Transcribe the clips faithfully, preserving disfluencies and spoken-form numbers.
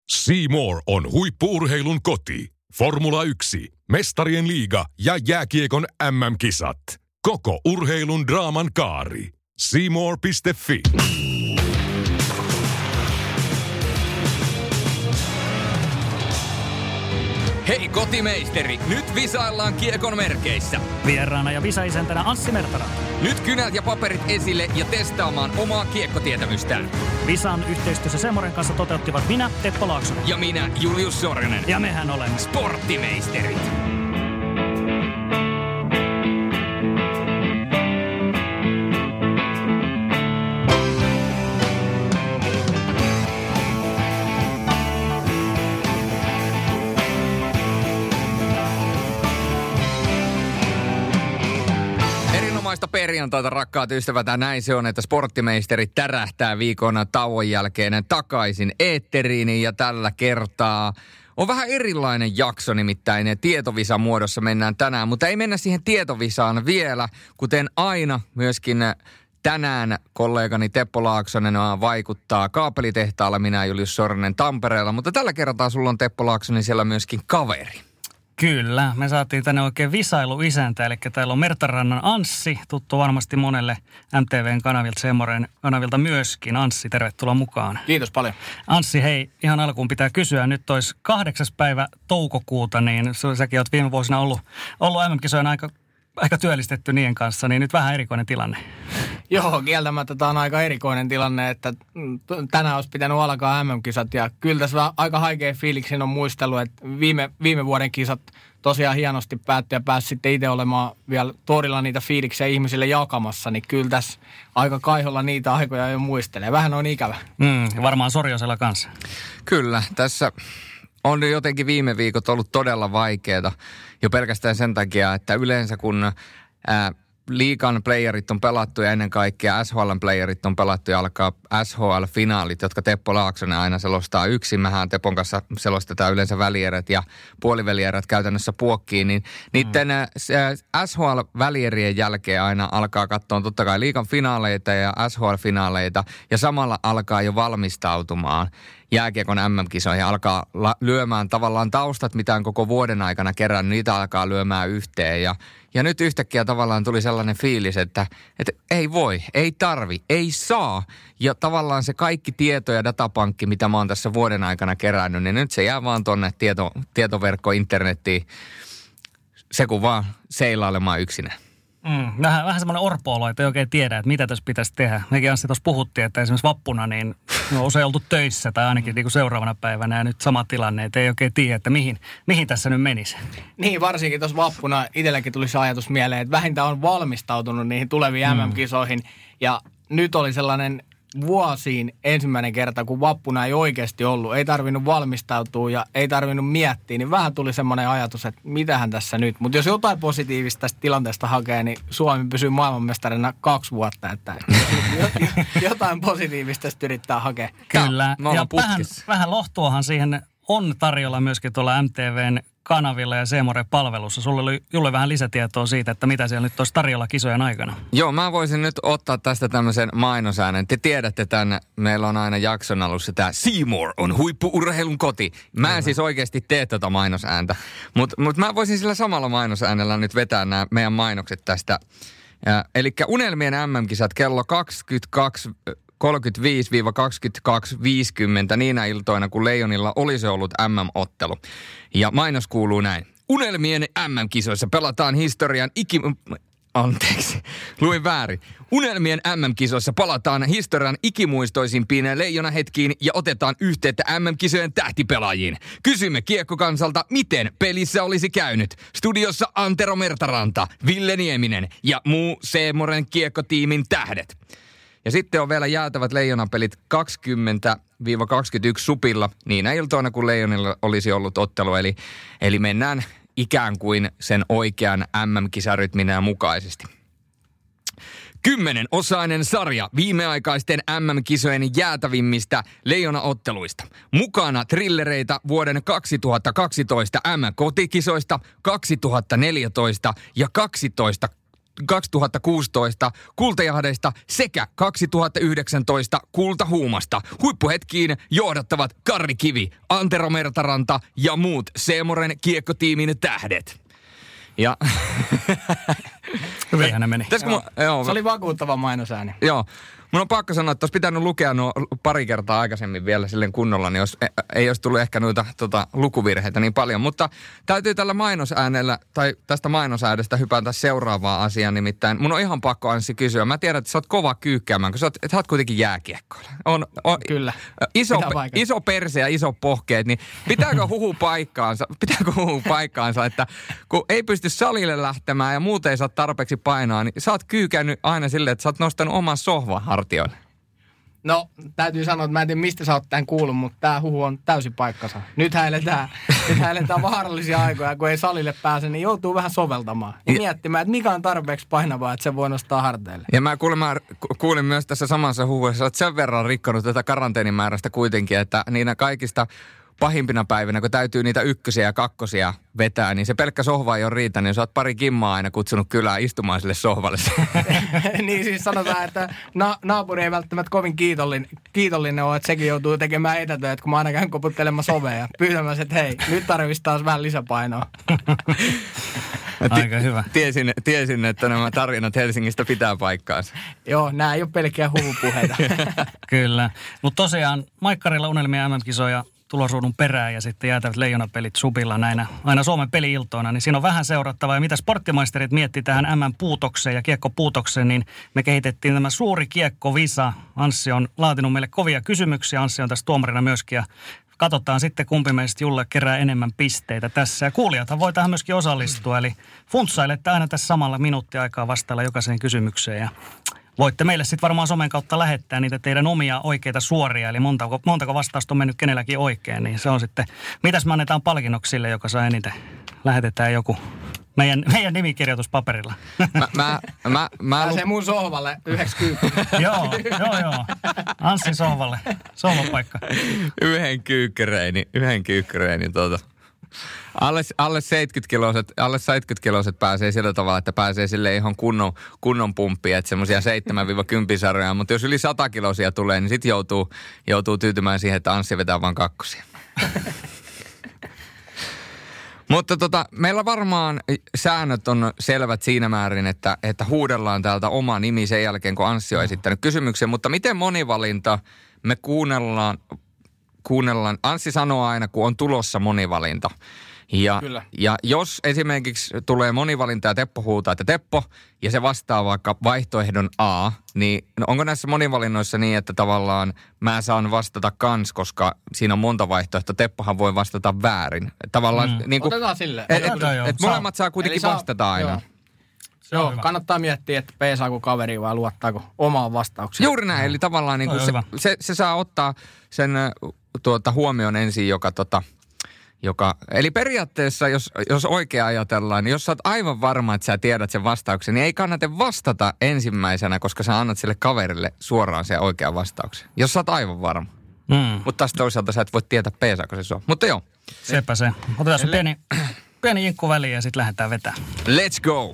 C More on huippu-urheilun koti. Formula yksi, Mestarien liiga ja jääkiekon M M-kisat. Koko urheilun draaman kaari. C more piste f i. Hei kotimeisteri, nyt visaillaan kiekon merkeissä. Vieraana ja visaisäntänä Anssi Mertaranta. Nyt kynät ja paperit esille ja testaamaan omaa kiekkotietämystään. Visan yhteistyössä Semoren kanssa toteuttivat minä, Teppo Laaksonen. Ja minä, Julius Sorjonen. Ja mehän olemme sporttimeisterit. Perjantaita, rakkaat ystävät, ja näin se on, että sporttimeisteri tärähtää viikon tauon jälkeen takaisin eetteriin, ja tällä kertaa on vähän erilainen jakso, nimittäin tietovisan muodossa mennään tänään, mutta ei mennä siihen tietovisaan vielä, kuten aina myöskin tänään kollegani Teppo Laaksonen vaikuttaa kaapelitehtaalla, minä Julius Sorjonen Tampereella, mutta tällä kertaa sulla on Teppo Laaksonen siellä myöskin kaveri. Kyllä, me saatiin tänne oikein visailuisäntä, eli täällä on Mertarannan Anssi, tuttu varmasti monelle M T V:n kanavilta, Semoren kanavilta myöskin. Anssi, tervetuloa mukaan. Kiitos paljon. Anssi, hei, ihan alkuun pitää kysyä, nyt olisi kahdeksas päivä toukokuuta, niin säkin olet viime vuosina ollut, ollut M M-kisojen aika, aika työllistetty niiden kanssa, niin nyt vähän erikoinen tilanne. Joo, kieltämättä tämä on aika erikoinen tilanne, että tänään olisi pitänyt alkaa M M-kisat ja kyllä tässä aika haikea fiiliksin on muistellut, että viime, viime vuoden kisat tosiaan hienosti päättyi ja pääsi sitten itse olemaan vielä torilla niitä fiiliksiä ihmisille jakamassa, niin kyllä tässä aika kaiholla niitä aikoja jo muistelee. Vähän on ikävä. Mm, varmaan Sorjosella kanssa. Kyllä, tässä on jotenkin viime viikot ollut todella vaikeaa jo pelkästään sen takia, että yleensä kun ää, liigan playerit on pelattu ja ennen kaikkea S H L:n playerit on pelattu ja alkaa S H L-finaalit, jotka Teppo Laaksonen aina selostaa yksin. Mehän Tepon kanssa selostetaan yleensä välierät ja puolivälierät käytännössä puokkiin, niin niiden mm. S H L-välierien jälkeen aina alkaa katsoa totta kai liigan finaaleita ja S H L-finaaleita ja samalla alkaa jo valmistautumaan jääkiekon M M-kisoihin, alkaa la- lyömään tavallaan taustat, mitä on koko vuoden aikana kerännyt, niitä alkaa lyömään yhteen. Ja, ja nyt yhtäkkiä tavallaan tuli sellainen fiilis, että, että ei voi, ei tarvi, ei saa. Ja tavallaan se kaikki tieto ja datapankki, mitä mä oon tässä vuoden aikana kerännyt, niin nyt se jää vaan tonne tieto, tietoverkko, internettiin, se kun vaan seilailemaan yksinään. Mm, vähän, vähän semmoinen orpo-olo, että ei oikein tiedä, että mitä tässä pitäisi tehdä. Mekin Anssi tuossa puhuttiin, että esimerkiksi vappuna niin on usein oltu töissä tai ainakin niin kuin seuraavana päivänä ja nyt sama tilanne, että ei oikein tiedä, että mihin, mihin tässä nyt menisi. Niin, varsinkin tuossa vappuna itselläkin tuli se ajatus mieleen, että vähintään on valmistautunut niihin tuleviin mm. M M-kisoihin ja nyt oli sellainen vuosiin ensimmäinen kerta, kun vappuna ei oikeasti ollut, ei tarvinnut valmistautua ja ei tarvinnut miettiä, niin vähän tuli semmoinen ajatus, että mitähän tässä nyt. Mutta jos jotain positiivista tästä tilanteesta hakee, niin Suomi pysyy maailmanmestarina kaksi vuotta, että jotain positiivista tästä yrittää hakea. Kyllä, ja vähän, vähän lohtuahan siihen on tarjolla myöskin tuolla M T V:n kanavilla ja Seemore-palvelussa. Sulla oli Julle vähän lisätietoa siitä, että mitä siellä nyt olisi tarjolla kisojen aikana. Joo, mä voisin nyt ottaa tästä tämmöisen mainosäänen. Te tiedätte tämän, meillä on aina jakson alussa tämä C More on huippu-urheilun koti. Mä en Kyllä. siis oikeasti tee tota mainosääntä, mutta mut mä voisin sillä samalla mainosäänellä nyt vetää nämä meidän mainokset tästä. Eli Unelmien M M-kisat kello kaksikymmentäkaksi kolmekymmentäviisi kaksikymmentäkaksi viisikymmentä niinä iltoina, kun Leijonilla olisi ollut M M-ottelu. Ja mainos kuuluu näin. Unelmien M M-kisoissa pelataan historian iki... Anteeksi, luin väärin. Unelmien M M-kisoissa palataan historian ikimuistoisimpiin leijonahetkiin ja otetaan yhteyttä M M-kisojen tähtipelaajiin. Kysymme kiekkokansalta, miten pelissä olisi käynyt. Studiossa Antero Mertaranta, Ville Nieminen ja muu Seemoren kiekkotiimin tähdet. Ja sitten on vielä jäätävät leijonapelit kaksikymmentä kaksikymmentäyksi supilla niinä iltoina, kun Leijonilla olisi ollut ottelu. Eli, eli mennään ikään kuin sen oikean M M-kisarytminä mukaisesti. Kymmenen-osainen sarja viimeaikaisten M M-kisojen jäätävimmistä leijonaotteluista. Mukana trillereitä vuoden kaksituhattakaksitoista M M-kotikisoista, kaksituhattaneljätoista ja kaksitoista kaksituhattakuusitoista kultajahdeista sekä kaksituhattayhdeksäntoista kultahuumasta. Huippuhetkiin johdattavat Karri Kivi, Antero Mertaranta ja muut Seemoren kiekkotiimin tähdet. Ja hyvinhän ne meni. Joo. Mun, joo. Se oli vakuuttava mainosääni. Joo. Mun on pakko sanoa, että olisi pitänyt lukea nuo pari kertaa aikaisemmin vielä silleen kunnolla, niin jos, ei olisi tullut ehkä noita tota, lukuvirheitä niin paljon. Mutta täytyy tällä mainosäänellä, tai tästä mainosäädestä hypätä seuraavaan asiaan nimittäin. Mun on ihan pakko, Anssi, kysyä. Mä tiedän, että sä oot kova kyykkäämään, kun sä oot, sä oot kuitenkin jääkiekkoilla. On, on, Kyllä. Iso, iso perse ja iso pohkeet, niin pitääkö huhu paikkaansa, pitääkö huhu paikkaansa, että kun ei pysty salille lähtemään ja muuten ei saa tarpeeksi painoa, niin sä oot kyykännyt aina silleen, että sä oot nostanut oman sohvan hartioille. No, täytyy sanoa, että mä en tiedä, mistä sä oot tämän kuullut, mutta tää huhu on täysin paikkansa. Nyt eletään, nyt eletään vaarallisia aikoja, kun ei salille pääse, niin joutuu vähän soveltamaan. Ja, ja miettimään, että mikä on tarpeeksi painavaa, että se voi nostaa harteille. Ja mä kuulin, mä kuulin myös tässä samassa huhuessa, että sen verran rikkonut tätä karanteenimäärästä kuitenkin, että niinä kaikista pahimpina päivinä, kun täytyy niitä ykkösiä ja kakkosia vetää, niin se pelkkä sohva ei ole riitä, niin sä oot pari kimmaa aina kutsunut kylään istumaan sille sohvalle. Niin siis sanotaan, että na- naapuri ei välttämättä kovin kiitollinen, kiitollinen ole, että sekin joutuu tekemään etätöitä, kun mä aina käyn koputtelemaan ovea ja pyytämässä, että hei, nyt tarvitsisi taas vähän lisäpainoa. Aika hyvä. Tiesin, tiesin, että nämä tarinat Helsingistä pitää paikkaansa. Joo, nämä ei ole pelkkiä huhupuheita. Kyllä, mutta tosiaan Maikkarilla unelmia M M-kisoja tulosruudun perään ja sitten jäätävät leijonapelit Supilla näinä aina Suomen peli-iltoina, niin siinä on vähän seurattavaa. Ja mitä sporttimaisterit miettii tähän M M-puutokseen ja kiekkopuutokseen, niin me kehitettiin tämä suuri kiekkovisa. Anssi on laatinut meille kovia kysymyksiä. Anssi on tässä tuomarina myöskin ja katsotaan sitten, kumpi meistä Julle kerää enemmän pisteitä tässä. Ja kuulijathan voi tähän myöskin osallistua, eli funtsailette aina tässä samalla minuuttiaikaa vastailla jokaiseen kysymykseen ja voitte meille sitten varmaan somen kautta lähettää niitä teidän omia oikeita suoria, eli montako, montako vastausta on mennyt kenelläkin oikein, niin se on sitten, mitäs me annetaan palkinnoksi sille, joka saa eniten, lähetetään joku meidän, meidän nimikirjoitus paperilla. Mä, mä, mä, mä Pääsee mun sohvalle yhdeksänkymmentä. Joo, joo, joo. Anssin sohvalle, sohvapaikka. Yhden kyykkäreini, yhden kyykkäreini tuota. Alle, alle seitsemänkymmentä-kiloiset, alle seitsemänkymmentä-kiloiset pääsee sillä tavalla, että pääsee sille ihan kunnon, kunnon pumppia, että semmoisia seitsemän kymmenen sarjoja, mutta jos yli sata kilosia tulee, niin sitten joutuu, joutuu tyytymään siihen, että Anssi vetää vaan kakkosia. Mutta tota, meillä varmaan säännöt on selvät siinä määrin, että, että huudellaan täältä oma nimi sen jälkeen, kun Anssi on esittänyt kysymyksen, mutta miten monivalinta me kuunnellaan, kuunnellaan, Anssi sanoo aina, kun on tulossa monivalinta. Ja, ja jos esimerkiksi tulee monivalinta ja Teppo huutaa, että Teppo, ja se vastaa vaikka vaihtoehdon A, niin onko näissä monivalinnoissa niin, että tavallaan mä saan vastata kans, koska siinä on monta vaihtoehtoa. Teppohan voi vastata väärin. Tavallaan, mm. niin kuin, otetaan silleen. Et, et, et, et molemmat saa kuitenkin saa, vastata aina. Joo, joo kannattaa miettiä, että peesaako kaveri vai luottaako omaan vastaukseen. Juuri näin, eli tavallaan niin kuin se, se, se saa ottaa sen tuota, huomioon ensin, joka... Tota, Joka, eli periaatteessa, jos, jos oikein ajatellaan, niin jos sä oot aivan varma, että sä tiedät sen vastauksen, niin ei kannata vastata ensimmäisenä, koska sä annat sille kaverille suoraan sen oikean vastauksen. Jos sä oot aivan varma. Mm. Mutta taas toisaalta sä et voi tietää, peesaako se sua. Mutta joo. Sepä se. Otetaan se pieni, pieni jinkku väliin ja sitten lähdetään vetää. Let's go!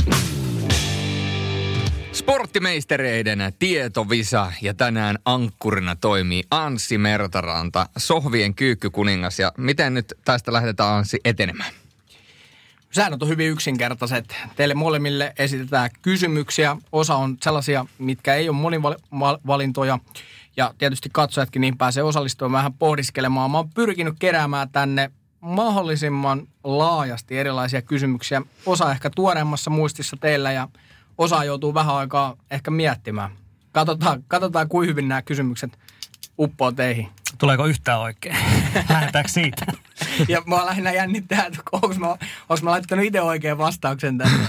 Sporttimeistereiden tietovisa ja tänään ankkurina toimii Anssi Mertaranta, sohvien kyykkykuningas. Ja miten nyt tästä lähdetään, Anssi, etenemään? Säännöt on hyvin yksinkertaiset. Teille molemmille esitetään kysymyksiä. Osa on sellaisia, mitkä ei ole monivalintoja. Ja tietysti katsojatkin niin pääsee osallistumaan vähän pohdiskelemaan. Mä oon pyrkinyt keräämään tänne mahdollisimman laajasti erilaisia kysymyksiä. Osa ehkä tuoreemmassa muistissa teillä ja osa joutuu vähän aikaa ehkä miettimään. Katsotaan, katsotaan kuinka hyvin nämä kysymykset uppoo teihin. Tuleeko yhtään oikein? Lähdetäänkö siitä? Ja mua lähinnä jännittää, että onko mä, onko mä laittanut itse oikean vastauksen tänne.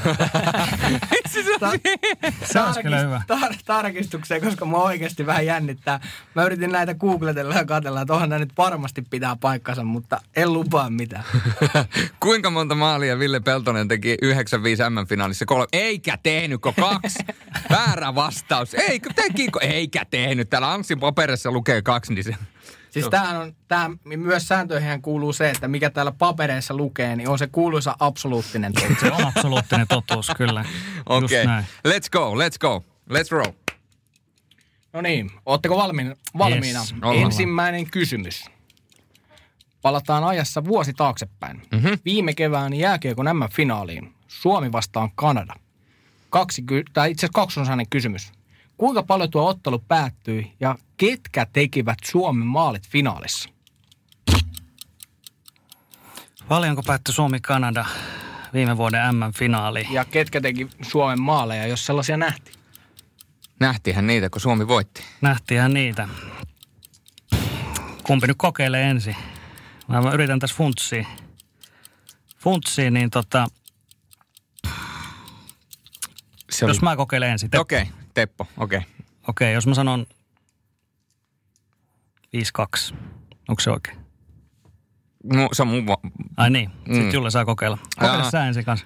Se olisi kyllä hyvä. Tar- tarkistukseen, koska mua oikeasti vähän jännittää. Mä yritin näitä googletella ja katsella, että onhan nämä nyt varmasti pitää paikkansa, mutta en lupaa mitään. Kuinka monta maalia Ville Peltonen teki yhdeksänkymmentäviisi M-finaalissa? Kolme. Eikä tehnytkö kaksi? Väärä vastaus. Eikö tekikö? Eikä tehnyt. Täällä Anssin paperissa lukee kaksi, niin se... Siis tämähän on, tämähän, myös sääntöihin kuuluu se, että mikä täällä papereissa lukee, niin on se kuuluisa absoluuttinen totuus. Se on absoluuttinen totuus, kyllä. Okei, okay. Let's go, let's go, let's roll. No niin, ootteko valmiina? valmiina? Yes, Ensimmäinen kysymys. Palataan ajassa vuosi taaksepäin. Mm-hmm. Viime kevään jääkiekon M M-finaaliin. Suomi vastaan Kanada. Kaksi, tai itse asiassa kaksiosainen kysymys. Kuinka paljon tuo ottelu päättyi ja ketkä tekivät Suomen maalit finaalissa? Paljonko päättyi Suomi-Kanada viime vuoden M M-finaaliin? Ja ketkä teki Suomen maaleja, jos sellaisia nähtiin? Nähtiinhän niitä, kun Suomi voitti. Nähtiinhän niitä. Kumpi nyt kokeilee ensin? Mä yritän tässä funtsia. Funtsia, niin tota... Se oli... Jos mä kokeilen ensin. Okei, okay, Teppo, okei. Okay. Okei, okay, jos mä sanon viisi kaksi. Onko se oikein? No, se on mun... Va- Ai niin, sitten mm. Julle saa kokeilla. Kokeile Jaa. sä ensin kanssa.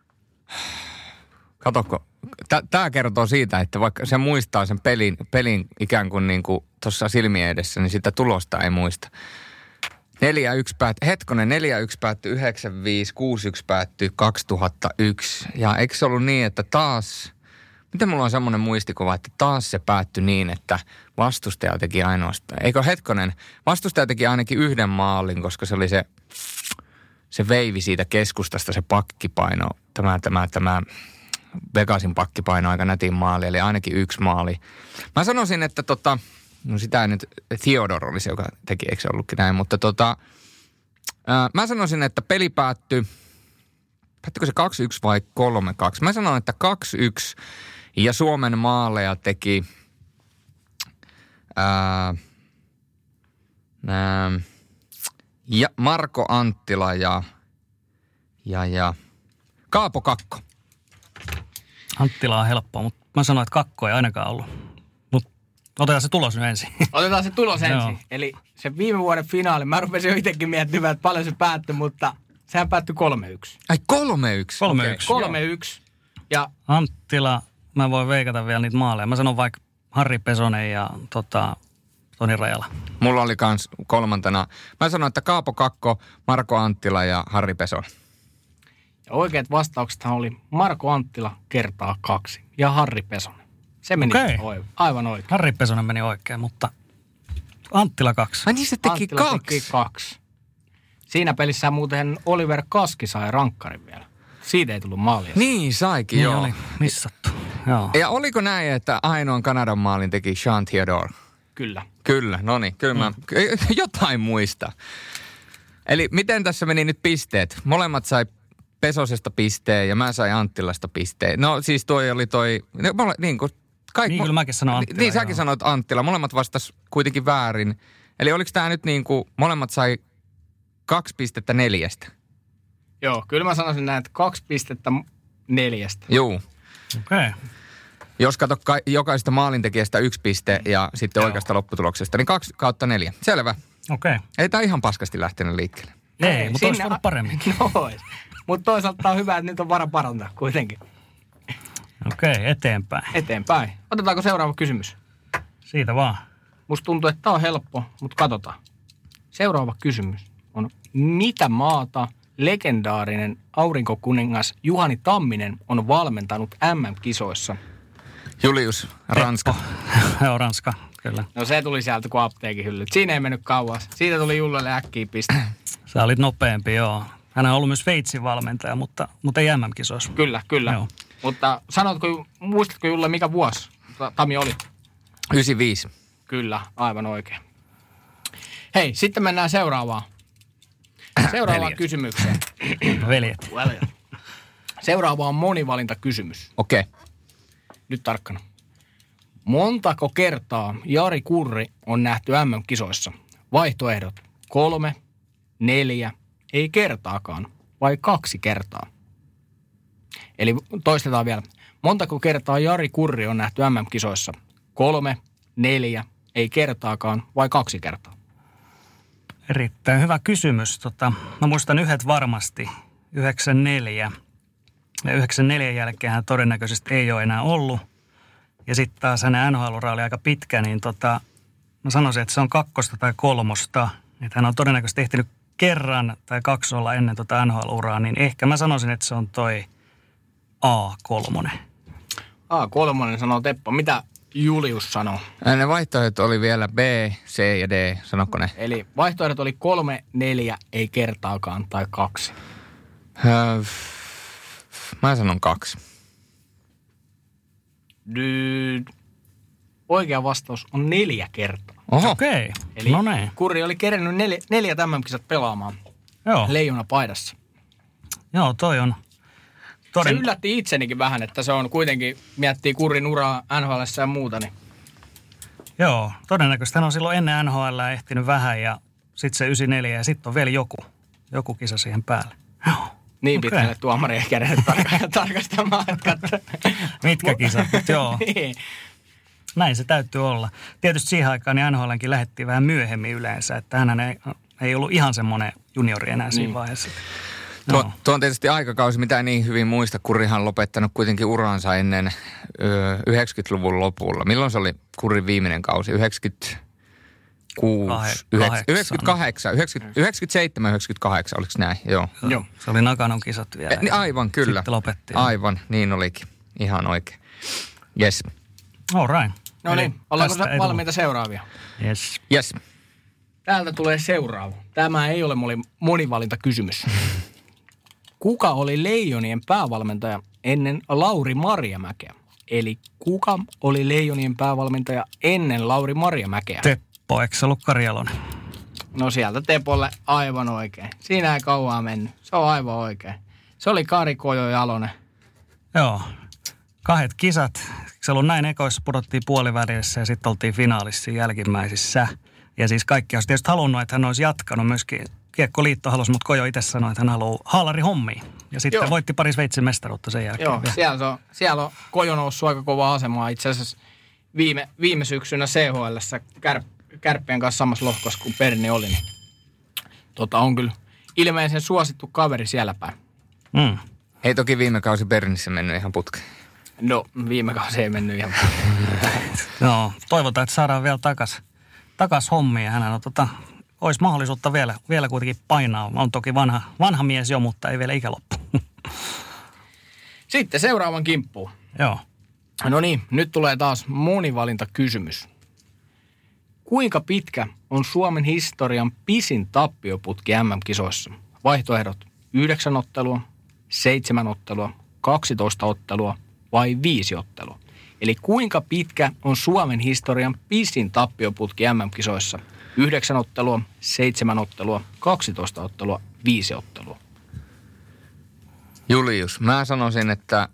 Katokko, tämä kertoo siitä, että vaikka se muistaa sen pelin, pelin ikään kuin, niin kuin tuossa silmien edessä, niin sitä tulosta ei muista. neljä yksi päättyi, hetkonen, neljä yksi päättyi yhdeksän viisi, kuusi yksi päättyi kaksituhattayksi. Ja eikö se ollut niin, että taas, miten mulla on semmoinen muistikuva, että taas se päättyi niin, että vastustaja teki ainoastaan. Eikö hetkonen, vastustaja teki ainakin yhden maalin, koska se oli se, se veivi siitä keskustasta, se pakkipaino, tämä, tämä, tämä Vegasin pakkipaino aika nätin maali, eli ainakin yksi maali. Mä sanoisin, että tota, no sitä ei nyt, Theodor oli se, joka teki, eikö se ollutkin näin, mutta tota, ää, mä sanoisin, että peli päättyi, päättyikö se kaksi yksi vai kolme kaksi? Mä sanon, että kaksi yksi ja Suomen maaleja teki ää, ää, ja Marko Anttila ja, ja, ja Kaapo Kakko. Anttila on helppoa, mutta mä sanoin, että kakko ei ainakaan ollut. Mutta otetaan se tulos nyt ensin. Otetaan se tulos ensin. Joo. Eli se viime vuoden finaali, mä rupesin jo itsekin miettimään, että paljon se päättyi, mutta sehän päättyi kolme yksi. Ai kolme yksi? kolme yksi. kolme yksi. Ja Anttila, mä voin veikata vielä niitä maaleja. Mä sanon vaikka Harri Pesonen ja tota, Toni Rajala. Mulla oli kans kolmantena. Mä sanoin, että Kaapo Kakko, Marko Anttila ja Harri Pesonen. Ja oikeat vastauksethan oli Marko Anttila kertaa kaksi ja Harri Pesonen. Se meni Okei. aivan oikein. Harri Pesonen meni oikein, mutta Anttila kaksi. Ai niin se teki Anttila kaksi. teki kaksi. Siinä pelissä muuten Oliver Kaski sai rankkarin vielä. Siitä ei tullut maalia. Niin saikin, Niin joo. oli missattu. Joo. Ja oliko näin, että ainoan Kanadan maalin teki Jean Theodore? Kyllä. Kyllä, no niin, kyllä mä jotain muista. Eli miten tässä meni nyt pisteet? Molemmat sai Pesosesta pisteen ja mä sain Anttilasta pisteen. No siis toi oli toi, no, mole, niin kuin kaikki. Niin, kyllä mäkin sanoin Anttila. Niin, säkin joo. sanoit Anttila. Molemmat vastas kuitenkin väärin. Eli oliko tämä nyt niin kuin, molemmat sai kaksi pistettä neljästä? Joo, kyllä mä sanoisin näin, että kaksi pistettä neljästä. Juu. Okei. Okay. Jos kato ka- jokaisesta maalintekijästä yksi piste ja sitten Joo. oikeasta lopputuloksesta, niin kaksi kautta neljä. Selvä. Okei. Okay. Ei tää ihan paskasti lähtenyt liikkeelle. Ei, mutta olisi Sinne- voinut paremminkin. No ois. Mutta toisaalta on hyvä, että nyt on vara parantaa kuitenkin. Okei, okay, eteenpäin. Eteenpäin. Otetaanko seuraava kysymys? Siitä vaan. Musta tuntuu, että tää on helppo, mutta katsotaan. Seuraava kysymys on, mitä maata legendaarinen aurinkokuningas Juhani Tamminen on valmentanut M M-kisoissa? Julius, Ranska. Joo, Ranska, kyllä. No se tuli sieltä kuin apteekin hyllyt. Siinä ei mennyt kauas. Siitä tuli Jullelle äkkiä piste. Sä olit nopeampi, joo. Hän on ollut myös Sveitsin valmentaja, mutta, mutta ei M M-kisoissa. Kyllä, kyllä. Joo. Mutta sanotko, muistatko Julle, mikä vuosi Tami oli? yhdeksänkymmentäviisi. Kyllä, aivan oikein. Hei, sitten mennään seuraavaan. Seuraavaan Veljet. kysymykseen. Veljet. Seuraava on monivalintakysymys. Okei. Okay. Nyt tarkkana. Montako kertaa Jari Kurri on nähty M M-kisoissa? Vaihtoehdot kolme, neljä, ei kertaakaan, vai kaksi kertaa? Eli toistetaan vielä. Montako kertaa Jari Kurri on nähty M M-kisoissa? Kolme, neljä, ei kertaakaan, vai kaksi kertaa? Erittäin hyvä kysymys. Tota, mä muistan yhdet varmasti. yhdeksänkymmentäneljä. Ja yhdeksänkymmentäneljän jälkeen hän todennäköisesti ei ole enää ollut. Ja sitten taas hänen N H L-ura oli aika pitkä, niin tota, mä sanoisin, että se on kakkosta tai kolmosta. Että hän on todennäköisesti ehtinyt kerran tai kaksi olla ennen tota N H L-uraa, niin ehkä mä sanoisin, että se on toi A kolme. A kolme sanoo Teppo. Mitä Julius sanoo? Ne vaihtoehdot oli vielä B, C ja D, sanokko ne? Eli vaihtoehdot oli kolme, neljä, ei kertaakaan tai kaksi. Öö, mä sanon kaksi. Nyt oikea vastaus on neljä kertaa. Oho. Okei, Eli no niin. Kurri oli kerennyt neljä, neljä tämän kisat pelaamaan Joo, leijona paidassa. joo, toi on Se toden... yllätti itsenikin vähän, että se on kuitenkin, miettii Kurrin uraa N H L:ssä ja muuta, niin Joo, todennäköisesti hän on silloin ennen N H L ehtinyt vähän ja sitten se yhdeksänkymmentäneljä ja sitten on vielä joku, joku kisa siihen päälle. Joo. niin Okei. pitkälle tuomari ei kerennyt tarka- tarkastamaan. Että Mitkä kisat, mutta joo. niin. Näin se täytyy olla. Tietysti siihen aikaan niin N H L:nkin lähdettiin vähän myöhemmin yleensä, että hän ei, ei ollut ihan semmoinen juniori enää siinä Niin. vaiheessa. Tuo, Joo. tuo on tietysti aikakausi, mitä en niin hyvin muista. Kurihan on lopettanut kuitenkin uransa ennen ö, yhdeksänkymmentäluvun lopulla. Milloin se oli Kurrin viimeinen kausi? yhdeksänkymmentäkuusi, Kahe- yhdeksänkymmentäkahdeksan, yhdeksänkymmentä, yhdeksänkymmentäseitsemän, yhdeksänkymmentäkahdeksan, oliko näin? Joo. Joo. Se oli Nakanon kisat vielä. Eh, niin aivan, kyllä. Sitten lopetti. Aivan, niin olikin. Ihan oikein. Yes. All right. No Eli niin, ollaanko tästä ei valmiita seuraavia? tullut. Yes. Yes. Täältä tulee seuraava. Tämä ei ole moni- monivalintakysymys. Kuka oli Leijonien päävalmentaja ennen Lauri Marjamäkeä? Eli kuka oli Leijonien päävalmentaja ennen Lauri Marjamäkeä? Teppo, eikö se ollut Karjalonen? No sieltä Tepolle aivan oikein. Siinä ei kauaa mennyt. Se on aivan oikein. Se oli Kari Kojo-Jalonen. Joo. Kahdet kisat. Se ollut näin ekoissa, pudottiin puolivälissä ja sitten oltiin finaalissa jälkimmäisissä. Ja siis kaikki olisi tietysti halunnut, että hän olisi jatkanut myöskin. Kiekkoliitto halusi, mutta Kojo itse sanoi, että hän haluaa haalari hommiin. Ja sitten Joo. voitti pari Sveitsin mestaruutta sen jälkeen. Joo, vielä. siellä, se on, siellä on Kojo noussut aika kovaa asemaa. Itse asiassa viime, viime syksynä C H L:ssä kär, Kärppien kanssa samassa lohkossa kuin Perni oli. Niin, tota, on kyllä ilmeisen suosittu kaveri siellä päin. Mm. Ei toki viime kausi Bernissä mennyt ihan putkeen. No, viime kausi ei mennyt ihan. Joo, toivotaan, että saadaan vielä takas, takas hommia. Ja hänellä on, tota, olisi mahdollisuutta vielä, vielä kuitenkin painaa. On toki vanha, vanha mies jo, mutta ei vielä ikä loppu. Sitten seuraavan kimppuun. Joo. No niin, nyt tulee taas monivalintakysymys. Kuinka pitkä on Suomen historian pisin tappioputki M M-kisoissa? Vaihtoehdot yhdeksän ottelua, seitsemän ottelua, kaksitoista ottelua vai viisi ottelua? Eli kuinka pitkä on Suomen historian pisin tappioputki M M-kisoissa? Yhdeksän ottelua, seitsemän ottelua, kaksitoista ottelua, viisi ottelua. Julius, mä sanoisin, että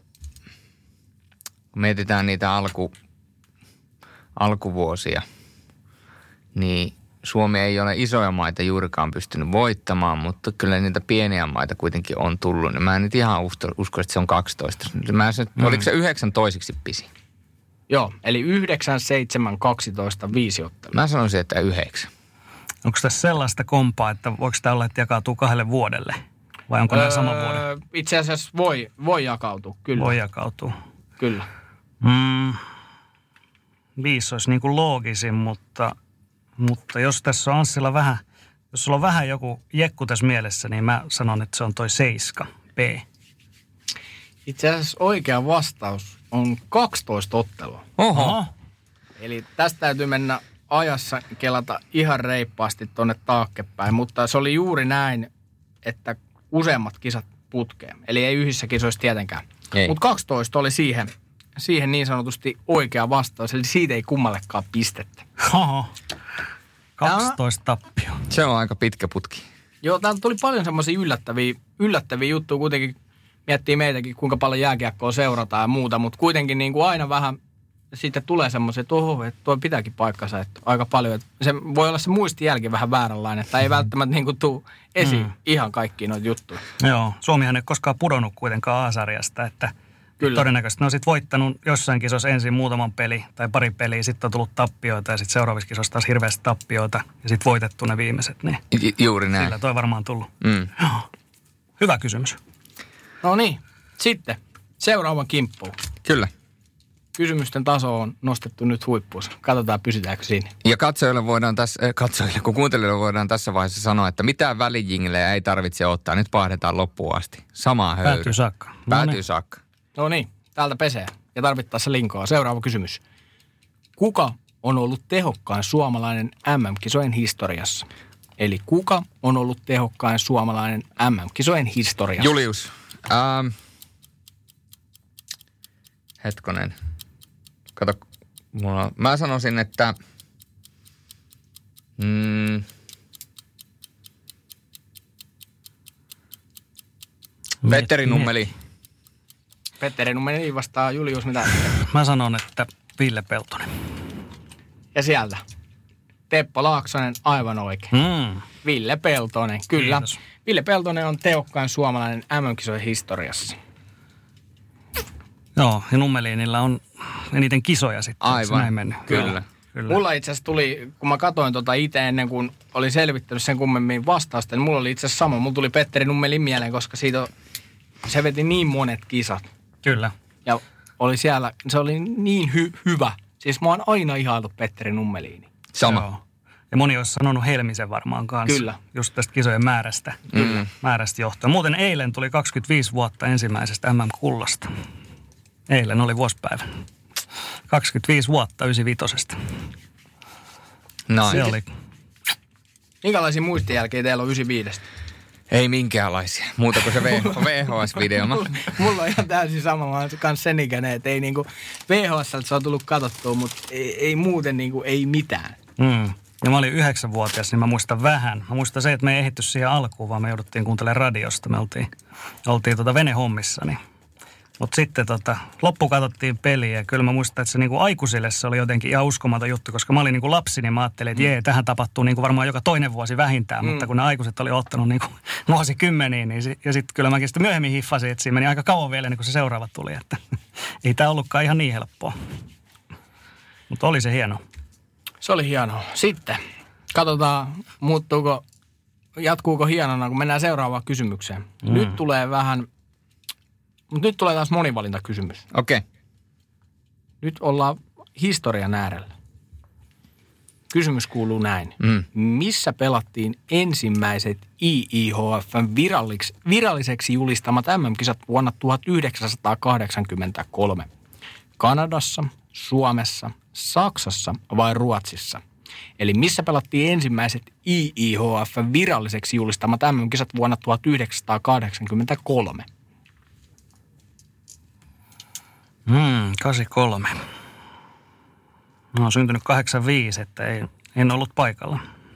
kun mietitään niitä alku, alkuvuosia, niin Suomi ei ole isoja maita juurikaan pystynyt voittamaan, mutta kyllä niitä pieniä maita kuitenkin on tullut. Mä en nyt ihan usko, usko että se on kaksitoista. Mä sanoin, mm. Oliko se yhdeksän toisiksi pisin? Joo, eli yhdeksän, seitsemän, kaksitoista, viisi ottelua. Mä sanoisin, että yhdeksän. Onko tässä sellaista kompaa, että voiko tämä olla, että jakautuu kahdelle vuodelle? Vai onko öö, nämä sama vuoden? Itse asiassa voi, voi jakautua, kyllä. Voi jakautua. Kyllä. Mm, viisi olisi niin kuin loogisin, mutta, mutta jos tässä on Anssilla vähän, jos sulla on vähän joku jekku tässä mielessä, niin mä sanon, että se on toi seiska, B. Itse asiassa oikea vastaus on kaksitoista ottelua. Oho. Oho. Eli tästä täytyy mennä ajassa kelata ihan reippaasti tonne taaksepäin, mutta se oli juuri näin, että useammat kisat putkeen. Eli ei yhdessä kisoissa tietenkään. Mutta kaksitoista oli siihen, siihen niin sanotusti oikea vastaus, eli siitä ei kummallekaan pistettä. Oho. kaksitoista tappio. Se on aika pitkä putki. Joo, täällä tuli paljon semmoisia yllättäviä, yllättäviä juttuja. Kuitenkin miettii meitäkin, kuinka paljon jääkiekkoa seurataan ja muuta, mutta kuitenkin niin kuin aina vähän sitten tulee semmoisia, että oho, että tuo pitääkin paikkansa, että aika paljon. Että se voi olla se muistijälki vähän vääränlainen, että ei välttämättä niin kuin tule esiin mm. ihan kaikkiin noita juttuja. Joo, Suomihan ei koskaan pudonnut kuitenkaan A-sarjasta, että Kyllä. todennäköisesti ne on sitten voittanut jossain kisossa ensin muutaman peli tai pari peliä, sitten on tullut tappioita ja sitten seuraavissa kisoissa taas hirveästi tappioita ja sitten voitettu ne viimeiset. Niin Ju- juuri näin. sillä toi varmaan tullut. Mm. Joo. Hyvä kysymys. No niin, sitten seuraavan kimppuun. Kyllä. kysymysten taso on nostettu nyt huippuun. Katsotaan, pysytäänkö siinä. Ja katsojille voidaan tässä, äh, katsojille, kun kuuntelijoille voidaan tässä vaiheessa sanoa, että mitään välijinglejä ei tarvitse ottaa. Nyt pahdetaan loppuun asti. Samaa höyry. Päätyy saakka. No Päätyy niin. saakka. No niin, täältä pesee. Ja tarvittaessa linkoa. Seuraava kysymys. Kuka on ollut tehokkain suomalainen äm äm-kisojen historiassa? Eli kuka on ollut tehokkain suomalainen äm äm-kisojen historiassa? Julius. Ähm, hetkonen. Kato, mulla, mä sanoisin, että mm, Petteri Nummeli. Petteri Nummeli vastaa Julius, mitä? Mä sanon, että Ville Peltonen. Ja sieltä Teppo Laaksonen, aivan oikein. Mm. Ville Peltonen, kyllä. Kiitos. Ville Peltonen on tehokkain suomalainen äm äm-kisojen historiassa. Joo, ja Nummeliinillä on eniten kisoja sitten. Eikö Aivan, näin mennyt? kyllä. Joo, kyllä. Mulla itse asiassa tuli, kun mä katsoin tota itse ennen kuin olin selvittänyt sen kummemmin vastausta, niin mulla oli itse asiassa sama. Mulla tuli Petteri Nummelin mieleen, koska siitä on, se veti niin monet kisat. Kyllä. Ja oli siellä, se oli niin hy- hyvä. Siis mä oon aina ihaillut Petteri Nummeliini. Sama. Joo. Ja moni olisi sanonut Helmisen varmaan kanssa. Kyllä. Just tästä kisojen määrästä. Mm. Määrästä johtuen. Muuten eilen tuli kaksikymmentäviisi vuotta ensimmäisestä äm äm-kullasta. Eilen oli vuosipäivä. kaksikymmentäviisi vuotta yhdeksänkymmentäviisi. Noin. Se oli. Minkälaisia muistijälkeä teillä on yhdeksänkymmentäviisi? Ei minkäänlaisia. Muuta kuin se V H S-video. Mulla on ihan täysin sama, mä oon kans sen ikäinen, että ei niinku, V H S se on tullut katsottua, mutta ei, ei muuten niinku, ei mitään. Mm. Ja mä olin yhdeksänvuotias, niin mä muistan vähän. Mä muistan se, että me ei ehditty siihen alkuun, vaan me jouduttiin kuuntelemaan radiosta. Me oltiin, oltiin tuota venehommissa, niin. Mutta sitten tota, loppu katsottiin peliä ja kyllä mä muistan, että se niinku aikuisille se oli jotenkin ihan uskomaton juttu, koska mä olin niinku lapsi, niin mä ajattelin, että jee, tähän tapahtuu niinku varmaan joka toinen vuosi vähintään, mm. mutta kun ne aikuiset oli ottanut niinku vuosikymmeniin, niin si- ja sitten kyllä mäkin sitten myöhemmin hiffasin, että siinä meni aika kauan vielä, niin kun se seuraava tuli, että ei tämä ollutkaan ihan niin helppoa. Mutta oli se hieno. Se oli hienoa. Sitten katsotaan, muuttuuko, jatkuuko hienona, kun mennään seuraavaan kysymykseen. Mm. Nyt tulee vähän, mutta nyt tulee taas monivalintakysymys. Okei. Okay. Nyt ollaan historian äärellä. Kysymys kuuluu näin. Mm. Missä pelattiin ensimmäiset I I H F:n viralliseksi, viralliseksi julistamat äm äm-kisat vuonna tuhatyhdeksänsataakahdeksankymmentäkolme? Kanadassa, Suomessa, Saksassa vai Ruotsissa? Eli missä pelattiin ensimmäiset I I H F:n viralliseksi julistamat äm äm-kisat vuonna tuhatyhdeksänsataakahdeksankymmentäkolme? Mm, kahdeksankymmentäkolme. Mä oon syntynyt kahdeksankymmentäviisi, että ei, en ollut paikalla.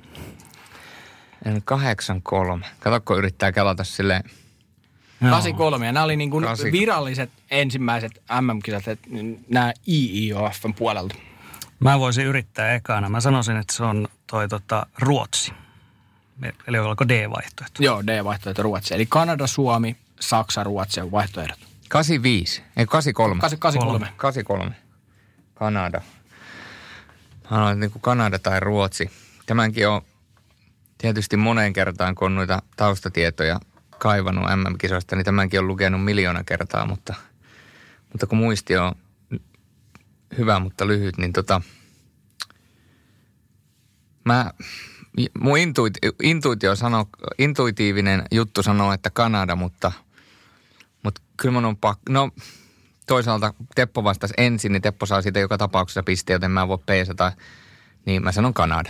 En kahdeksankymmentäkolme. Katsokko yrittää kelata silleen. kahdeksankymmentäkolme. Ja nämä oli niin kuin Kasi- viralliset ensimmäiset äm äm-kisat, että nämä I I H F:n puolelta. Mä voisin yrittää ekana. Mä sanoisin, että se on toi tota, Ruotsi. Eli oliko D-vaihtoehto? Joo, D-vaihtoehto Ruotsi. Eli Kanada, Suomi, Saksa, Ruotsi on vaihtoehdot. kahdeksankymmentäviisi. Ei, kahdeksankymmentäkolme. kahdeksankymmentäkolme. kahdeksankymmentäkolme. Kanada. Mä haluan, niin kuin Kanada tai Ruotsi. Tämänkin on tietysti moneen kertaan, kun on noita taustatietoja kaivannut äm äm-kisoista, niin tämänkin on lukenut miljoona kertaa, mutta, mutta kun muisti on hyvä, mutta lyhyt, niin tota, mä, mun intuiti, intuitio sano, intuitiivinen juttu sanoo, että Kanada, mutta, mutta kyllä mun on pakko, no toisaalta Teppo vastasi ensin, niin Teppo saa siitä joka tapauksessa piste, joten mä en voi peesata, niin mä sanon Kanada.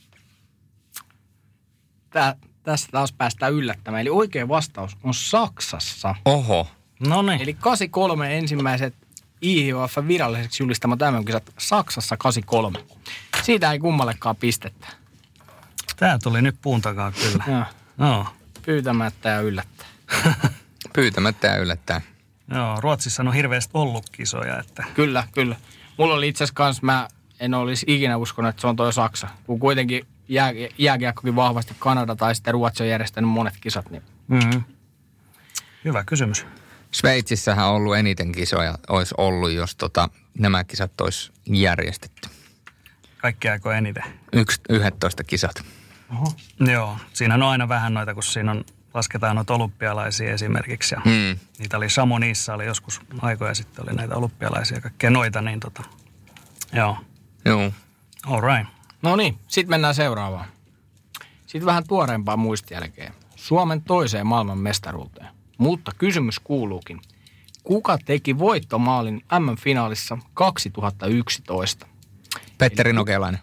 Tää, tästä taas päästään yllättämään. Eli oikea vastaus on Saksassa. Oho. No niin. Eli kahdeksankymmentäkolme ensimmäiset I H F:n viralliseksi julistamat äm äm-kisat Saksassa kahdeksankymmentäkolme. Siitä ei kummallekaan pistettä. Tää tuli nyt puun takaa kyllä. Joo. Joo. Pyytämättä ja yllättää. Pyytämättä ja yllättäen. Joo, Ruotsissa on hirveästi ollut kisoja, että Kyllä, kyllä. Mulla oli itse asiassa kans, mä en olisi ikinä uskonut, että se on toi Saksa. Kun kuitenkin jää, jääkiekkokin vahvasti Kanada tai sitten Ruotsi on järjestänyt monet kisat. Niin. mm-hmm. Hyvä kysymys. Sveitsissähän on ollut eniten kisoja, olisi ollut, jos tota, nämä kisat olisi järjestetty. Kaikki aikoja eniten. Yksi, yhdentoista kisat. Oho. Joo, siinä on aina vähän noita, kun siinä on lasketaan noita olympialaisia esimerkiksi. Ja Mm. niitä oli Chamonixissa, oli joskus aikoja sitten oli näitä olympialaisia ja kaikkea noita, niin tota, joo. Joo. All right. No niin, sitten mennään seuraavaan. Sitten vähän tuoreempaa muistijälkeen. Suomen toiseen maailman mestaruuteen. Mutta kysymys kuuluukin. Kuka teki voittomaalin M M-finaalissa kaksituhattayksitoista? Petteri Nokelainen.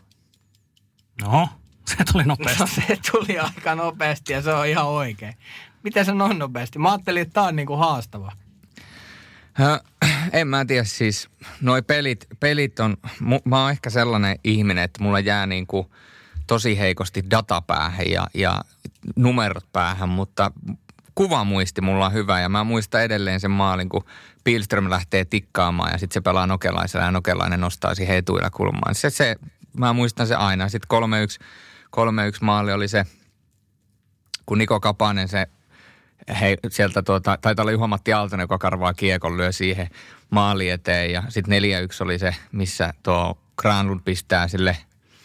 No, se tuli No, nopeasti. se tuli aika nopeasti ja se on ihan oikein. Miten se on nopeasti? Mä ajattelin, että tää on niinku haastava. Hö, en mä tiedä siis, noi pelit, pelit on, mu, mä oon ehkä sellainen ihminen, että mulla jää niinku tosi heikosti data päähän ja, ja numerot päähän, mutta kuvamuisti mulla on hyvä ja mä muistan edelleen sen maalin, kun Pilström lähtee tikkaamaan ja sitten se pelaa Nokelaisella ja Nokelainen nostaa siihen etuiläkulmaan. Se, se, mä muistan se aina. Sitten kolme yksi maali oli se, kun Niko Kapanen se, hei, sieltä tuota, taitaa olla Juha-Matti Aaltonen, joka karvaa kiekon, lyö siihen maali eteen ja sitten neljä yksi oli se, missä tuo Granlund pistää sille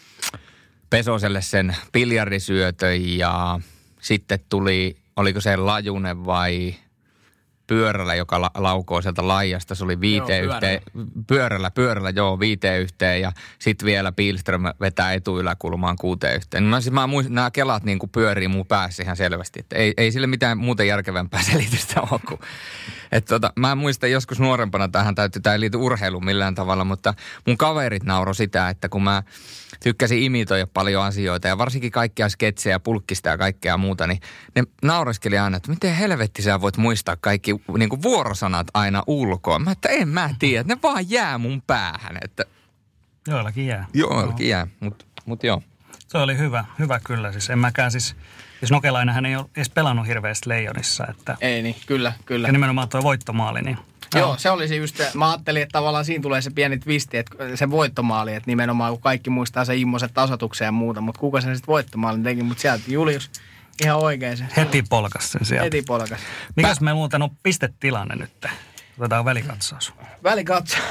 Pesoselle sen biljardisyötön ja sitten tuli, oliko se Lajunen vai pyörällä, joka la, laukoo sieltä laijasta. Se oli viiteen Joo, yhteen, pyörällä, pyörällä, joo, viiteen yhteen ja sitten vielä Pilström vetää etuiläkulmaan kuuteen yhteen. Mä, siis mä muistan, nämä kelat niin kuin pyörii mun päässä ihan selvästi, että ei, ei sille mitään muuten järkevämpää selitystä ole kuin. Että tota, mä muistan joskus nuorempana, tähän täytyy, tämä ei liity urheiluun millään tavalla, mutta mun kaverit nauroi sitä, että kun mä tykkäsin imitoida paljon asioita ja varsinkin kaikkia sketsejä, pulkkista ja kaikkea muuta, niin ne naureskeli aina, että miten helvetti sä voit muistaa kaikki niin kuin vuorosanat aina ulkoa. Mä että en mä tiedä, ne vaan jää mun päähän. Että Joillakin jää. joillakin jää, mutta mut joo. Se oli hyvä, hyvä kyllä. Siis en mäkään siis, siis Nokelainenhän ei ole edes pelannut hirveästi Leijonissa. Että, Ei niin, kyllä, kyllä. ja nimenomaan tuo voittomaali, niin Joo, se olisi just, mä ajattelin, että tavallaan siinä tulee se pieni twisti, että se voittomaali, että nimenomaan kun kaikki muistaa se Immosen tasoituksen ja muuta, mutta kuka sen sitten voittomaalin teki, mutta sieltä Julius ihan oikein se. heti polkas sen sieltä. Heti polkas. Mikäs me muuten on pistetilanne nyt? Otetaan välikatsaus. Välikatsaus.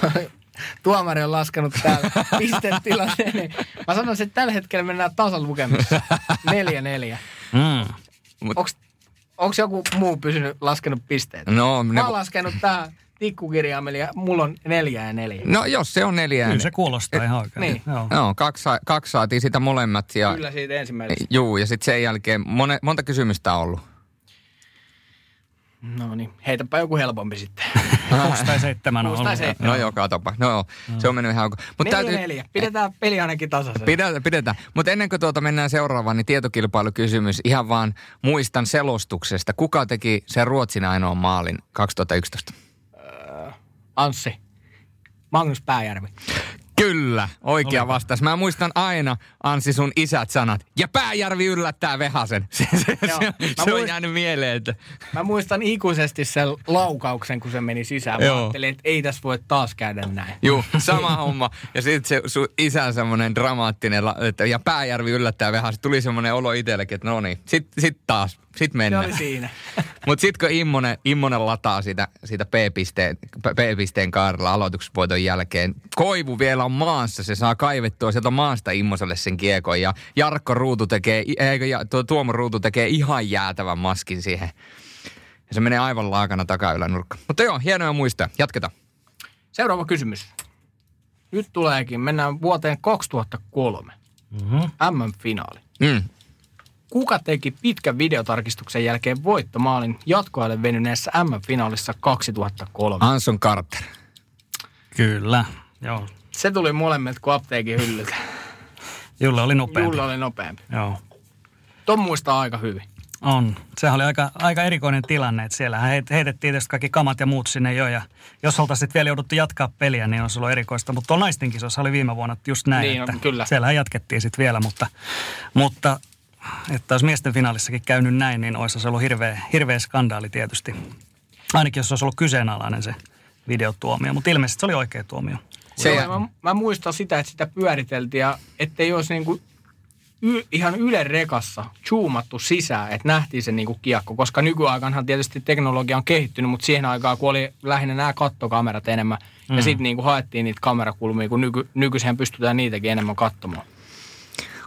Tuomari on laskenut täällä pistetilanteen. Niin mä sanoisin, että tällä hetkellä mennään tasan lukemassa. Neljä neljä. Mm. Mut, Onks, onks joku muu pysynyt laskenut pisteitä? no, Mä ne, oon laskenut tähän tikkukirjaimelle ja mulla on neljä ja neljä. no jos se on neljä. Kyllä se kuulostaa ihan oikein. niin. Joo. Joo, kaksi, sa- kaksi saatiin sitä molemmat. Ja, Kyllä siitä ensimmäisestä. juu, ja sitten sen jälkeen mone, monta kysymystä on ollut. No niin, heitäpä joku helpompi sitten. Kuusi tai seitsemän on Kuusi tai ollut. seitsemän. No joo, katsopa. No joo, se on mennyt ihan ok. Mut Neljä neljä. Pidetään peli ainakin tasaisen. Pidetään, pidetään. Mutta ennen kuin tuota mennään seuraavaan, niin tietokilpailukysymys. Ihan vaan muistan selostuksesta. Kuka teki sen Ruotsin ainoan maalin kaksituhattayksitoista? Anssi. Magnus Pääjärvi. Kyllä, oikea vastaus. Mä muistan aina, Anssi, sun isät sanat. Ja Pääjärvi yllättää Vehasen. Se, se, Joo. se, Mä se on muist- jäänyt mieleen, että... Mä muistan ikuisesti sen laukauksen, kun se meni sisään. Mä Joo. ajattelin, että ei tässä voi taas käydä näin. Juu, sama homma. Ja sitten se sun isän semmoinen dramaattinen, la- että, ja Pääjärvi yllättää Vehasen. Tuli semmoinen olo itsellekin, että no niin, sit, sit taas, sit Se mennään. oli siinä. Mutta sitten kun Immonen, Immonen lataa sitä, sitä P-pisteen, P-pisteen kaarella aloitusvoiton jälkeen, Koivu vielä on maassa, se saa kaivettua sieltä maasta Immoselle sen kiekon ja Jarkko Ruutu tekee, eikö ja, tuo Tuomo Ruutu tekee ihan jäätävän maskin siihen. Ja se menee aivan laakana takaylänurkka. Mutta joo, hienoja muistaa. Jatketaan. Seuraava kysymys. Nyt tuleekin. Mennään vuoteen kaksituhattakolme. Mm-hmm. M M-finaali. Mm. Kuka teki pitkän videotarkistuksen jälkeen voittomaalin jatkoajalle venyneessä M M-finaalissa kaksituhattakolme? Anson Carter. Kyllä, joo. Se tuli molemmilta kuin apteekin hyllyltä. Julle oli nopeampi. Julla oli nopeampi. Joo. Ton muistaa aika hyvin. On. Sehän oli aika, aika erikoinen tilanne, että siellähän heit, heitettiin tietysti kaikki kamat ja muut sinne jo. Ja jos oltaisiin vielä jouduttu jatkaa peliä, niin olisi ollut erikoista. Mutta tuolla naisten kisoissa oli viime vuonna just näin, Niin, että no, kyllä. siellähän jatkettiin sitten vielä. Mutta, mutta että jos miesten finaalissakin käynyt näin, niin olisi se ollut hirveä, hirveä skandaali tietysti. Ainakin jos olisi ollut kyseenalainen se videotuomio, mutta ilmeisesti se oli oikea tuomio. Se, Joo, mä, mä muistan sitä, että sitä pyöriteltiin ja ettei olisi niinku y, ihan Ylen rekassa zoomattu sisään, että nähtiin se niinku kiekko. Koska nykyaikaanhan tietysti teknologia on kehittynyt, mutta siihen aikaan, kun oli lähinnä nämä kattokamerat enemmän. Mm. Ja sitten niinku haettiin niitä kamerakulmia, kun nyky, nykyisin pystytään niitäkin enemmän katsomaan.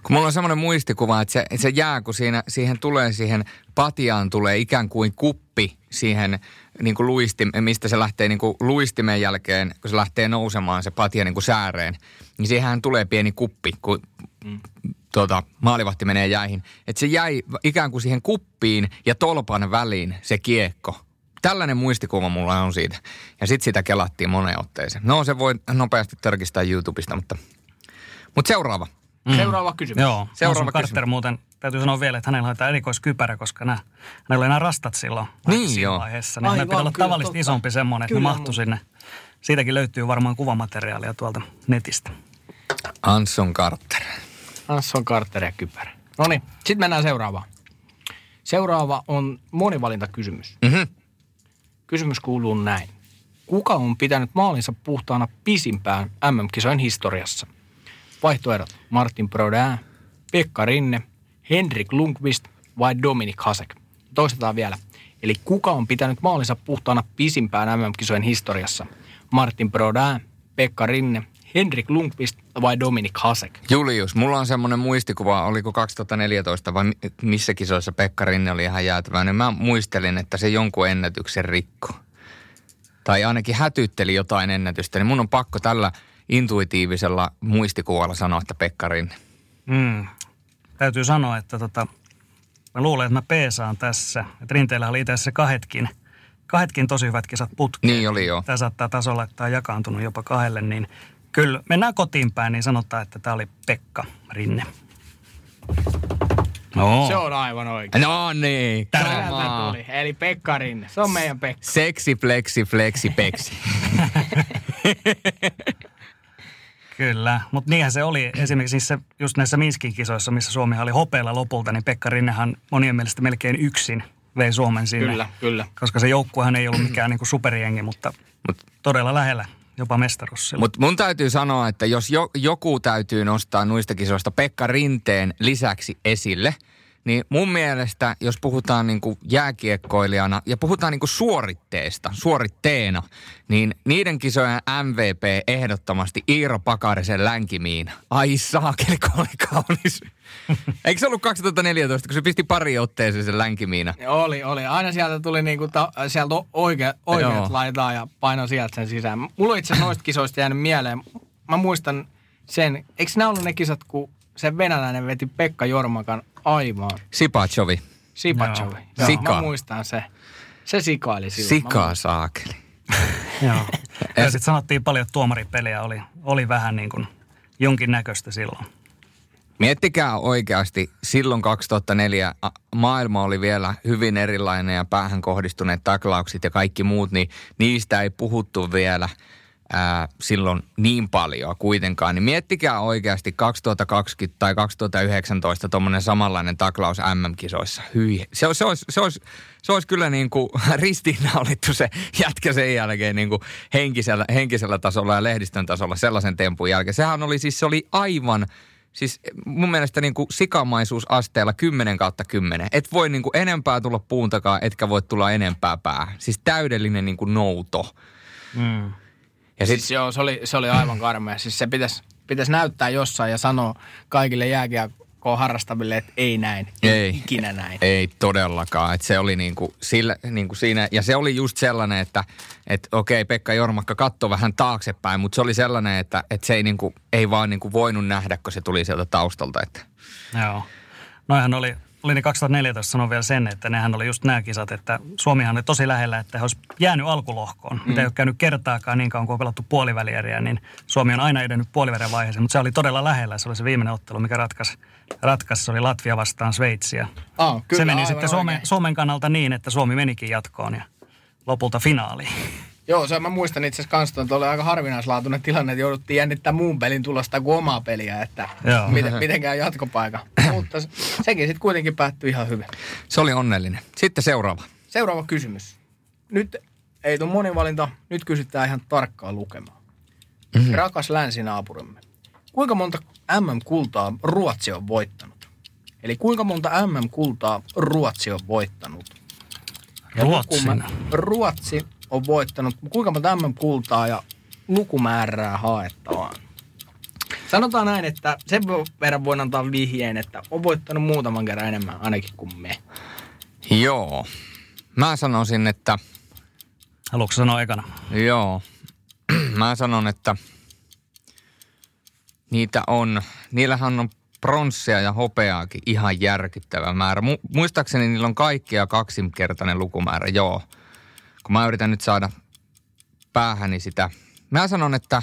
Kun mulla on semmoinen muistikuva, että se, että se jää, kun siinä, siihen tulee, siihen patjaan tulee ikään kuin kuppi siihen niin kuin luistim, mistä se lähtee niin kuin luistimen jälkeen, kun se lähtee nousemaan se patja niin kuin sääreen, niin siihenhän tulee pieni kuppi, kun mm. tuota, maalivahti menee jäihin. Että se jäi ikään kuin siihen kuppiin ja tolpan väliin se kiekko. Tällainen muistikuva mulla on siitä. Ja sitten sitä kelattiin moneen otteeseen. No se voi nopeasti tarkistaa YouTubesta, mutta, mutta seuraava. Mm. Seuraava kysymys. Joo, seuraava Carter kysymys. muuten, täytyy sanoa vielä, että hänellä on erikoiskypärä, koska nämä, hänellä oli nämä rastat silloin niin siinä joo. vaiheessa. Niin Aivan, pitää olla kyllä, tavallisesti totta. isompi semmoinen, että Kyllä, ne mahtui sinne. Siitäkin löytyy varmaan kuvamateriaalia tuolta netistä. Anson Carter. Anson Carter ja kypärä. No niin, sitten mennään seuraavaan. Seuraava on monivalintakysymys. Mm-hmm. Kysymys kuuluu näin. Kuka on pitänyt maalinsa puhtaana pisimpään M M-kisojen historiassa? Vaihtoehdot Martin Brodin, Pekka Rinne, Henrik Lundqvist vai Dominik Hasek? Toistetaan vielä. Eli kuka on pitänyt maalinsa puhtaana pisimpään M M-kisojen historiassa? Martin Brodin, Pekka Rinne, Henrik Lundqvist vai Dominik Hasek? Julius, mulla on semmoinen muistikuva, oliko kaksituhattaneljätoista vai missä kisoissa Pekka Rinne oli ihan jäätävä, niin mä muistelin, että se jonkun ennätyksen rikko. Tai ainakin hätytteli jotain ennätystä, niin mun on pakko tällä intuitiivisella muistikuvalla sanoa, että Pekka Rinne. Mm. Täytyy sanoa, että tota, mä luulen, että mä peesaan tässä. Että Rinteellä oli itse asiassa kahdetkin, kahdetkin tosi hyvät kisat putkeen. Niin oli joo. Tämä saattaa tasolla, että tämä on jakaantunut jopa kahdelle, niin kyllä mennään kotiin päin, niin sanotaan, että tämä oli Pekka Rinne. No. Se on aivan oikein. No niin. Täältä tuli. Eli Pekka Rinne. Se on meidän Pekka. Seksi, fleksi, fleksi, peksi. Kyllä, mutta niinhän se oli esimerkiksi se, just näissä Minskin kisoissa, missä Suomi oli hopealla lopulta, niin Pekka Rinnehan monien mielestä melkein yksin vei Suomen sinne. Kyllä, kyllä. Koska se joukkuehan ei ollut mikään niinku superjengi, mutta Mut, todella lähellä jopa mestaruus silloin. Mutta mun täytyy sanoa, että jos jo, joku täytyy nostaa noista kisoista Pekka Rinteen lisäksi esille, niin mun mielestä, jos puhutaan niinku jääkiekkoilijana ja puhutaan niinku suoritteesta, suoritteena, niin niiden kisojen M V P ehdottomasti Iiro Pakarisen Länkimiina. Ai saakeli, kun oli kaunis. Eikö se ollut kaksituhattaneljätoista, kun se pisti pari otteeseen sen Länkimiina? Oli, oli. Aina sieltä tuli niinku ta, sieltä oikeat, oikeat laitaa ja paino sieltä sen sisään. Mulla on itse asiassa noista kisoista jäänyt mieleen. Mä muistan sen, eikö nämä ollut ne kisat, kun se venäläinen veti Pekka Jormakan aivan? Sipachovi. Sipachovi. Joo. Joo, Sika. mä muistan se. Se sikaili silloin. Sika saakeli. Joo. Ja sitten sanottiin paljon, että tuomaripeliä oli, oli vähän niin kuin jonkinnäköistä silloin. Miettikää oikeasti, silloin kaksituhattaneljä maailma oli vielä hyvin erilainen ja päähän kohdistuneet taklaukset ja kaikki muut, niin niistä ei puhuttu vielä ää, silloin niin paljon kuitenkaan. Niin miettikää oikeasti kaksituhattakaksikymmentä tai kaksituhattayhdeksäntoista tuommoinen samanlainen taklaus M M-kisoissa. Hyi. Se, se, olisi, se, olisi, se olisi kyllä niin kuin ristiinnaulittu se jätkä sen jälkeen niin kuin henkisellä, henkisellä tasolla ja lehdistön tasolla sellaisen tempun jälkeen. Sehän oli siis, se oli aivan... Siis mun mielestä niin kuin sikamaisuusasteella kymmenen kautta kymmenen. Et voi niin kuin enempää tulla puun takaa, etkä voi tulla enempää päähän. Siis täydellinen niin kuin nouto. Mm. Ja sit, Siis joo, se oli, se oli aivan karmea. Siis se pitäisi pitäis näyttää jossain ja sanoa kaikille jääkiekkoa harrastaville, että ei näin. Ei, ei ikinä näin. Ei todellakaan. Et se oli niin kuin sillä, niin kuin siinä, ja se oli just sellainen, että et okei, Pekka Jormakka katsoi vähän taaksepäin, mutta se oli sellainen, että et se ei, niin kuin, ei vaan niin kuin voinut nähdä, kun se tuli sieltä taustalta. Että. Joo. Noihän oli, oli ne kaksituhattaneljätoista, sanon vielä sen, että nehän oli just nämä kisat, että Suomihan oli tosi lähellä, että he olisi jäänyt alkulohkoon. Mm. Mitä ei ole käynyt kertaakaan niin kauan, kun on pelattu puolivälieriä, niin Suomi on aina edennyt puolivälien vaiheeseen, mutta se oli todella lähellä. Se oli se viimeinen ottelu, mikä ratkaisi. Ratkaisi, se oli Latvia vastaan Sveitsiä. Oh, kyllä, se meni sitten Suomen, Suomen kannalta niin, että Suomi menikin jatkoon ja lopulta finaaliin. Joo, se mä muistan itse asiassa kanssa, että oli aika harvinaislaatuinen tilanne, että jouduttiin jännittää muun pelin tulosta kuin omaa peliä, että miten, mitenkään jatkopaikka. Mutta sekin sitten kuitenkin päättyi ihan hyvin. Se oli onnellinen. Sitten seuraava. Seuraava kysymys. Nyt ei tule monivalinta, nyt kysytään ihan tarkkaa lukemaa. Mm-hmm. Rakas länsinaapurimme, kuinka monta M M-kultaa Ruotsi on voittanut? Eli kuinka monta M M-kultaa Ruotsi on voittanut? Ruotsin? Ruotsi on voittanut, kuinka monta M M-kultaa ja lukumäärää haetaan? Sanotaan näin, että sen verran voin antaa vihjeen, että on voittanut muutaman kerran enemmän ainakin kuin me. Joo. Mä sanoisin, että... Haluatko sanoa ekana? Joo. Mä sanon, että niitä on, niillähän on pronssia ja hopeaakin ihan järkyttävä määrä. Mu- muistaakseni niillä on kaikkia kaksinkertainen lukumäärä, joo. Kun mä yritän nyt saada päähäni sitä. Mä sanon, että...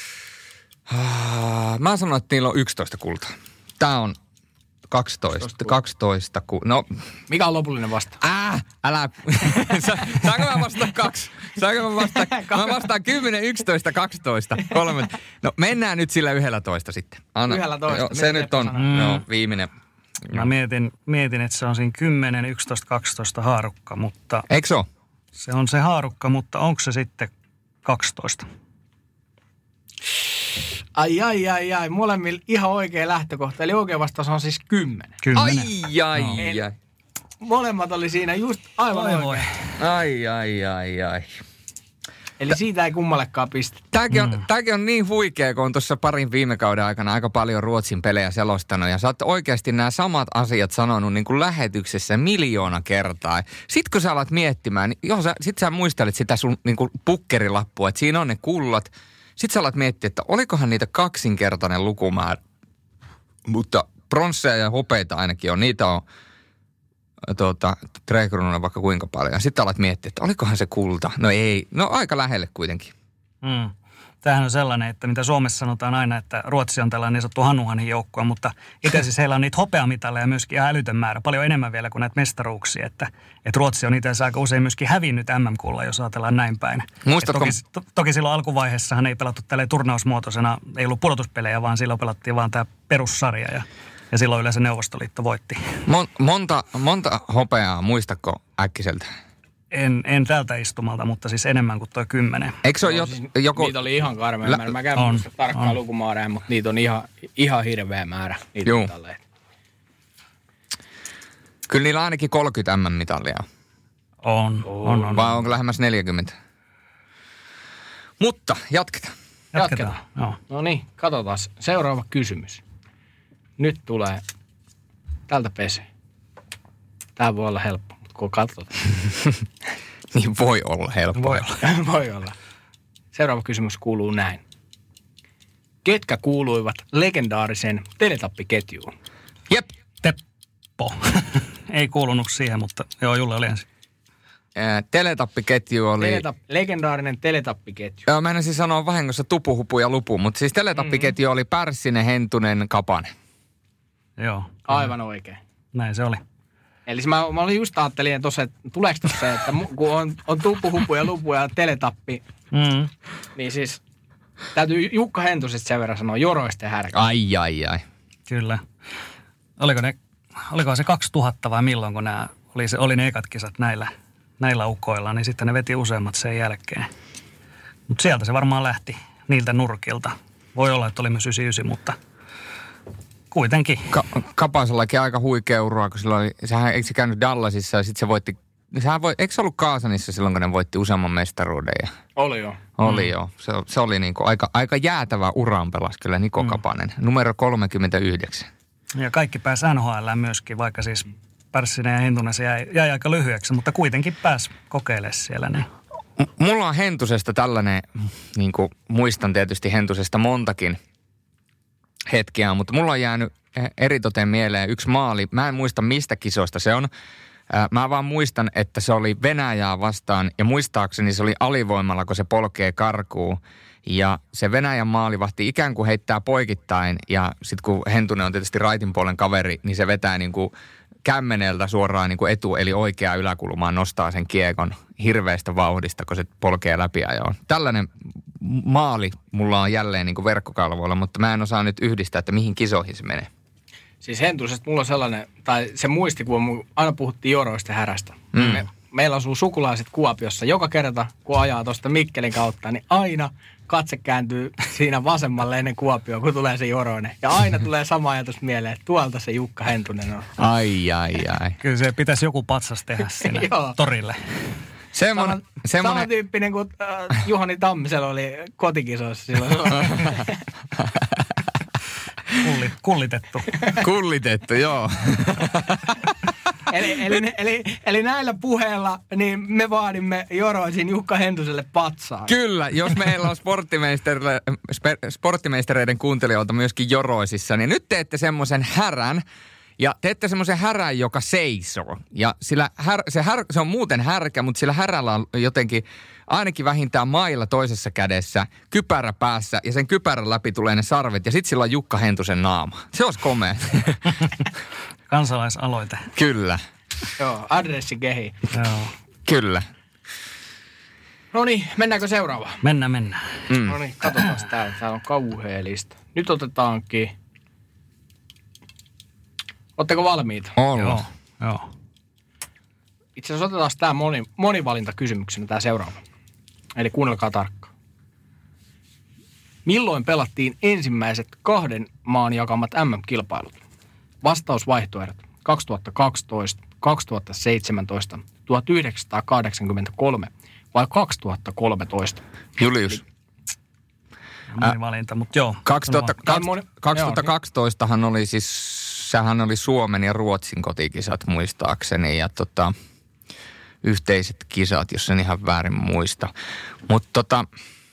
Mä sanon, että niillä on yksitoista kultaa. Tää on kaksitoista. kaksitoista ku... No... Mikä on lopullinen vastaus? Äh, älä... Saanko mä vastaan kaksi? Saanko mä vastaan... Mä vastaan kymmenen, yksitoista, kaksitoista, kolme. No mennään nyt sillä yhdellä toista sitten. Anna. Yhdellä toista. Joo, se nyt on mm. joo, viimeinen. Mä mietin, mietin, että se on siinä kymmenen, yksitoista, kaksitoista haarukka, mutta... Eikö se ole? Se on se haarukka, mutta onko se sitten kaksitoista? Ai, ai, ai, ai. Molemmilla ihan oikea lähtökohta. Eli oikea vastaus on siis kymmenen. Kymmenen. Ai, ai, no. ai. Molemmat oli siinä just aivan Oi, oikein. voi. Ai, ai, ai, ai. Eli siitä ei kummallekaan piste. Tämäkin on, mm. tämäkin on niin huikea, kun on tuossa parin viime kauden aikana aika paljon Ruotsin pelejä selostanut. Ja sä oot oikeasti nämä samat asiat sanonut niin kuin lähetyksessä miljoona kertaa. Sitten kun sä alat miettimään, niin joo, sä, sit sä muistelet sitä sun niin kuin pukkerilappua, että siinä on ne kullat. Sitten sä alat miettiä, että olikohan niitä kaksinkertainen lukumäärä. Mutta pronsseja ja hopeita ainakin on. Niitä on tuota, Trekruunulla vaikka kuinka paljon. Sitten alat miettiä, että olikohan se kulta. No ei, no aika lähelle kuitenkin. Mm. Tämähän on sellainen, että mitä Suomessa sanotaan aina, että Ruotsi on tällainen niin sanottu Hanuhanin joukkue, mutta itse asiassa heillä on niitä hopeamitaleja myöskin ihan älytön määrä, paljon enemmän vielä kuin näitä mestaruuksia, että, että Ruotsi on itse asiassa aika usein myöskin hävinnyt M M-kulla, jos ajatellaan näin päin. Muistatko? Toki, to, toki silloin alkuvaiheessahan ei pelattu tälleen turnausmuotoisena, ei ollut pudotuspelejä, vaan silloin pelattiin vaan tämä perussarja ja, ja silloin yleensä Neuvostoliitto voitti. Mon, monta, monta hopeaa, muistatko äkkiseltä? En, en tältä istumalta, mutta siis enemmän kuin tuo kymmenen. Eikö se ole No, jo, siis joku... Niitä oli ihan karmea Lä... määrä. Mä käyn on, muista tarkkaan on. lukumäärää, mutta niitä on ihan, ihan hirveä määrä. Niitä Juu. mitaleita. Kyllä niillä ainakin kolmekymmentä M-mitalia. On, on, on. Vai onko lähemmäs neljäkymmentä? Mutta jatketaan. Jatketaan. Jatketaan. Joo. No niin, katsotaan. Seuraava kysymys. Nyt tulee tältä pesee. Tää voi olla helppo, mutta kun katsotaan. Niin voi olla helppo. Voi olla. Voi olla. Seuraava kysymys kuuluu näin. Ketkä kuuluivat legendaarisen teletappiketjuun? Jep. Teppo. Ei kuulunut siihen, mutta joo, Julle oli ensin. Ää, teletappiketju oli... Teletap, legendaarinen teletappiketju. Joo, mä en siis sanoa vahingossa tupuhupu ja lupu, mutta siis teletappiketju mm-hmm. oli Pärssinen, Hentunen, Kapanen. Joo. Aivan oikein. Näin se oli. Eli mä, mä olin just ajattelin tuossa, että tuleeko tuossa se, että mu- kun on, on tupu, hupu ja lupu ja teletappi, Mm. niin siis täytyy Jukka Hentusesta sen verran sanoa joroista ja härkä. Ai, ai, ai. Kyllä. Oliko ne, oliko se kaksituhatta vai milloin, kun nämä oli, se, oli ne ekat kisat näillä, näillä ukoilla, niin sitten ne veti useammat sen jälkeen. Mutta sieltä se varmaan lähti niiltä nurkilta. Voi olla, että oli myös yhdeksänkymmentäyhdeksän, mutta kuitenkin. Ka- Kapasellakin aika huikea uraa, kun silloin oli, sehän eikö se käynyt Dallasissa ja sitten se voitti, sehän voi, eikö se ollut Kaasanissa silloin, kun ne voitti useamman mestaruuden? Ja Oli jo. oli Mm. joo. Se, se oli niinku aika, aika jäätävä uraan pelas kyllä Niko mm. Kapanen. Numero kolmekymmentäyhdeksän. Ja kaikki pääsi N H L myöskin, vaikka siis Pärssinen ja Hentunen se jäi, jäi aika lyhyeksi, mutta kuitenkin pääsi kokeilemaan siellä. Niin. M- mulla on Hentusesta tällainen, niin kuin muistan tietysti Hentusesta montakin hetkeä, mutta mulla on jäänyt eritoten mieleen yksi maali. Mä en muista mistä kisoista se on. Mä vaan muistan, että se oli Venäjää vastaan ja muistaakseni se oli alivoimalla, kun se polkee karkuun. Ja se Venäjän maalivahti ikään kuin heittää poikittain ja sitten kun Hentunen on tietysti raitin puolen kaveri, niin se vetää niin kuin kämmeneltä suoraan niin kuin etu, eli oikeaa yläkulmaan nostaa sen kiekon hirveästä vauhdista, kun se polkee läpi ajoon. Tällainen maali mulla on jälleen niin kuin verkkokalvoilla, mutta mä en osaa nyt yhdistää, että mihin kisoihin se menee. Siis Hentusesta mulla on sellainen, tai se muistikuva, mun aina puhuttiin joroista ja härästä. Mm. Me, meillä asuu sukulaiset Kuopiossa. Joka kerta, kun ajaa tuosta Mikkelin kautta, niin aina katse kääntyy siinä vasemmalle ennen Kuopioa, kun tulee se joroinen. Ja aina tulee sama ajatus mieleen, että tuolta se Jukka Hentunen on. Ai, ai, ai. Kyllä se pitäisi joku patsas tehdä sinne Joo. torille. Semmoinen, Sama, semmoinen... sama tyyppinen kuin äh, Juhani Tammisella oli kotikisoissa silloin. Kullitettu. Kullitettu, joo. eli, eli, eli, eli näillä puheilla niin me vaadimme Joroisin Jukka Hentuselle patsaa. Kyllä, jos meillä on sporttimeistereiden kuuntelijoilta myöskin Joroisissa, niin nyt teette semmoisen härän, ja teette semmoisen härän, joka seisoo. Ja sillä här, se, här, se on muuten härkä, mutta sillä härällä on jotenkin ainakin vähintään mailla toisessa kädessä, kypärä päässä, ja sen kypärän läpi tulee ne sarvet, ja sitten sillä on Jukka Hentusen naama. Se olisi komea. Kansalaisaloite. Kyllä. Joo, adressi kehi. Joo. Kyllä. No niin, mennäänkö seuraavaan? Mennään, mennään. Mm. No niin, katsotaan täällä. Täällä on kauhea lista. Nyt otetaankin. Ootteko valmiita? Olla. Joo, joo. Itse asiassa otetaan tämä moni, monivalintakysymyksenä tämä seuraava. Eli kuunnelkaa tarkkaan. Milloin pelattiin ensimmäiset kahden maan jakamat äm äm-kilpailut? Vastausvaihtoehdot kaksituhattakaksitoista, kaksituhattaseitsemäntoista, tuhatyhdeksänsataakahdeksankymmentäkolme vai kaksituhattakolmetoista? Julius. Monivalinta, mutta joo. kaksituhatta, Tai moni- kaksituhattakaksitoistahan oli siis, sehän oli Suomen ja Ruotsin kotikisat muistaakseni ja tota, yhteiset kisat, jos en ihan väärin muista. Mutta tota,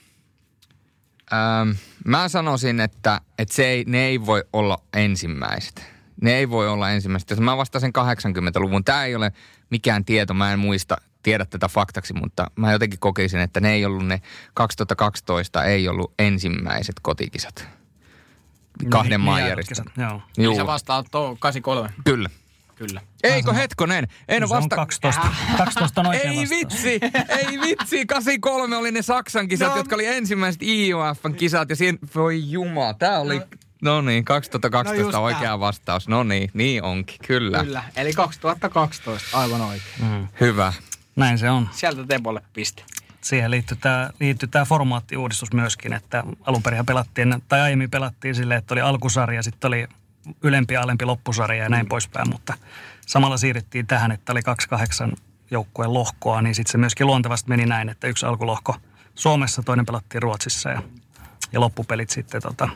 ähm, mä sanoisin, että, että se ei, ne ei voi olla ensimmäiset. Ne ei voi olla ensimmäiset. Jos mä vastasin kahdeksankymmentäluvun, tämä ei ole mikään tieto, mä en muista, tiedä tätä faktaksi, mutta mä jotenkin kokisin, että ne ei ollut ne, kaksituhattakaksitoista ei ollut ensimmäiset kotikisat. Kahden Niin, maan niin, järjestämät. Joo. Eli sä vastaat tuo kahdeksankymmentäkolme. Kyllä. Kyllä. Eikö hetkonen? En Se on vasta... kaksitoista. kaksitoista on oikein Ei vastaus. vitsi, ei vitsi. kahdeksankymmentäkolme oli ne Saksan kisat, No. jotka oli ensimmäiset I O F:n kisat ja siinä, voi juma, tää oli... No niin, kaksituhattakaksitoista No oikea tää. vastaus. No niin, niin onkin, kyllä. Kyllä. Eli kaksituhattakaksitoista, aivan oikein. Mm. Hyvä. Näin se on. Sieltä Tepolle piste. Siihen liittyy tämä, liittyy tämä formaattiuudistus myöskin, että alun perin pelattiin, tai aiemmin pelattiin silleen, että oli alkusarja, sitten oli ylempi ja alempi loppusarja ja näin mm. poispäin, mutta samalla siirryttiin tähän, että oli kaksi kahdeksan joukkueen lohkoa, niin sitten se myöskin luontevasti meni näin, että yksi alkulohko Suomessa, toinen pelattiin Ruotsissa ja, ja loppupelit sitten tota,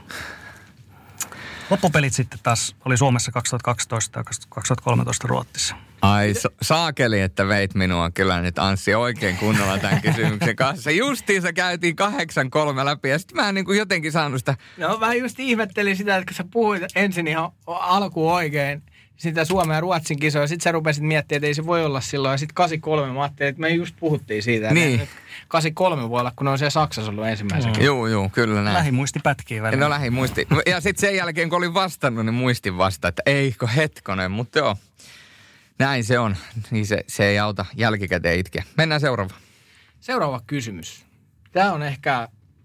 loppupelit sitten taas oli Suomessa kaksituhattakaksitoista ja kaksituhattakolmetoista Ruotsissa. Ai sa- saakeli, että veit minua kyllä nyt Anssi oikein kunnolla tämän kysymyksen kanssa. Justiinsa käytiin kahdeksan kolme läpi ja sitten mä en niin kuin jotenkin saanut sitä. No mä just ihmettelin sitä, että kun sä puhuit ensin ihan alkuun oikein sitä Suomen ja Ruotsin kisoja, sitten sä rupesit miettimään, että ei se voi olla silloin. Ja sitten kahdeksankymmentäkolme mä ajattelin, että me just puhuttiin siitä. Niin. kahdeksankymmentäkolme voi olla, kun ne on siellä Saksassa ollut ensimmäisen. Mm. Juu, juu, kyllä näin. Lähimuisti pätkii välillä. No lähimuisti. Ja sitten sen jälkeen, kun olin vastannut, niin muistin vasta, että eikö hetkonen, mutta joo. Näin se on. Niin se, se ei auta jälkikäteen itkeä. Mennään seuraavaan. Seuraava kysymys. Tämä on ehkä,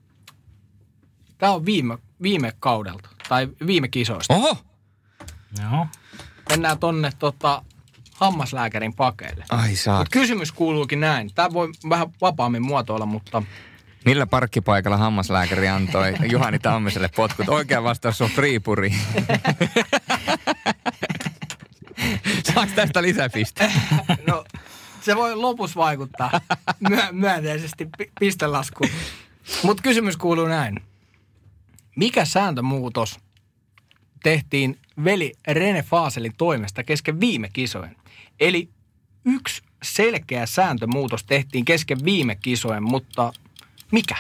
tämä on viime, viime kaudelta, tai viime kisoista. Oho! Joo. Mennään tonne tota, hammaslääkärin pakeille. Ai saa. Mut kysymys kuuluukin näin. Tämä voi vähän vapaammin muotoilla, mutta Millä parkkipaikalla hammaslääkäri antoi Juhani Tammiselle potkut? Oikea vastaus on Friipuri. Saanko tästä lisäpiste? no, se voi lopussa vaikuttaa myö- myönteisesti pi- pistelaskuun. Mutta kysymys kuuluu näin. Mikä sääntömuutos tehtiin veli Rene Faaselin toimesta kesken viime kisojen? Eli yksi selkeä sääntömuutos tehtiin kesken viime kisojen, mutta mikä?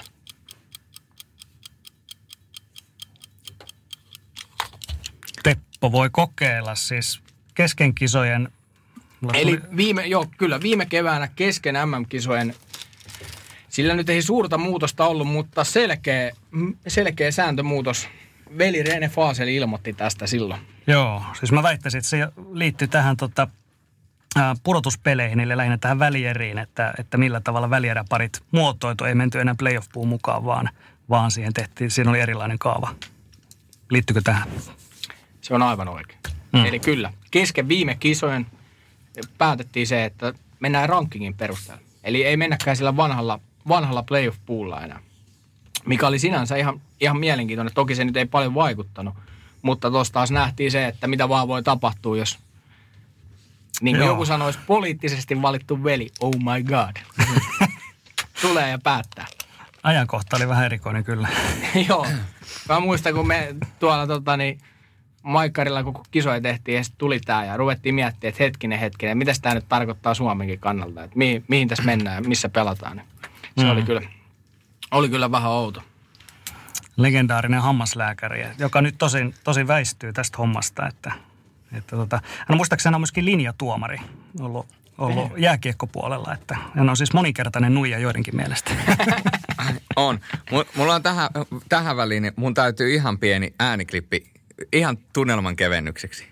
Teppo voi kokeilla siis kesken kisojen. Mulla Eli tuli- viime, joo, kyllä viime keväänä kesken äm äm-kisojen, sillä nyt ei suurta muutosta ollut, mutta selkeä, selkeä sääntömuutos. Veli Rene Faasel ilmoitti tästä silloin. Joo, siis mä väittäisin, että se liittyy tähän tota, ää, pudotuspeleihin, eli lähinnä tähän välieriin, että, että millä tavalla välieräparit muotoitu. Ei menty enää playoff-puun mukaan, vaan, vaan siihen tehtiin, siinä oli erilainen kaava. Liittyykö tähän? Se on aivan oikein. Mm. Eli kyllä, kesken viime kisojen päätettiin se, että mennään rankingin perusteella. Eli ei mennäkään sillä vanhalla, vanhalla playoff-puulla enää, mikä oli sinänsä ihan, ihan mielenkiintoinen. Toki se nyt ei paljon vaikuttanut, mutta tuossa taas nähtiin se, että mitä vaan voi tapahtua, jos niin kuin Joo. joku sanoisi, poliittisesti valittu veli, oh my god, tulee ja päättää. Ajankohta oli vähän erikoinen kyllä. Joo. Mä muistan, kun me tuolla tota, niin, Maikkarilla koko kisoja tehtiin ja sitten tuli tää ja ruvettiin miettimään, että hetkinen, hetkinen, mitä tämä nyt tarkoittaa Suomenkin kannalta, että mihin, mihin tässä mennään ja missä pelataan. Se mm. oli, kyllä, oli kyllä vähän outo. Legendaarinen hammaslääkäri, joka nyt tosin, tosin väistyy tästä hommasta, että, että tota, hän on muistaakseni on myöskin linjatuomari ollut, ollut jääkiekkopuolella, että hän on siis moninkertainen nuija joidenkin mielestä. On. Mulla on tähän, tähän väliin, niin mun täytyy ihan pieni ääniklippi, ihan tunnelman kevennykseksi.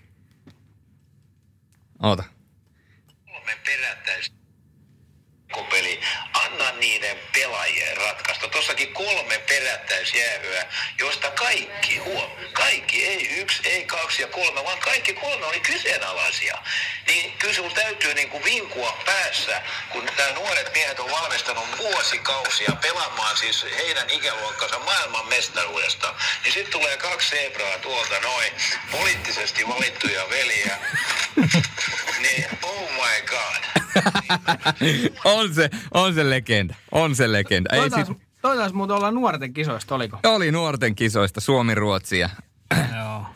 Oota. Kolme perättäis peli. Anna niiden pelaajien ratkaista. Tossakin kolme perättäisjäähyä, josta kaikki, huom, kaikki, ei yksi, ei kaksi ja kolme, vaan kaikki kolme oli kyseenalaisia. Niin kyllä sun täytyy niinku vinkua päässä, kun nämä nuoret miehet on valmistanut vuosikausia pelaamaan siis heidän ikäluokkansa maailman mestaruudesta. Niin sitten tulee kaksi zebraa tuolta noin, poliittisesti valittuja veliä. Niin, oh my god. on, se, on se legenda. On se legenda. Ei Toitais, sit... toitais muuten olla nuorten kisoista, oliko? Oli nuorten kisoista, Suomi-Ruotsia. Joo.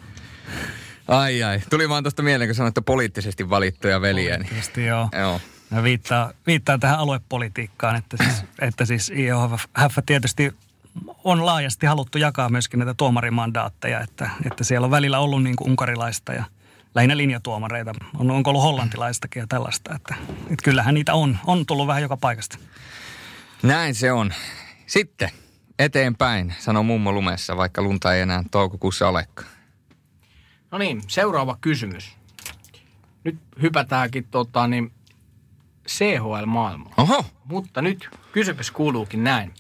Ai ai. Tuli vaan tuosta mieleen, kun sanoit, että poliittisesti valittuja veliä. Poliittisesti, joo. joo. Ja viittaa, viittaa tähän aluepolitiikkaan, että siis, että siis I O H F tietysti on laajasti haluttu jakaa myöskin näitä tuomarimandaatteja, että, että siellä on välillä ollut niin kuin unkarilaista ja lähinnä linjatuomareita. On, onko ollut hollantilaistakin ja tällaista, että, että kyllähän niitä on, on tullut vähän joka paikasta. Näin se on. Sitten eteenpäin, sanoo mummo lumessa, vaikka lunta ei enää toukokuussa olekaan. No niin, seuraava kysymys. Nyt hypätäänkin tota, niin C H L-maailmaan. Oho! Mutta nyt kysymys kuuluukin näin.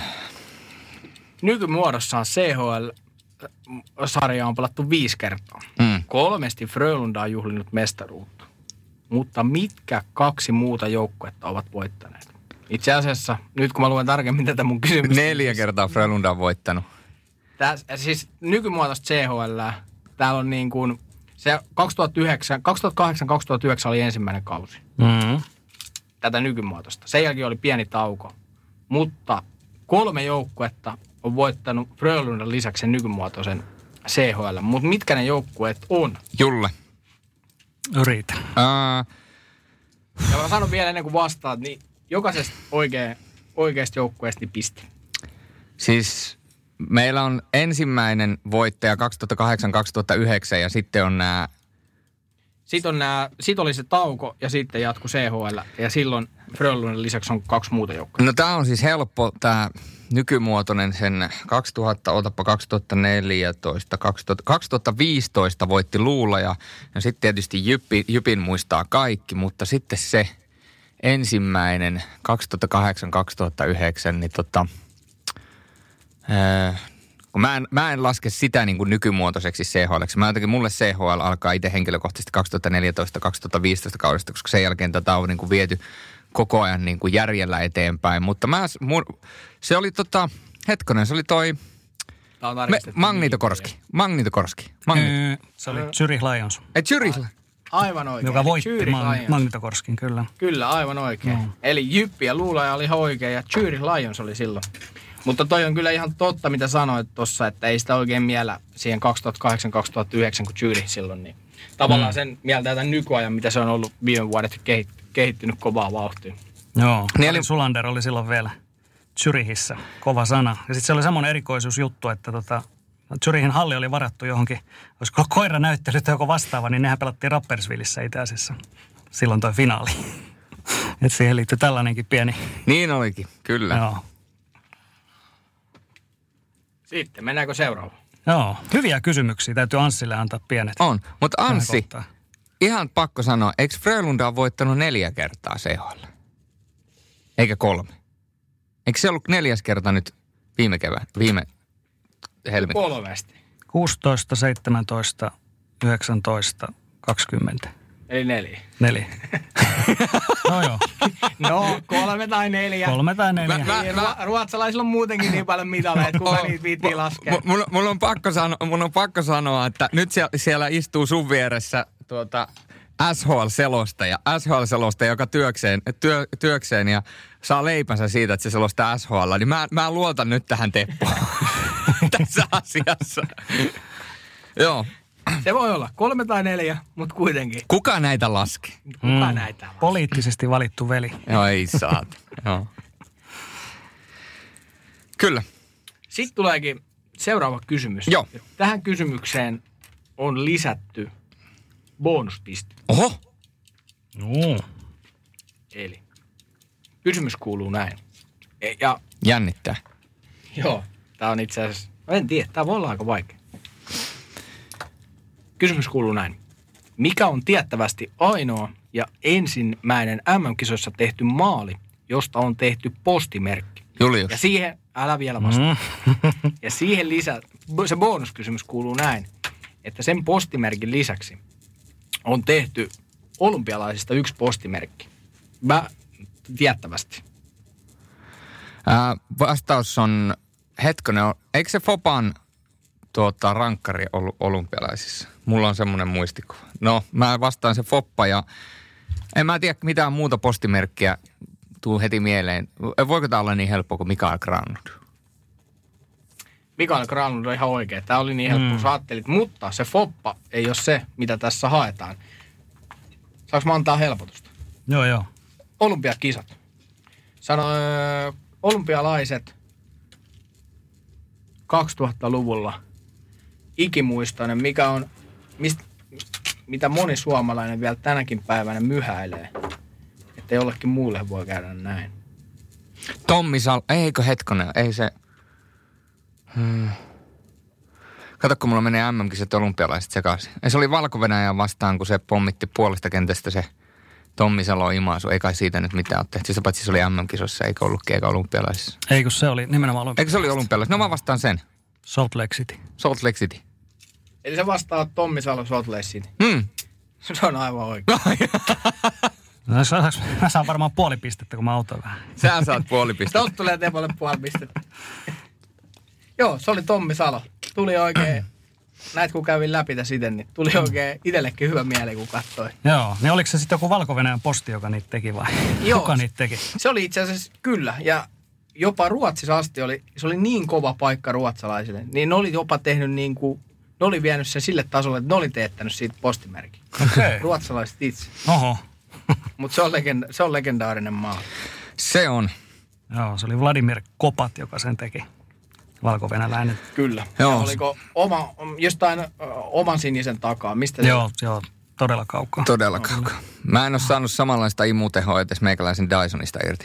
Nykymuodossaan C H L-sarja on pelattu viisi kertaa. Mm. Kolmesti Frölunda on juhlinut mestaruutta. Mutta mitkä kaksi muuta joukkuetta ovat voittaneet? Itse asiassa, nyt kun mä luen tarkemmin tätä mun kysymystä. Neljä kertaa Frölunda on voittanut. Tää, siis nykymuotoista C H L, täällä on niin kuin, se kaksituhattayhdeksän, kaksituhattakahdeksan kaksituhattayhdeksän oli ensimmäinen kausi. Mm-hmm. Tätä nykymuotoista. Sen jälkeen oli pieni tauko. Mutta kolme joukkuetta on voittanut Frölundan lisäksi sen nykymuotoisen C H L. Mutta mitkä ne joukkueet on? Julle. Yritä. Uh. Ja mä sanon vielä ennen kuin vastaat, niin jokaisesta oikea, oikeasta joukkueesta niin piste. Siis meillä on ensimmäinen voittaja kaksituhattakahdeksan kaksituhattayhdeksän ja sitten on nämä... Sitten on nämä, sit oli se tauko ja sitten jatkui C H L ja silloin Frölundan lisäksi on kaksi muuta joukkoa. No tää on siis helppo, tää nykymuotoinen sen kaksituhatta, otapa kaksituhattaneljätoista, kaksituhatta, kaksituhattaviisitoista voitti Luula ja, ja sitten tietysti Jyppi, Jypin muistaa kaikki, mutta sitten se ensimmäinen kaksituhattakahdeksan kaksituhattayhdeksän, niin tota... Ää, kun mä en, mä en laske sitä niin kuin nykymuotoiseksi C H L:ksi. Mä jotenkin, mulle C H L alkaa itse henkilökohtaisesti kaksituhattaneljätoista kaksituhattaviisitoista kaudesta, koska sen jälkeen tätä on niin kuin viety koko ajan niin kuin järjellä eteenpäin. Mutta mä, mun, se oli tota, hetkonen, se oli toi me, Magnitokorski. Magnitokorski. Magnit. Öö, se oli Zürich Lions. Ei, Zürich. Aivan oikein. Joka voitti Mag- Magnitokorskin, kyllä. Kyllä, aivan oikein. Mm. Eli Jyppi ja Luulaja oli oikein ja Zürich Lions oli silloin. Mutta toi on kyllä ihan totta, mitä sanoit tuossa, että ei sitä oikein miellä siihen kaksituhattakahdeksan kaksituhattayhdeksän, kun Zürich silloin. Niin tavallaan mm. sen mieltä tämän nykyajan, mitä se on ollut viime vuodet kehittynyt kovaa vauhtia. Joo, niin eli Sulander oli silloin vielä Zürichissä, kova sana. Ja sitten se oli semmoinen erikoisuusjuttu, että tota, Zürichin halli oli varattu johonkin, olisiko koiranäyttely tai joku vastaava, niin nehän pelattiin Rapperswilissä itse asiassa. Silloin toi finaali. Että siihen liittyy tällainenkin pieni. Niin olikin, kyllä. Joo. Sitten, mennäänkö seuraavaan? Joo, hyviä kysymyksiä. Täytyy Anssille antaa pienet. On, mutta Anssi, ihan pakko sanoa, eikö Frölunda on voittanut neljä kertaa C H L? Eikä kolme. Eikö se ollut neljäs kerta nyt viime kevään, viime helmikuussa? Kolmesti. kuusitoista, seitsemäntoista, yhdeksäntoista, kaksikymmentä. Eli neljä. Neljä. No joo. No, kolme tai neljä. Kolme tai neljä. Mä, mä, mä, Ruotsalaisilla on muutenkin niin paljon mitaleja, että kuka niitä viittiin laskea. Mulla mul on, pakko sano, mun on pakko sanoa, että nyt siellä, siellä istuu sun vieressä tuota S H L-selostaja. S H L-selostaja, joka työkseen, työ, työkseen ja saa leipänsä siitä, että se selostaa S H L. Niin mä, mä luotan nyt tähän Teppoon tässä asiassa. Joo. Se voi olla kolme tai neljä, mutta kuitenkin. Kuka näitä laski? Kuka mm. näitä laski? Poliittisesti valittu veli. Joo, ei saat. Joo. Kyllä. Sitten tuleekin seuraava kysymys. Joo. Tähän kysymykseen on lisätty bonuspiste. Oho. No. Eli kysymys kuuluu näin. E, ja Jännittää. joo, tää on itse asiassa, en tiedä, tää voi olla aika vaikea. Kysymys kuuluu näin. Mikä on tiettävästi ainoa ja ensimmäinen M M-kisoissa tehty maali, josta on tehty postimerkki? Julius. Ja siihen, älä vielä vastaa. Mm. Ja siihen lisä, se bonuskysymys kuuluu näin, että sen postimerkin lisäksi on tehty olympialaisista yksi postimerkki. Mä tiettävästi. Ää, vastaus on, hetkonen, eikö se Fopan tuota, rankkari ollut olympialaisissa? Mulla on semmoinen muistikuva. No, mä vastaan se Foppa ja en mä tiedä mitään muuta postimerkkiä tuu heti mieleen. Voiko tää olla niin helppo kuin Mikael Granlund? Mikael Granlund on ihan oikein. Tää oli niin helppo, mm. sä ajattelit. Mutta se Foppa ei ole se, mitä tässä haetaan. Saanko mä antaa helpotusta? Joo, joo. Olympiakisat. Sano, öö, olympialaiset kaksituhattaluvulla ikimuistoinen, mikä on, mist, mitä moni suomalainen vielä tänäkin päivänä myhäilee. Että jollekin muulle voi käydä näin. Tommi Sal... Eikö hetkonen, ei se... Hmm. Kato, kun mulla menee M M-kisat olympialaiset sekaisin. Ei, se oli Valko-Venäjän vastaan, kun se pommitti puolesta kentästä se Tommi Salo imaisu. Ei kai siitä nyt mitään ole tehty. Se paitsi se oli M M-kisossa, eikä ollutkin, eikä olympialaisissa. Ei, kun se oli nimenomaan olympialaisissa. Eikö se oli olympialaisissa? No mä vastaan sen. Salt Lake City. Salt Lake City. Eli se vastaa Tommi Salo Salt Lake City. Hmm. Se on aivan oikein. No, mä saan varmaan puoli pistettä, kun mä autoin vähän. Sä saat puoli pistettä. Tuolta tulee Tepolle puoli pistettä. Joo, se oli Tommi Salo. Tuli oikein, näet kun kävin läpi tätä siten, niin tuli oikein itsellekin hyvä mieli, kun katsoi. Joo, niin oliko se sitten joku Valko-Venäjän posti, joka niitä teki vai? Joo, kuka niitä teki? Se oli itse asiassa kyllä, ja jopa Ruotsissa asti oli, se oli niin kova paikka ruotsalaisille, niin ne oli jopa tehnyt niin kuin, ne oli vienyt sen sille tasolle, että ne oli teettänyt siitä postimerkin. Okay. Ruotsalaiset itse. Oho. Mutta se, se on legendaarinen maa. Se on. Joo, se oli Vladimir Kopat, joka sen teki. Valko-venäläinen. Kyllä. Joo. Ja oliko oma, jostain ö, oman sinisen takaa? Mistä joo, se? Joo, todella kaukaa. Todella kaukaa. Mä en ole saanut samanlaista imutehoa edes meikäläisen Dysonista irti.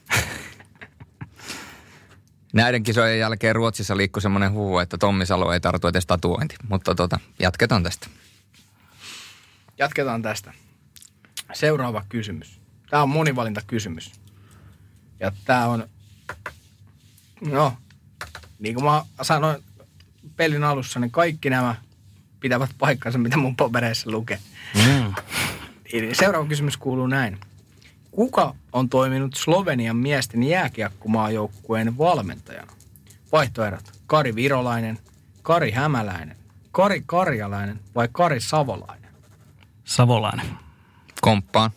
Näiden kisojen jälkeen Ruotsissa liikkui semmoinen huhu, että Tommi Salo ei tartu edes tatuointi. Mutta tota, jatketaan tästä. Jatketaan tästä. Seuraava kysymys. Tämä on monivalintakysymys. Ja tämä on, no, niin kuin mä sanoin pelin alussa, niin kaikki nämä pitävät paikkansa, mitä mun papereissa lukee. Mm. Seuraava kysymys kuuluu näin. Kuka on toiminut Slovenian miesten jääkiekkomaajoukkueen valmentajana? Vaihtoehdot. Kari Virolainen, Kari Hämäläinen, Kari Karjalainen vai Kari Savolainen? Savolainen. Komppaan.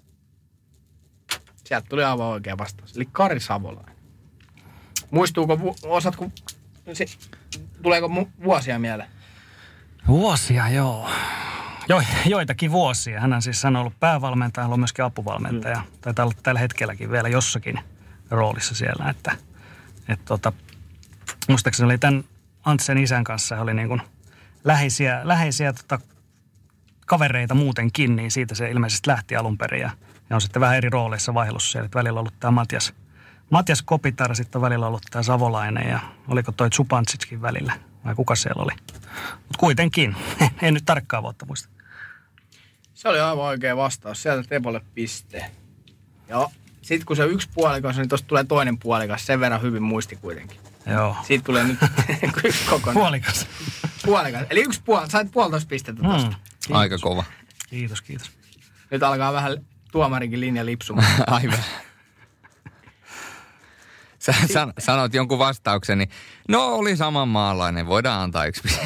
Sieltä tuli aivan oikea vastaus. Eli Kari Savolainen. Muistuuko, osaatko, tuleeko vuosia mieleen? Vuosia, joo. Jo, joitakin vuosia. Hän on siis hän on ollut päävalmentaja, hän on myöskin apuvalmentaja. Mm. Taitaa olla tällä hetkelläkin vielä jossakin roolissa siellä. Että, et tota, muistaakseni oli tämän Antsen isän kanssa, oli niin kuin läheisiä, läheisiä tota, kavereita muutenkin, niin siitä se ilmeisesti lähti alun perin. Ja, ja on sitten vähän eri rooleissa vaihdellut siellä. Että välillä on ollut tämä Matias, Matias Kopitar, sitten on välillä ollut tämä Savolainen ja oliko toi Zupantsitskin välillä. Vai kuka siellä oli? Mutta kuitenkin. En nyt tarkkaa vuotta muista. Se oli aivan oikea vastaus. Sieltä Tepolle piste. Joo. Sitten kun se yksi puolikas, niin tuosta tulee toinen puolikas. Sen verran hyvin muisti kuitenkin. Joo. Siitä tulee nyt yksi kokonaan. Puolikas. Puolikas. Eli yksi puolikas. Sait puolitoista pistettä tuosta. Mm. Aika kova. Kiitos, kiitos. Nyt alkaa vähän tuomarinkin linja lipsumaan. Aivan. Sä san, sanoit jonkun vastauksen, niin no oli samanmaalainen, voidaan antaa yksi piste.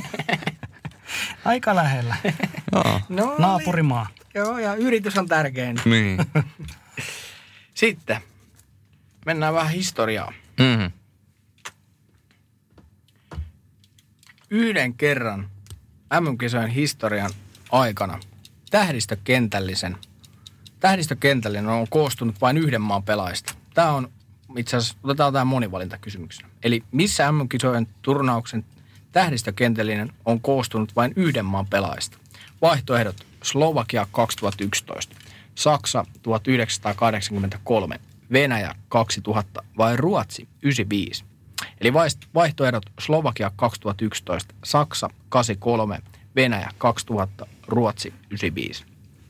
Aika lähellä. Joo. No, naapurimaa. Joo, ja yritys on tärkein. Niin. Sitten mennään vähän historiaan. Mm-hmm. Yhden kerran M M-kisojen historian aikana tähdistökentällisen, tähdistökentällinen on koostunut vain yhden maan pelaajista. Tämä on itse asiassa, otetaan tämä monivalintakysymyksenä. Eli missä M M-kisojen turnauksen tähdistökentällinen on koostunut vain yhden maan pelaajista? Vaihtoehdot: Slovakia kaksituhattayksitoista, Saksa tuhatyhdeksänsataakahdeksankymmentäkolme, Venäjä kaksituhatta vai Ruotsi yhdeksänkymmentäviisi. Eli vaihtoehdot: Slovakia kaksituhattayksitoista, Saksa kahdeksankymmentäkolme, Venäjä kaksituhatta, Ruotsi yhdeksänkymmentäviisi.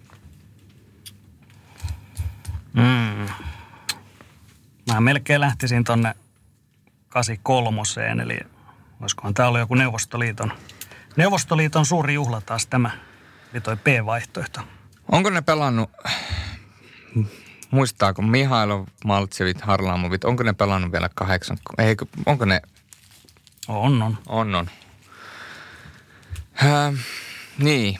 Mm. Mä melkein lähtisin tonne kahdeksankymmentäkolme, eli olisikohan tää ollut joku Neuvostoliiton, Neuvostoliiton suuri juhla taas tämä, eli toi P-vaihtoehto. Onko ne pelannut, muistaako Mihailov, Maltsevit, Harlamovit, onko ne pelannut vielä kahdeksan, eikö, onko ne? On, on. On, on. Äh, niin.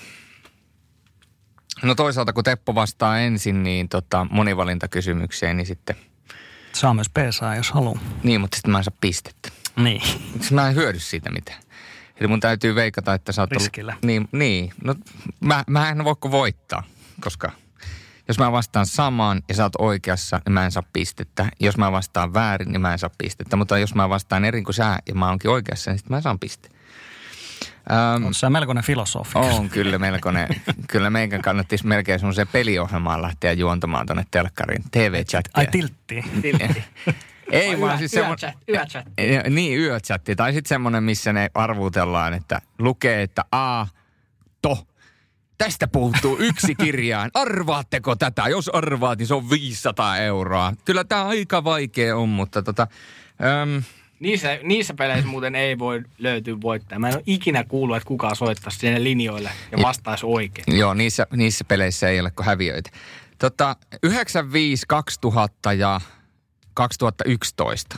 No toisaalta kun Teppo vastaa ensin, niin tota, monivalintakysymykseen, niin sitten... Saa myös P-saa, jos haluaa. Niin, mutta sitten mä en saa pistettä. Niin. Mä en hyödy siitä mitään. Eli mun täytyy veikata, että sä oot riskillä. Ollut, niin, niin. No mä, mä en voiko voittaa, koska jos mä vastaan samaan ja sä oot oikeassa, niin mä en saa pistettä. Jos mä vastaan väärin, niin mä en saa pistettä. Mutta jos mä vastaan eri kuin sä ja mä oonkin oikeassa, niin sitten mä saan pistettä. Ähm, on se melkoinen filosofi. On kyllä melkoinen. Kyllä meidän kannattaisi melkein semmoiseen peliohjelmaan lähteä juontamaan tuonne telkkariin. T V-chattia. Ai tiltti. Tiltti. Ei Yö, vaan siis semmoinen... Yöchatti. Niin, yöchatti. Tai sitten semmoinen, missä ne arvutellaan, että lukee, että a, to. Tästä puuttuu yksi kirjaan. Arvaatteko tätä? Jos arvaat, niin se on viisisataa euroa. Kyllä tämä aika vaikea on, mutta tota... Äm, Niissä, niissä peleissä muuten ei voi löytyä voittaja. Mä en ole ikinä kuullut, että kukaan soittaisi sinne linjoille ja vastaisi oikein. Joo, niissä, niissä peleissä ei ole kuin häviöitä. Tota, yhdeksänkymmentäviisi, kaksituhatta ja kaksituhattayksitoista.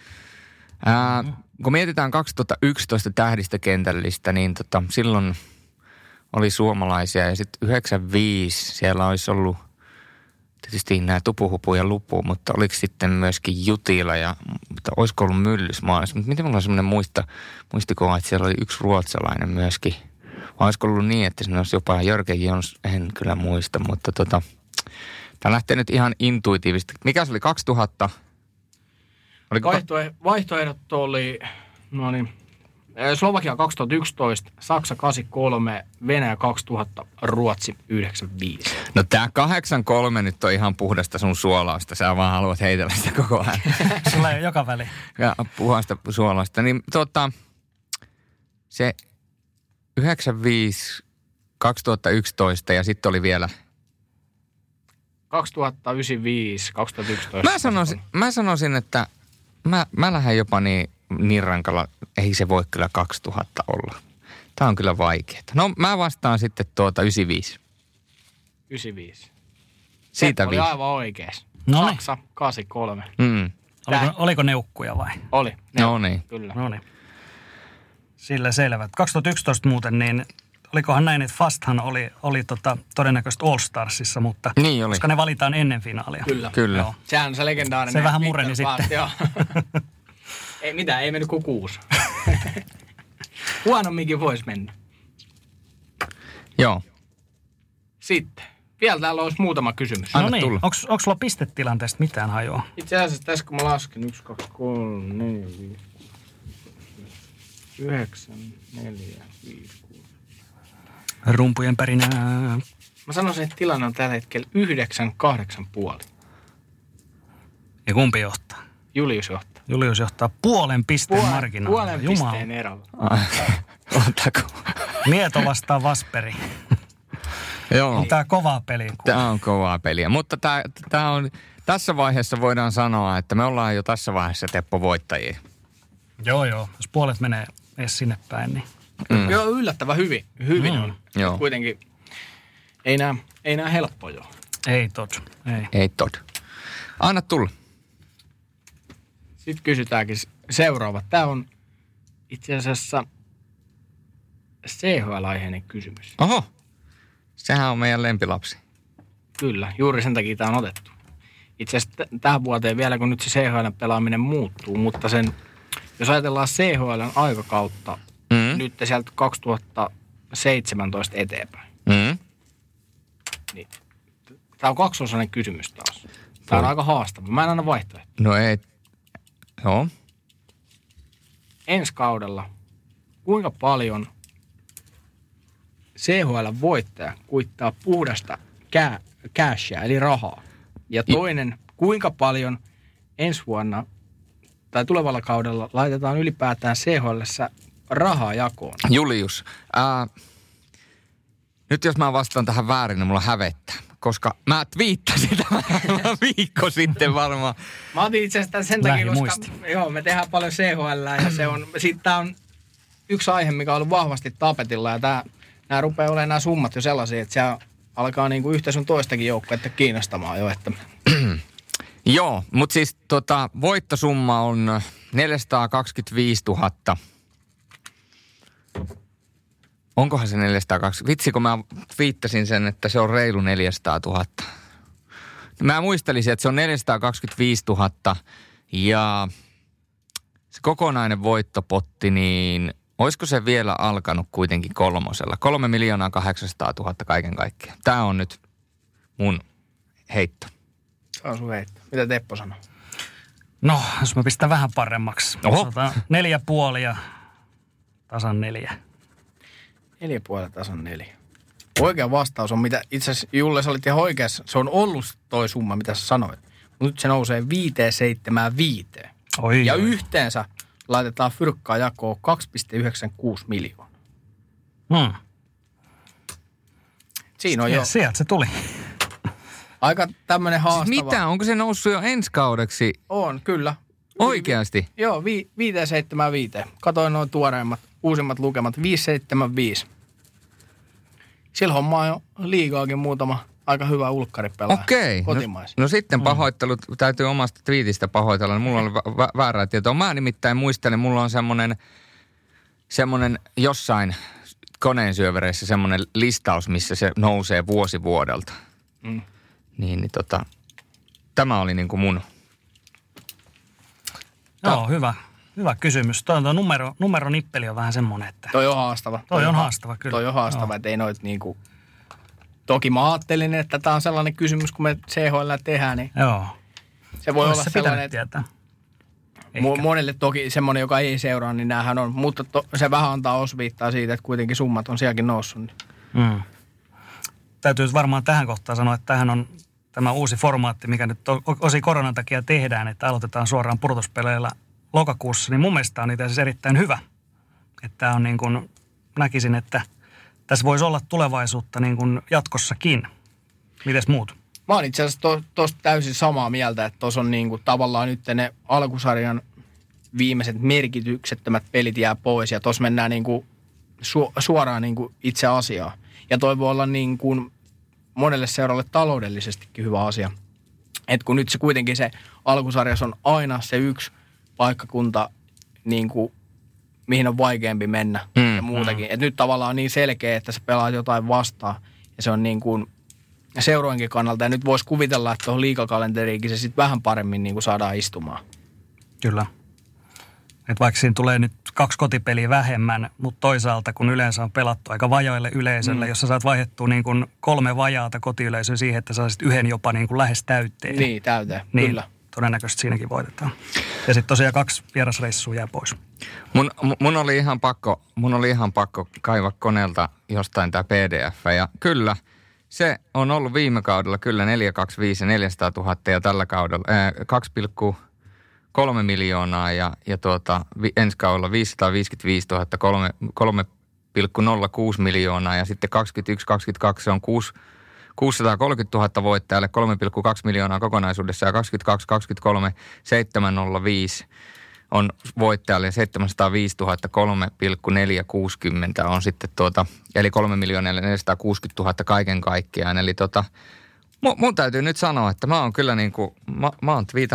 Ää, mm-hmm. Kun mietitään kaksituhattayksitoista tähdistökentällistä, niin tota, silloin oli suomalaisia. Ja sitten yhdeksänkymmentäviisi siellä olisi ollut tietysti nämä Tupuhupu ja Lupu, mutta oliko sitten myöskin Jutila ja mutta olisiko ollut Myllysmaalissa. Mutta miten mulla on semmoinen muista, muistikuva, että siellä oli yksi ruotsalainen myöskin. Vai olisiko ollut niin, että siinä olisi jopa Jörgen Jons, en kyllä muista, mutta tota, tämä lähtee nyt ihan intuitiivisesti. Mikä se oli, kaksituhatta? Oliko... Vaihtoeh- vaihtoehdot oli, no niin, Slovakia kaksituhattayksitoista, Saksa kahdeksankymmentäkolme, Venäjä kaksituhatta, Ruotsi yhdeksänkymmentäviisi. No tää kahdeksankymmentäkolme nyt on ihan puhdasta sun suolausta. Sä vaan haluat heitellä sitä koko ajan. Sulla ei joka väli. Ja puhdasta suolausta. Niin tota, se yhdeksänkymmentäviisi, kaksituhattayksitoista ja sitten oli vielä... kaksituhattayhdeksäntoista, kaksituhattayksitoista. Mä sanoisin, mä sanoisin että mä, mä lähden jopa niin, niin rankalla. Ei se voi kyllä kaksituhatta olla. Tää on kyllä vaikeaa. No mä vastaan sitten tuota yhdeksänkymmentäviisi. yhdeksänkymmentäviisi. Siitä oli viisi. aivan oikees. Noniin. Saksa kahdeksankymmentäkolme. Mm. Oliko, oliko neukkuja vai? Oli. No niin. Kyllä. No niin. Sillä selvät. kaksituhattayksitoista muuten, niin olikohan näin, että Fasthan oli, oli tota, todennäköisesti All Starsissa, mutta Niin oli. koska ne valitaan ennen finaalia. Kyllä. Kyllä. Joo. Sehän on se legendaarinen. Se vähän mureni sitten. Joo. Ei mitään, ei mennyt kuin kuusi. Huonomminkin voisi mennä. Joo. Sitten. Vielä täällä olisi muutama kysymys. Anna No niin, tulla. onko sulla pistetilanteesta mitään hajoa? Itse asiassa tässä kun mä lasken yksi, kaksi, kolme, neljä, viisi, yhdeksän, neljä, viisi, kuusi. Rumpujen pärinää. Mä sanoisin, että tilanne on tällä hetkellä yhdeksän, kahdeksan puoli. Ja kumpi johtaa? Julius johtaa. Julius johtaa puolen pisteen Puolen, marginaalilla. puolen Jumala. pisteen erolla. Ottako? Mieto vastaan Vasperi. Joo. On tää kovaa peliä. Tämä on kovaa peliä, mutta tää, tää on, tässä vaiheessa voidaan sanoa, että me ollaan jo tässä vaiheessa Teppo voittajia. Joo, joo. Jos puolet menee edes sinne päin, niin... Mm. Joo, yllättävän hyvin. Hyvin Mm. on. Joo. Kuitenkin ei nää, ei nää helppoja. Ei tod. Ei. Ei tod. Anna tulla. Sitten kysytäänkin seuraava. Tämä on itse asiassa C H L-aiheinen kysymys. Oho. Sehän on meidän lempilapsi. Kyllä, juuri sen takia tämä on otettu. Itse asiassa t- tähän vuoteen vielä, kun nyt se C H L-pelaaminen muuttuu, mutta sen, jos ajatellaan C H L:n aikakautta, Mm. nyt sieltä kaksituhatta seitsemäntoista eteenpäin. Mm. Niin. Tämä on kaksiosainen kysymys taas. Tämä on aika haastava. Mä en anna vaihtoehtoja. No ei. Joo. Ensi kaudella, kuinka paljon C H L-voittaja kuittaa puhdasta kä- cashia, eli rahaa? Ja toinen, kuinka paljon ensi vuonna tai tulevalla kaudella laitetaan ylipäätään C H L:ssä rahaa jakoon? Julius, ää, nyt jos mä vastaan tähän väärin, niin mulla hävettää. Koska mä twiittasin tämän viikko sitten varmaan. Mä otin itse asiassa sen takia, koska Lähimuisti. joo, me tehdään paljon C H L ja se on, sit tää on yksi aihe, mikä on ollut vahvasti tapetilla ja tää, nää rupeaa olemaan nämä summat jo sellaisia, että se alkaa niinku yhtä sun toistakin joukkuetta kiinnostamaan jo, että Joo, mutta siis tota, voittosumma on neljäsataakaksikymmentäviisituhatta. Onkohan se neljäsataakaksikymmentä? Vitsi, kun mä viittasin sen, että se on reilu neljäsataatuhatta. Mä muistelisin, että se on neljäsataakaksikymmentäviisituhatta ja se kokonainen voittopotti, niin olisiko se vielä alkanut kuitenkin kolmosella? Kolme miljoonaa kahdeksansataatuhatta kaiken kaikkiaan. Tää on nyt mun heitto. se on sun heitto. Mitä Teppo sanoo? No, jos mä pistän vähän paremmaksi. Oho. Sanotaan neljä puoli ja tasan neljä. Neljä puolella tasan neljä. Oikea vastaus on, mitä itse asiassa Julle, sä olit ihan oikeassa. Se on ollut toi summa, mitä sä sanoit. Mutta nyt se nousee viiteen seitsemään viiteen. Oi, Ja oi. yhteensä laitetaan fyrkkaa jakoon kaksi pilkku yhdeksänkymmentäkuusi miljoonaa. Hmm. Siinä on Ja jo sieltä se tuli. aika tämmöinen haastava. Siis mitä? Onko se noussut jo ensi kaudeksi? On, kyllä. Oikeasti? Joo, vi, viiteen seitsemään viiteen. Katoin noin tuoreimmat, uusimmat lukemat. viisi seitsemän viisi. Sillä hommaa jo liigaakin muutama aika hyvä ulkkaripelaaja. Okei. Kotimais. No, no sitten pahoittelut, täytyy omasta twiitistä pahoitella. Mulla on vä- vä- väärää tietoa. Mä nimittäin muistelen, mulla on semmoinen, semmoinen jossain koneen syövereissä semmoinen listaus, missä se nousee vuosi vuodelta. Mm. Niin, niin tota, tämä oli niin kuin mun. Joo, hyvä. Hyvä kysymys. Tuo, tuo numero, numeronippeli on vähän semmoinen, että Toi on haastava. Toi on haastava, kyllä. Toi on haastava, Joo. että ei noit niinku... Toki mä ajattelin, että tää on sellainen kysymys, kun me C H L tehdään, niin joo. se voi Olisi olla se sellainen, pitänyt että tietää. mu- Ehkä. monelle toki semmoinen, joka ei seuraa, niin näähän on. Mutta to, se vähän antaa osviittaa siitä, että kuitenkin summat on sielläkin noussut. Niin. Mm. Täytyy varmaan tähän kohtaan sanoa, että tämähän on tämä uusi formaatti, mikä nyt o- osin koronan takia tehdään, että aloitetaan suoraan pudotuspeleillä lokakuussa, niin mun mielestä on itse asiassa erittäin hyvä. Että tämä on niin kuin, näkisin, että tässä voisi olla tulevaisuutta niin kuin jatkossakin. Mites muut? Mä oon itse asiassa to, tosta täysin samaa mieltä, että tuossa on niinku tavallaan nyt ne alkusarjan viimeiset merkityksettömät pelit jää pois ja tuossa mennään niinku su, suoraan niinku itse asiaan. Ja toi voi olla niinku monelle seuralle taloudellisestikin hyvä asia. Et kun nyt se kuitenkin se alkusarjassa on aina se yksi paikkakunta, niinku, mihin on vaikeampi mennä Mm, ja muutakin. Et nyt tavallaan on niin selkeä, että sä pelaat jotain vastaan ja se on niin kuin seuroinkin kannalta. Ja nyt voisi kuvitella, että tuohon liigakalenteriinkin se sitten vähän paremmin niin kuin saadaan istumaan. Kyllä. Et vaikka siinä tulee nyt kaksi kotipeliä vähemmän, mutta toisaalta kun yleensä on pelattu aika vajaille yleisölle, mm. jossa saat vaihdettua niin kuin kolme vajaata kotiyleisöä siihen, että saisit yhden jopa niin kuin lähes täyteen. Niin, täyteen. Niin, Kyllä. todennäköisesti siinäkin voitetaan. Ja sitten tosiaan kaksi vierasreissua jää pois. Mun, mun, oli ihan pakko, mun oli ihan pakko kaivaa koneelta jostain tää P D F. Ja kyllä, se on ollut viime kaudella kyllä neljä kaksi viisi ja neljäsataatuhatta ja tällä kaudella ää, kaksi pilkku kolme miljoonaa ja, ja tuota, vi, ensi kaudella viisisataaviisikymmentäviisituhatta, kolme pilkku nolla kuusi miljoonaa ja sitten kaksikymmentäyksi kaksikymmentäkaksi se on kuusi kuusisataakolmekymmentätuhatta voittajalle, kolme pilkku kaksi miljoonaa kokonaisuudessa ja kaksikymmentäkaksi kaksikymmentäkolme seitsemänsataaviisi on voittajalle seitsemänsataaviisituhatta, kolme pilkku neljäsataakuusikymmentä on sitten tuota, eli kolme miljoonaa neljäsataakuusikymmentätuhatta kaiken kaikkiaan. Eli tota, mun, mun täytyy nyt sanoa, että mä oon kyllä niin kuin, mä, mä oon viitannut nyt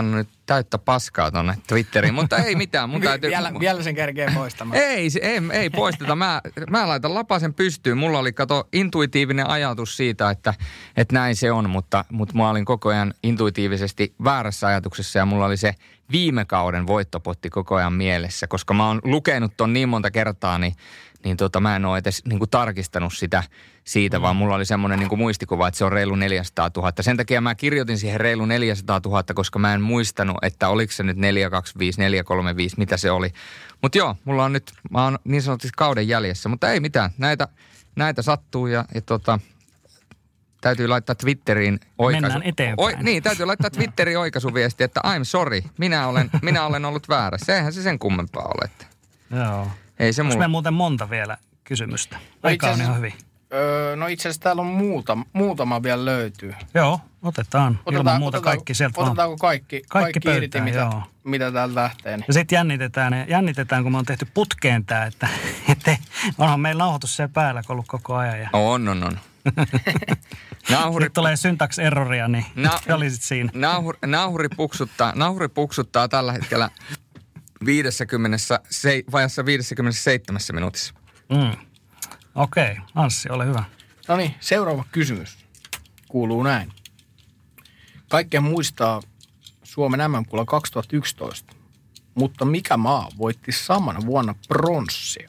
täyttä paskaa tonne Twitteriin, mutta ei mitään. Mun täytyy... vielä, vielä sen kerkeen poistamaan. Ei, ei, ei poisteta. Mä, mä laitan lapasen pystyyn. Mulla oli, kato, intuitiivinen ajatus siitä, että, että näin se on, mutta, mutta mä olin koko ajan intuitiivisesti väärässä ajatuksessa ja mulla oli se viime kauden voittopotti koko ajan mielessä, koska mä oon lukenut ton niin monta kertaa, niin, niin tota, mä en ole edes niin kuin tarkistanut sitä siitä, mm. vaan mulla oli semmoinen niin kuin muistikuva, että se on reilu neljäsataatuhatta. Sen takia mä kirjoitin siihen reilu neljäsataatuhatta, koska mä en muistanut, että oliko se nyt neljä kaksikymmentäviisi, neljä kolmekymmentäviisi, mitä se oli. Mutta joo, mulla on nyt, mä oon niin sanotusti kauden jäljessä, mutta ei mitään, näitä, näitä sattuu ja, ja tota... Täytyy laittaa Twitteriin oikaisu. Mennään eteenpäin. Oi, niin, täytyy laittaa Twitteriin oikaisuviesti, että I'm sorry, minä olen, minä olen ollut väärässä. Eihän se sen kummempaa ole. Että. Joo. Ei se mulla... me muuten monta vielä kysymystä? Aika on ihan hyvin. Öö, no itse asiassa täällä on muutama, muutama vielä löytyy. Joo, otetaan. Otetaan, Ilman muuta otetaan, kaikki sieltä Otetaanko vaan. kaikki, Kaikki kaikki irti, pöytään, mitä, joo. mitä täältä lähtee? Niin. Ja sitten jännitetään, jännitetään, kun me on tehty putkeen tää, että, että onhan meillä nauhoitus siellä päällä ollut koko ajan. Ja... On, on, on. Nauhuri... Nyt tulee syntax-erroria, niin Na... olisit siinä. Nauhuri, nauhuri, puksuttaa, nauhuri puksuttaa tällä hetkellä viidessäkymmenessä, vajassa viidessäkymmenessäseitsemässä minuutissa. Mm. Okei, okay. Anssi, ole hyvä. No niin, seuraava kysymys kuuluu näin. Kaikkea muistaa Suomen M M-kullan kaksituhattayksitoista, mutta mikä maa voitti samana vuonna pronssia?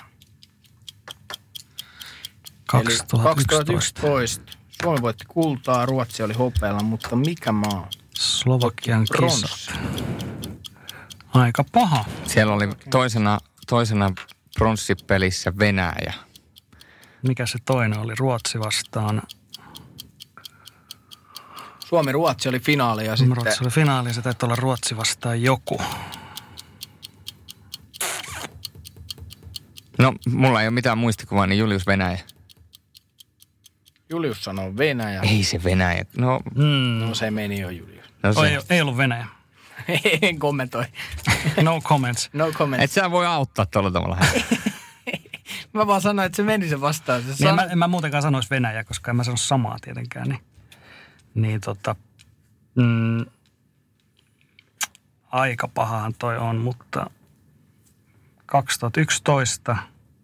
kaksituhattayksitoista. Eli kaksituhattayksitoista. Suomi voitti kultaa, Ruotsi oli hopealla, mutta mikä maa? Slovakian kisat. Aika paha. Siellä oli toisena, toisena pronssipelissä Venäjä. Mikä se toinen oli? Ruotsi vastaan. Suomi-Ruotsi oli finaali ja sitten... Ruotsi oli finaali, se täytyy olla Ruotsi vastaan joku. No, mulla ei ole mitään muistikuvaa, niin Julius Venäjä. Julius sanoo Venäjä. Ei se Venäjä. No, Mm. No se meni jo Julius. no se. Ei, ei ollut Venäjä. En kommentoi. No comments. No comments. Et sä voi auttaa tuolla tavalla. Mä vaan sanoin, että se meni se vastaus. Se Niin san... en, mä, en mä muutenkaan sanoisi Venäjä, koska en mä sano samaa tietenkään. Niin, niin tota, mm, aika pahahan toi on, mutta kaksituhattayksitoista,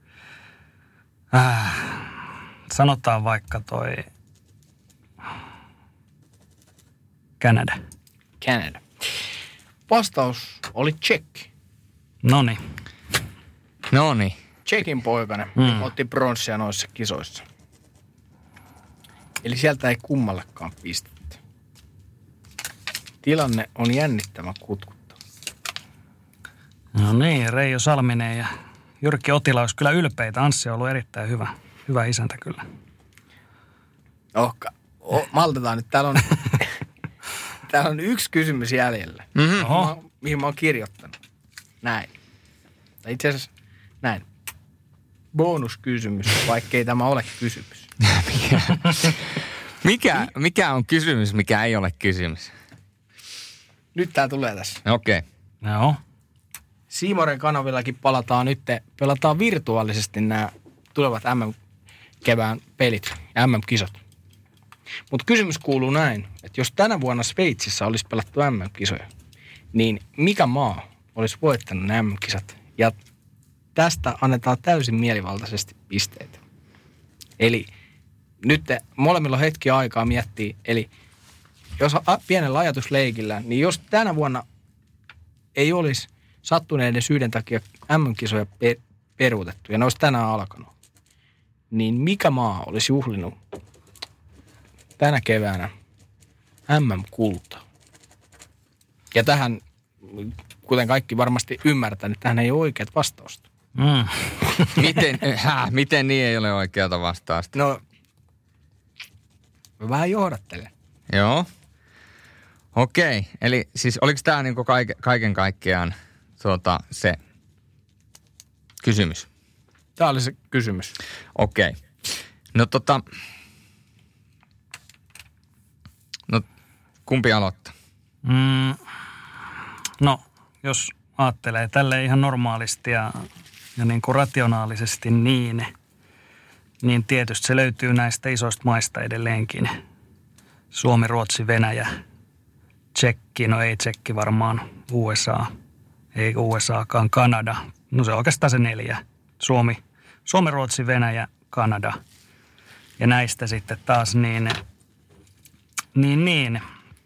äh, sanotaan vaikka toi Kanada. Canada. Vastaus oli Tsekki. Noniin. No niin. Tsekin poikainen Mm. otti pronssia noissa kisoissa. Eli sieltä ei kummallekaan pistettä. Tilanne on jännittävä kutkuttava. No niin, Reijo Salminen ja Jyrki Otila olisi kyllä ylpeitä. Anssi on ollut erittäin hyvä, hyvä isäntä kyllä. Ohka, o, maltetaan nyt. Täällä on, täällä on yksi kysymys jäljellä, Mm-hmm. Oho. mä, mihin mä oon kirjoittanut. Näin. Tai itse asiassa näin. Bonuskysymys, vaikkei tämä ole kysymys. Mikä, mikä on kysymys, mikä ei ole kysymys? Nyt tää tulee tässä. Okei. Okay. Joo. Siimoren kanavillakin palataan nyt, pelataan virtuaalisesti nämä tulevat M M-kevään pelit ja M M-kisat. Mutta kysymys kuuluu näin, että jos tänä vuonna Sveitsissä olisi pelattu M M-kisoja, niin mikä maa olisi voittanut nämä M M-kisat? Ja tästä annetaan täysin mielivaltaisesti pisteitä. Eli nyt te, molemmilla on hetki aikaa miettiä, eli jos a, pienellä ajatusleikillä, niin jos tänä vuonna ei olisi sattuneiden syiden takia M M-kisoja pe- peruutettu ja ne olisi tänään alkanut, niin mikä maa olisi juhlinut tänä keväänä M M-kultaa? Ja tähän, kuten kaikki varmasti ymmärtää, niin tähän ei ole oikeat vastausta. Mm. Miten, hä, miten niin ei ole oikeata vastausta? No, mä vähän johdattelen. Joo. Okei, eli siis oliko tämä niinku kaiken, kaiken kaikkiaan tuota, se kysymys? Tämä oli se kysymys. Okei. No tota, no kumpi aloittaa? Mm. No, jos ajattelee tälle ihan normaalisti ja, ja niin kuin rationaalisesti niin, niin tietysti se löytyy näistä isoista maista edelleenkin. Suomi, Ruotsi, Venäjä. Tsekki, no ei Tsekki varmaan, U S A, ei U S Akaan, Kanada. No se on oikeastaan se neljä. Suomi, Suomi, Ruotsi, Venäjä, Kanada. Ja näistä sitten taas niin, niin, niin.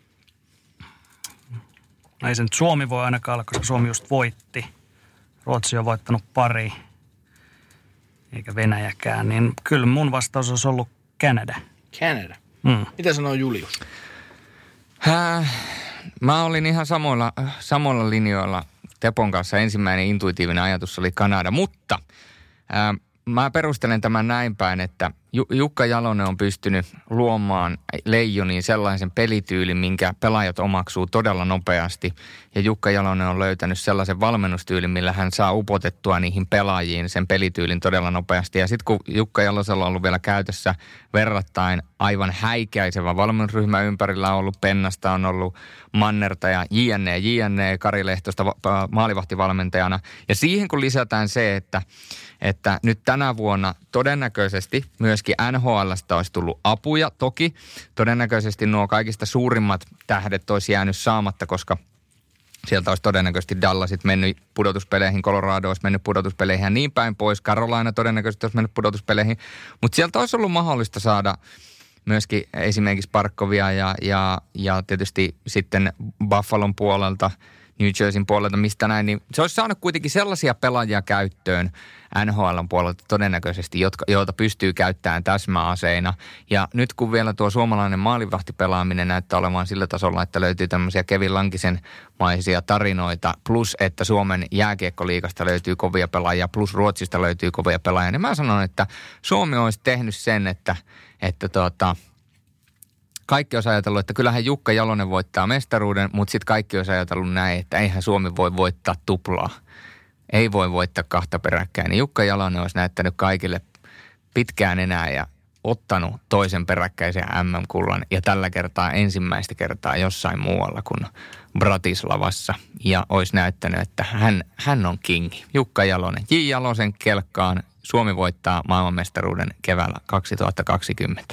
No ei se nyt Suomi voi ainakaan olla, koska Suomi just voitti. Ruotsi on voittanut pari, eikä Venäjäkään. Niin kyllä mun vastaus olisi ollut Kanada. Kanada. Mm. Mitä sanoo Julius? Hää, mä olin ihan samoilla, samoilla linjoilla Tepon kanssa. Ensimmäinen intuitiivinen ajatus oli Kanada, mutta ää, mä perustelen tämän näin päin, että Jukka Jalonen on pystynyt luomaan Leijoniin sellaisen pelityylin, minkä pelaajat omaksuu todella nopeasti. Ja Jukka Jalonen on löytänyt sellaisen valmennustyylin, millä hän saa upotettua niihin pelaajiin sen pelityylin todella nopeasti. Ja sitten kun Jukka Jalosella on ollut vielä käytössä verrattain aivan häikäisevä valmennusryhmä ympärillä on ollut, Pennasta on ollut Mannerta ja jne, jne, Kari Lehtosta maalivahtivalmentajana. Ja siihen kun lisätään se, että että nyt tänä vuonna todennäköisesti myöskin N H L:stä olisi tullut apuja. Toki todennäköisesti nuo kaikista suurimmat tähdet olisi jäänyt saamatta, koska sieltä olisi todennäköisesti Dallasit mennyt pudotuspeleihin, Colorado olisi mennyt pudotuspeleihin ja niin päin pois. Carolina todennäköisesti olisi mennyt pudotuspeleihin, mutta sieltä olisi ollut mahdollista saada myöskin esimerkiksi Parkkovia ja, ja, ja tietysti sitten Buffalon puolelta, New Jerseyn puolelta, mistä näin, niin se olisi saanut kuitenkin sellaisia pelaajia käyttöön N H L:n puolelta todennäköisesti, jotka, joita pystyy käyttämään täsmäaseina. Ja nyt kun vielä tuo suomalainen maalivahtipelaaminen näyttää olemaan sillä tasolla, että löytyy tämmöisiä Kevin Lankisen maisia tarinoita, plus että Suomen jääkiekkoliigasta löytyy kovia pelaajia, plus Ruotsista löytyy kovia pelaajia, niin mä sanon, että Suomi olisi tehnyt sen, että, että tuota, kaikki olisi ajatellut, että kyllähän Jukka Jalonen voittaa mestaruuden, mutta sitten kaikki olisi ajatellut näin, että eihän Suomi voi voittaa tuplaa. Ei voi voittaa kahta peräkkäin. Niin Jukka Jalonen olisi näyttänyt kaikille pitkään enää ja ottanut toisen peräkkäisen M M-kullan. Ja tällä kertaa ensimmäistä kertaa jossain muualla kuin Bratislavassa. Ja olisi näyttänyt, että hän, hän on kingi. Jukka Jalonen. J. Jalosen kelkkaan. Suomi voittaa maailmanmestaruuden keväällä kaksituhattakaksikymmentä.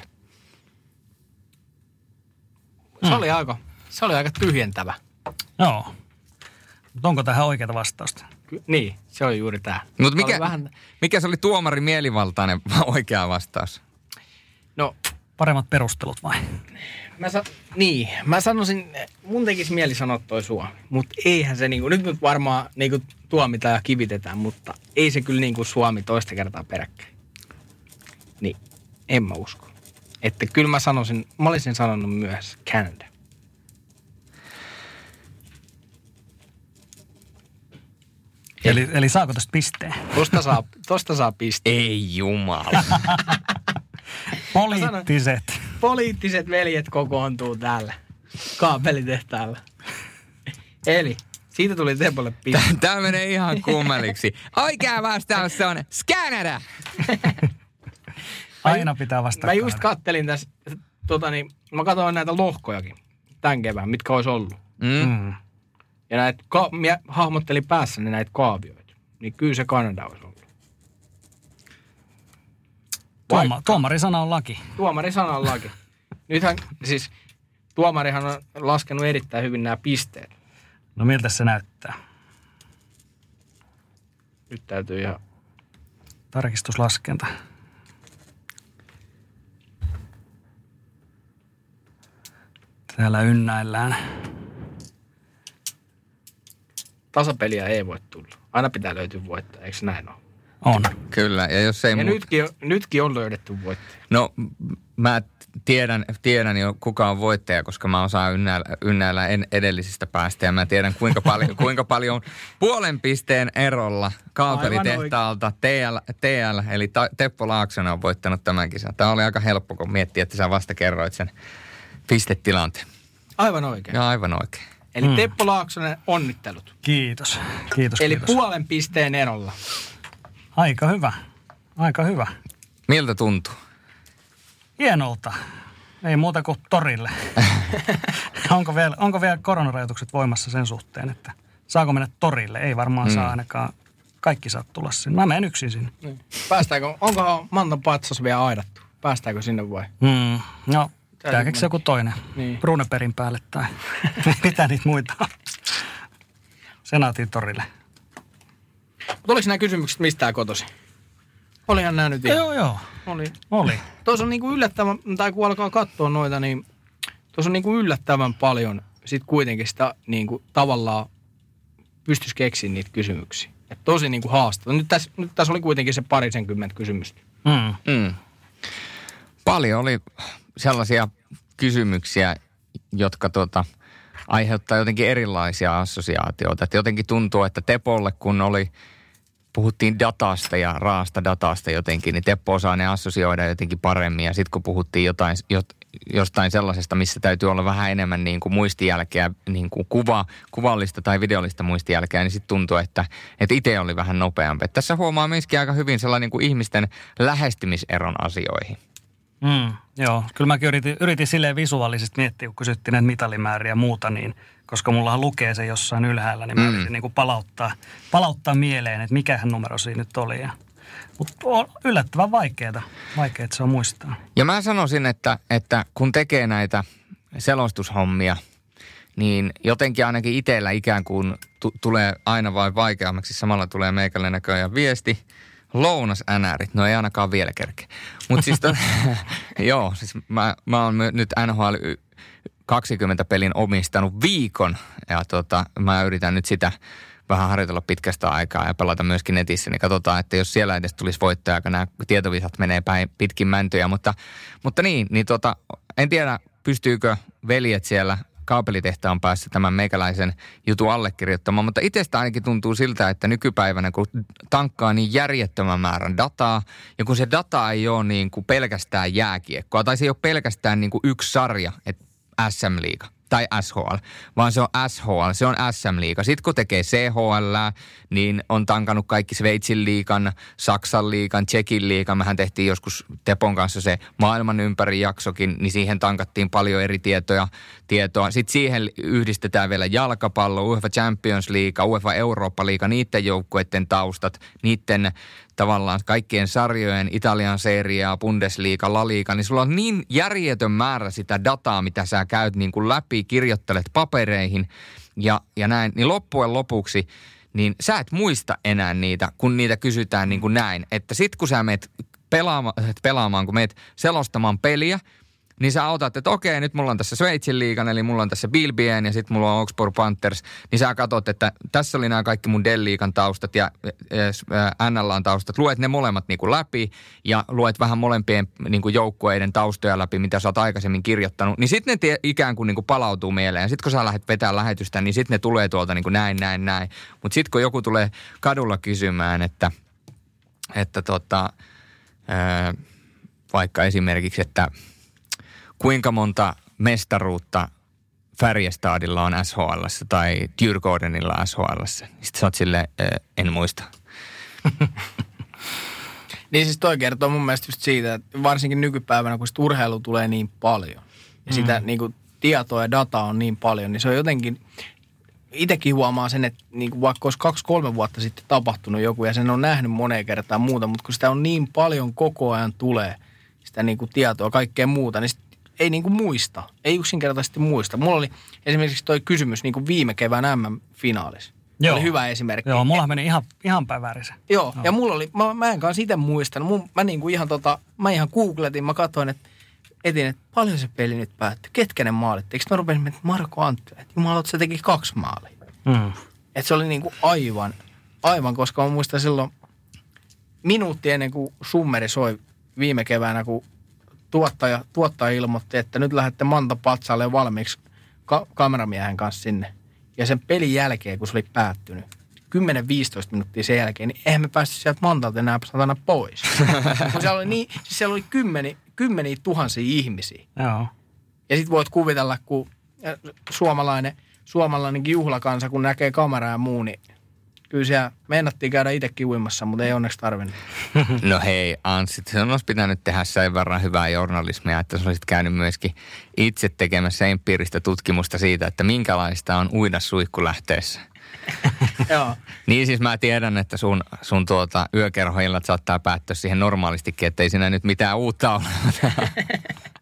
Se oli aika, se oli aika tyhjentävä. Joo. Mutta onko tähän oikeaa vastausta? Ky- niin, se oli juuri tämä. Mutta mikä, vähän... mikä se oli tuomari mielivaltainen oikea vastaus? No, paremmat perustelut vai? Mä sa- niin, mä sanoisin, mun tekisi mieli sanoa toi Suomi, mutta eihän se niinku, nyt nyt varmaan niinku tuomitaan ja kivitetään, mutta ei se kyllä niinku Suomi toista kertaa peräkkäin. Niin, en mä usko. Että kyllä mä sanoisin, mä olisin sanonut myös Canada. Eli, eli saako tästä pisteen? Tosta saa, tosta saa pisteen. Ei jumala. Poliittiset. Poliittiset veljet kokoontuu täällä kaapelitehtaalla. Eli siitä tuli Tepolle piste. Tämä menee ihan kummeliksi. Oikea vastaus on Canada. Aina pitää vastata. Mä just kattelin tässä, tota niin, mä katsoin näitä lohkojakin tämän kevään, mitkä olisi ollut. Mm. Mm. Ja näitä, ka- mä hahmottelin päässäni näitä kaavioita. Niin kyllä se Kanada olisi ollut. Tuoma, tuomari sana on laki. Tuomari sana on laki. Nythän, siis tuomarihan on laskenut erittäin hyvin nämä pisteet. No miltä se näyttää? Nyt täytyy ihan... Tarkistuslaskenta. Täällä ynnäillään. Tasapeliä ei voi tulla. Aina pitää löytyä voittaja, eikö näin ole? On. Kyllä, ja jos ei Ja muu... nytkin, nytkin on löydetty voittaja. No, mä tiedän, tiedän jo kuka on voittaja, koska mä osaan ynnäillä, ynnäillä en edellisistä päästä. Ja mä tiedän kuinka paljon, kuinka paljon puolen pisteen erolla kaapelitehtaalta T L, T L eli Teppo Laaksonen on voittanut tämän kisan. Tämä oli aika helppo, kun miettii, että sä vasta kerroit sen pistetilanteen. Aivan oikein. Ja aivan oikein. Eli Mm. Teppo Laaksonen, onnittelut. Kiitos. Kiitos, Eli kiitos. puolen pisteen erolla. Aika hyvä. Aika hyvä. Miltä tuntuu? Hienolta. Ei muuta kuin torille. onko, vielä, onko vielä koronarajoitukset voimassa sen suhteen, että saako mennä torille? Ei varmaan mm. saa ainakaan. Kaikki saa tulla sinne. Mä menen yksin sinne. Niin. Päästäänkö, onkohan Manton patsos vielä aidattu? Päästäänkö sinne vai? Mm. No, Tää keksi joku toinen. Niin. Runeperin päälle tai mitä niitä muita on. Senaatin torille. Mutta oliko nämä kysymykset mistään kotosi? Olihan nämä nyt ihan. Joo, joo. Oli. Oli. Tuossa on niinku yllättävän, tai kun alkaa katsoa noita, niin tuossa on niinku yllättävän paljon sit kuitenkin sitä niinku tavallaan pystyisi keksiä niitä kysymyksiä. Et tosi niinku haastava. Nyt tässä, nyt tässä oli kuitenkin se parisenkymmentä kysymystä. Mm. Mm. Paljon oli sellaisia kysymyksiä, jotka tota, aiheuttaa jotenkin erilaisia assosiaatioita. Et jotenkin tuntuu, että Tepolle kun oli, puhuttiin datasta ja raasta datasta jotenkin, niin Teppo osaa ne assosioida jotenkin paremmin. Ja sitten kun puhuttiin jotain, jot, jostain sellaisesta, missä täytyy olla vähän enemmän niin kuin muistijälkeä, niin kuin kuva, kuvallista tai videollista muistijälkeä, niin sitten tuntuu, että, että itse oli vähän nopeampi. Et tässä huomaa myöskin aika hyvin sellainen niin kuin ihmisten lähestymiseron asioihin. Mm, joo, kyllä mäkin yritin, yritin silleen visuaalisesti miettiä, kun kysyttiin näitä mitalimääriä ja muuta, niin koska mullahan lukee se jossain ylhäällä, niin mä mm. yritin niin kuin palauttaa, palauttaa mieleen, että mikähän numero siinä nyt oli. Mutta on yllättävän vaikeaa, vaikeaa se on muistaa. Ja mä sanoisin, että, että kun tekee näitä selostushommia, niin jotenkin ainakin itsellä ikään kuin t- tulee aina vain vaikeammaksi. Samalla tulee meikälle näköjään viesti. Lounasänärit, no ei ainakaan vielä kerkeä. Mutta siis, to, joo, siis mä, mä oon nyt N H L kaksikymmentä pelin omistanut viikon ja tota, mä yritän nyt sitä vähän harjoitella pitkästä aikaa ja pelata myöskin netissä, niin katsotaan, että jos siellä edes tulisi voittoja, kun nämä tietovisat menee päin pitkin mäntyjä, mutta, mutta niin, niin tota, en tiedä, pystyykö veljet siellä kaapelitehtaan päässä tämän meikäläisen jutun allekirjoittamaan, mutta itsestä ainakin tuntuu siltä, että nykypäivänä kun tankkaa niin järjettömän määrän dataa, ja kun se data ei ole niin kuin pelkästään jääkiekkoa, tai se ei ole pelkästään niin kuin yksi sarja, että S M-liiga tai S H L, vaan se on S H L, se on S M-liiga. Sitten kun tekee C H L, niin on tankannut kaikki Sveitsin liigan, Saksan liigan, Tšekin liigan. Mehän tehtiin joskus Tepon kanssa se maailman ympäri jaksokin, niin siihen tankattiin paljon eri tietoja. tietoa. Sitten siihen yhdistetään vielä jalkapallo, UEFA Champions League, UEFA Eurooppa-liiga, niiden joukkueiden taustat, niiden tavallaan kaikkien sarjojen, Italian Serie A, Bundesliga, La Liga, niin sulla on niin järjetön määrä sitä dataa, mitä sä käyt niin kuin läpi, kirjoittelet papereihin ja, ja näin, niin loppujen lopuksi, niin sä et muista enää niitä, kun niitä kysytään niin kuin näin, että sit kun sä meet pelaama, pelaamaan, kun meet selostamaan peliä, niin sä otat, että okei, nyt mulla on tässä Sveitsin liigan, eli mulla on tässä Bilbien ja sitten mulla on Oxford Panthers, niin sä katsot, että tässä oli nämä kaikki mun Dell-liigan taustat ja N L A:n taustat. Luet ne molemmat niin kuin läpi ja luet vähän molempien niin kuin joukkueiden taustoja läpi, mitä sä oot aikaisemmin kirjoittanut. Niin sitten ne tie, ikään kuin, niin kuin palautuu mieleen. Ja sitten kun sä lähdet vetämään lähetystä, niin sitten ne tulee tuolta niin kuin näin, näin, näin. Mutta sitten kun joku tulee kadulla kysymään, että, että tota, ää, vaikka esimerkiksi, että kuinka monta mestaruutta Färjestadilla on S H L:ssä tai Djurgårdenilla S H L:ssä? Sitten sä oot silleen, en muista. Niin siis toi kertoo mun mielestä just siitä, että varsinkin nykypäivänä, kun sitä urheilu tulee niin paljon ja mm. sitä niin kuin tietoa ja dataa on niin paljon, niin se on jotenkin, itsekin huomaa sen, että niin kuin vaikka olisi kaksi, kolme vuotta sitten tapahtunut joku ja sen on nähnyt moneen kertaan muuta, mutta kun sitä on niin paljon koko ajan tulee, sitä niin kuin tietoa, kaikkea muuta, niin ei niinku muista. Ei yksinkertaisesti muista. Mulla oli esimerkiksi toi kysymys niinku viime kevään M M-finaalissa. Joo. Oli hyvä esimerkki. Joo, mulla meni ihan, ihan päivärisen. Joo, no. Ja mulla oli, mä, mä en kanssa itse muistanut. Mun, mä niinku ihan tota, mä ihan googletin, mä katsoin, että etin, että paljon se peli nyt päättyi. Ketkä ne maalit? Eikö mä rupesin, että Marko Anttila, että jumala, se teki kaksi maalia. Mm. Että se oli niinku aivan, aivan, koska mä muistan silloin minuutti ennen kuin summeri soi viime keväänä, kun Tuottaja, tuottaja ilmoitti, että nyt lähdette Manta Patsalle valmiiksi ka- kameramiehen kanssa sinne. Ja sen pelin jälkeen, kun se oli päättynyt, kymmenen viisitoista minuuttia sen jälkeen, niin eihän me päästy sieltä Mantalta enää satana pois. Kun siellä oli, niin, siis siellä oli kymmeni, kymmeniä tuhansia ihmisiä. Joo. Ja sit voit kuvitella, kun suomalainen, suomalainenkin juhlakansa, kun näkee kameraa ja muu, niin kyllä siellä meinattiin käydä itsekin uimassa, mutta ei onneksi tarvinnut. No hei, Anssi, se olisi pitänyt tehdä sen verran hyvää journalismia, että sä olisit käynyt myöskin itse tekemässä empiiristä tutkimusta siitä, että minkälaista on uida suihkulähteessä. Joo. Niin siis mä tiedän, että sun, sun tuota yökerhoillat saattaa päättyä siihen normaalistikin, että ei siinä nyt mitään uutta ole.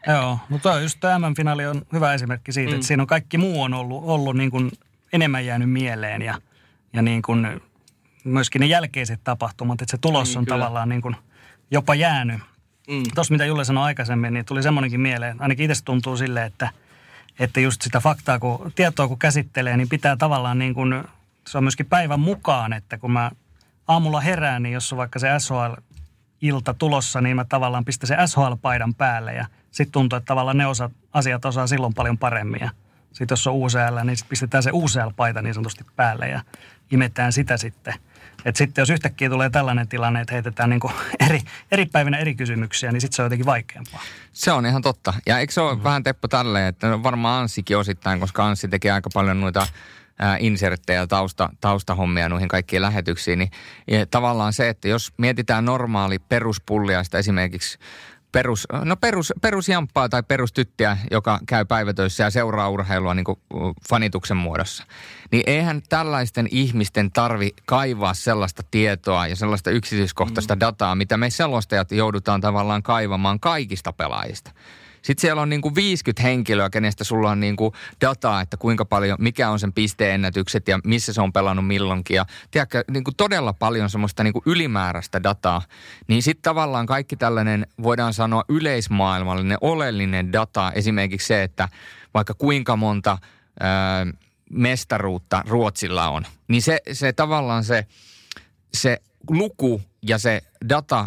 Joo, mutta just tämä M M-finaali on hyvä esimerkki siitä, mm. että siinä on kaikki muu on ollut, ollut niin kuin enemmän jäänyt mieleen ja, ja niin kuin myöskin ne jälkeiset tapahtumat, että se tulos on mm, tavallaan niin kuin jopa jäänyt. Mm. Tuossa mitä Julle sanoi aikaisemmin, niin tuli semmoinenkin mieleen, ainakin itse tuntuu silleen, että, että just sitä faktaa, kun tietoa kun käsittelee, niin pitää tavallaan niin kuin, se on myöskin päivän mukaan, että kun mä aamulla herään, niin jos on vaikka se S H L-ilta tulossa, niin mä tavallaan pistän se S H L-paidan päälle ja sitten tuntuu, että tavallaan ne osa, asiat osaa silloin paljon paremmin. Ja sitten jos on U C L, niin sitten pistetään se U C L-paita niin sanotusti päälle ja imetään sitä sitten. Että sitten jos yhtäkkiä tulee tällainen tilanne, että heitetään niinku eri, eri päivinä eri kysymyksiä, niin sitten se on jotenkin vaikeampaa. Se on ihan totta. Ja eikö se ole mm-hmm. vähän Teppo tälleen, että varmaan Anssikin osittain, koska Anssi tekee aika paljon noita ää, inserttejä ja tausta, taustahommia noihin kaikkiin lähetyksiin, niin ja tavallaan se, että jos mietitään normaali peruspulliaista esimerkiksi perus, no perus, perusjamppaa tai perustyttiä, joka käy päivätöissä ja seuraa urheilua niin kuin fanituksen muodossa, niin eihän tällaisten ihmisten tarvi kaivaa sellaista tietoa ja sellaista yksityiskohtaista mm. dataa, mitä me selostajat joudutaan tavallaan kaivamaan kaikista pelaajista. Sitten siellä on niin kuin viisikymmentä henkilöä, kenestä sulla on niin kuin dataa, että kuinka paljon, mikä on sen pisteennätykset ja missä se on pelannut milloinkin. Ja tiedätkö, niin kuin todella paljon semmoista niin kuin ylimääräistä dataa. Niin sitten tavallaan kaikki tällainen, voidaan sanoa yleismaailmallinen, oleellinen data, esimerkiksi se, että vaikka kuinka monta ää, mestaruutta Ruotsilla on. Niin se, se tavallaan se, se luku ja se data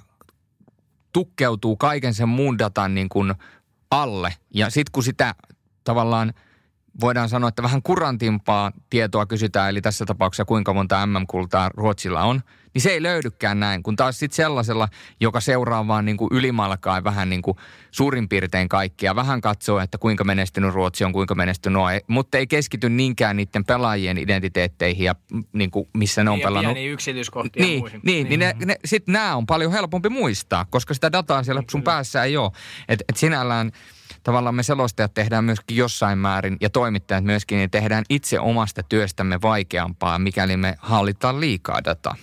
tukkeutuu kaiken sen muun datan niin kuin alle. Ja sitten kun sitä tavallaan voidaan sanoa, että vähän kurantimpaa tietoa kysytään, eli tässä tapauksessa kuinka monta M M-kultaa Ruotsilla on, niin se ei löydykään näin. Kun taas sitten sellaisella, joka seuraa vaan niin kuin ylimalkaan vähän niin kuin suurin piirtein kaikkia, vähän katsoo, että kuinka menestynyt Ruotsi on, kuinka menestynyt on, mutta ei keskity niinkään niiden pelaajien identiteetteihin ja niin kuin missä ne on pelannut. Pieniä yksityiskohtia niin, muihin. niin, niin, niin ne, sitten nämä on paljon helpompi muistaa, koska sitä dataa siellä sun päässä ei ole. Että et sinällään tavallaan me selostajat tehdään myöskin jossain määrin ja toimittajat myöskin, niin tehdään itse omasta työstämme vaikeampaa, mikäli me hallitaan liikaa dataa.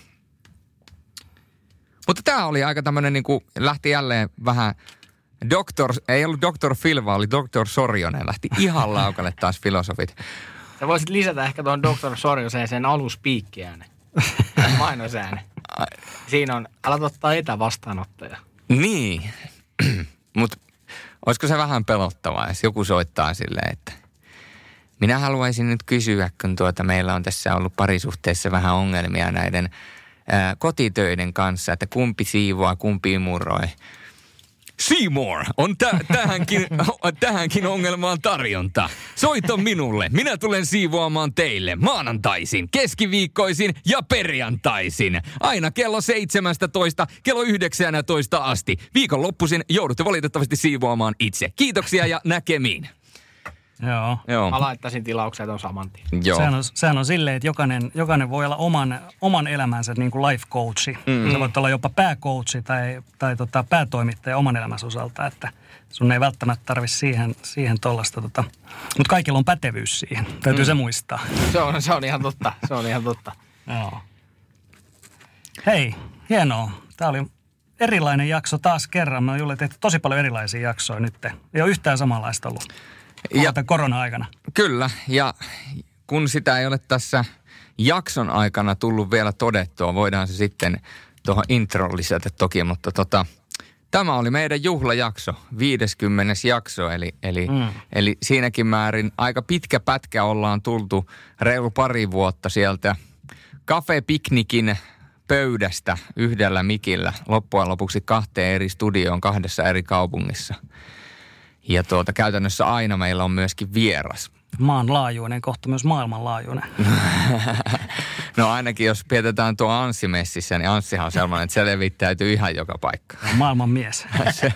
Mutta tämä oli aika tämmöinen, niin kuin lähti jälleen vähän, doktor, ei ollut doktor Phil, vaan oli doktor Sorjonen. Lähti ihan laukalle taas filosofit. Sä voisit lisätä ehkä tuon doktor Sorjoseen sen aluspiikkiäänen, mainosäänen. Siinä on, alat ottaa etävastaanottaja. Niin, mutta olisiko se vähän pelottavaa, jos joku soittaa silleen, että minä haluaisin nyt kysyä, kun tuota meillä on tässä ollut parisuhteessa vähän ongelmia näiden ää, kotitöiden kanssa, että kumpi siivoaa, kumpi imuroi. Seymour on tä- tähänkin, tähänkin ongelmaan tarjonta. Soita minulle. Minä tulen siivoamaan teille maanantaisin, keskiviikkoisin ja perjantaisin. Aina kello seitsemästätoista, kello yhdeksäntoista asti. Viikonloppuisin joudutte valitettavasti siivoamaan itse. Kiitoksia ja näkemiin. Joo. Joo. Mä laittaisin tilaukset on saman tien. Joo. Sehän on, sehän on silleen, että jokainen, jokainen voi olla oman, oman elämänsä niin kuin life coachi. Mm. Sä voit olla jopa pääcoachi tai, tai tota, päätoimittaja oman elämänsä osalta, että sun ei välttämättä tarvitse siihen, siihen tollaista. Tota. Mutta kaikilla on pätevyys siihen. Täytyy mm. se muistaa. Se on, se on ihan totta. Se on ihan totta. Joo. Hei, hienoa. Tämä oli erilainen jakso taas kerran. Me on Julle tehty tosi paljon erilaisia jaksoja nyt. Ei ole yhtään samanlaista ollut. Ja korona-aikana. Kyllä, ja kun sitä ei ole tässä jakson aikana tullut vielä todettua, voidaan se sitten tuohon introon lisätä toki, mutta tota, tämä oli meidän juhlajakso, viideskymmenes jakso, eli, eli, mm. eli siinäkin määrin aika pitkä pätkä ollaan tultu reilu pari vuotta sieltä kafepiknikin pöydästä yhdellä mikillä loppujen lopuksi kahteen eri studioon kahdessa eri kaupungissa. Ja tuota, käytännössä aina meillä on myöskin vieras. Maanlaajuinen, kohta myös maailmanlaajuinen. No ainakin jos pidetään tuo Anssi messissä, niin Anssihan on sellainen, että se levittäytyy ihan joka paikka. Maailman mies. se,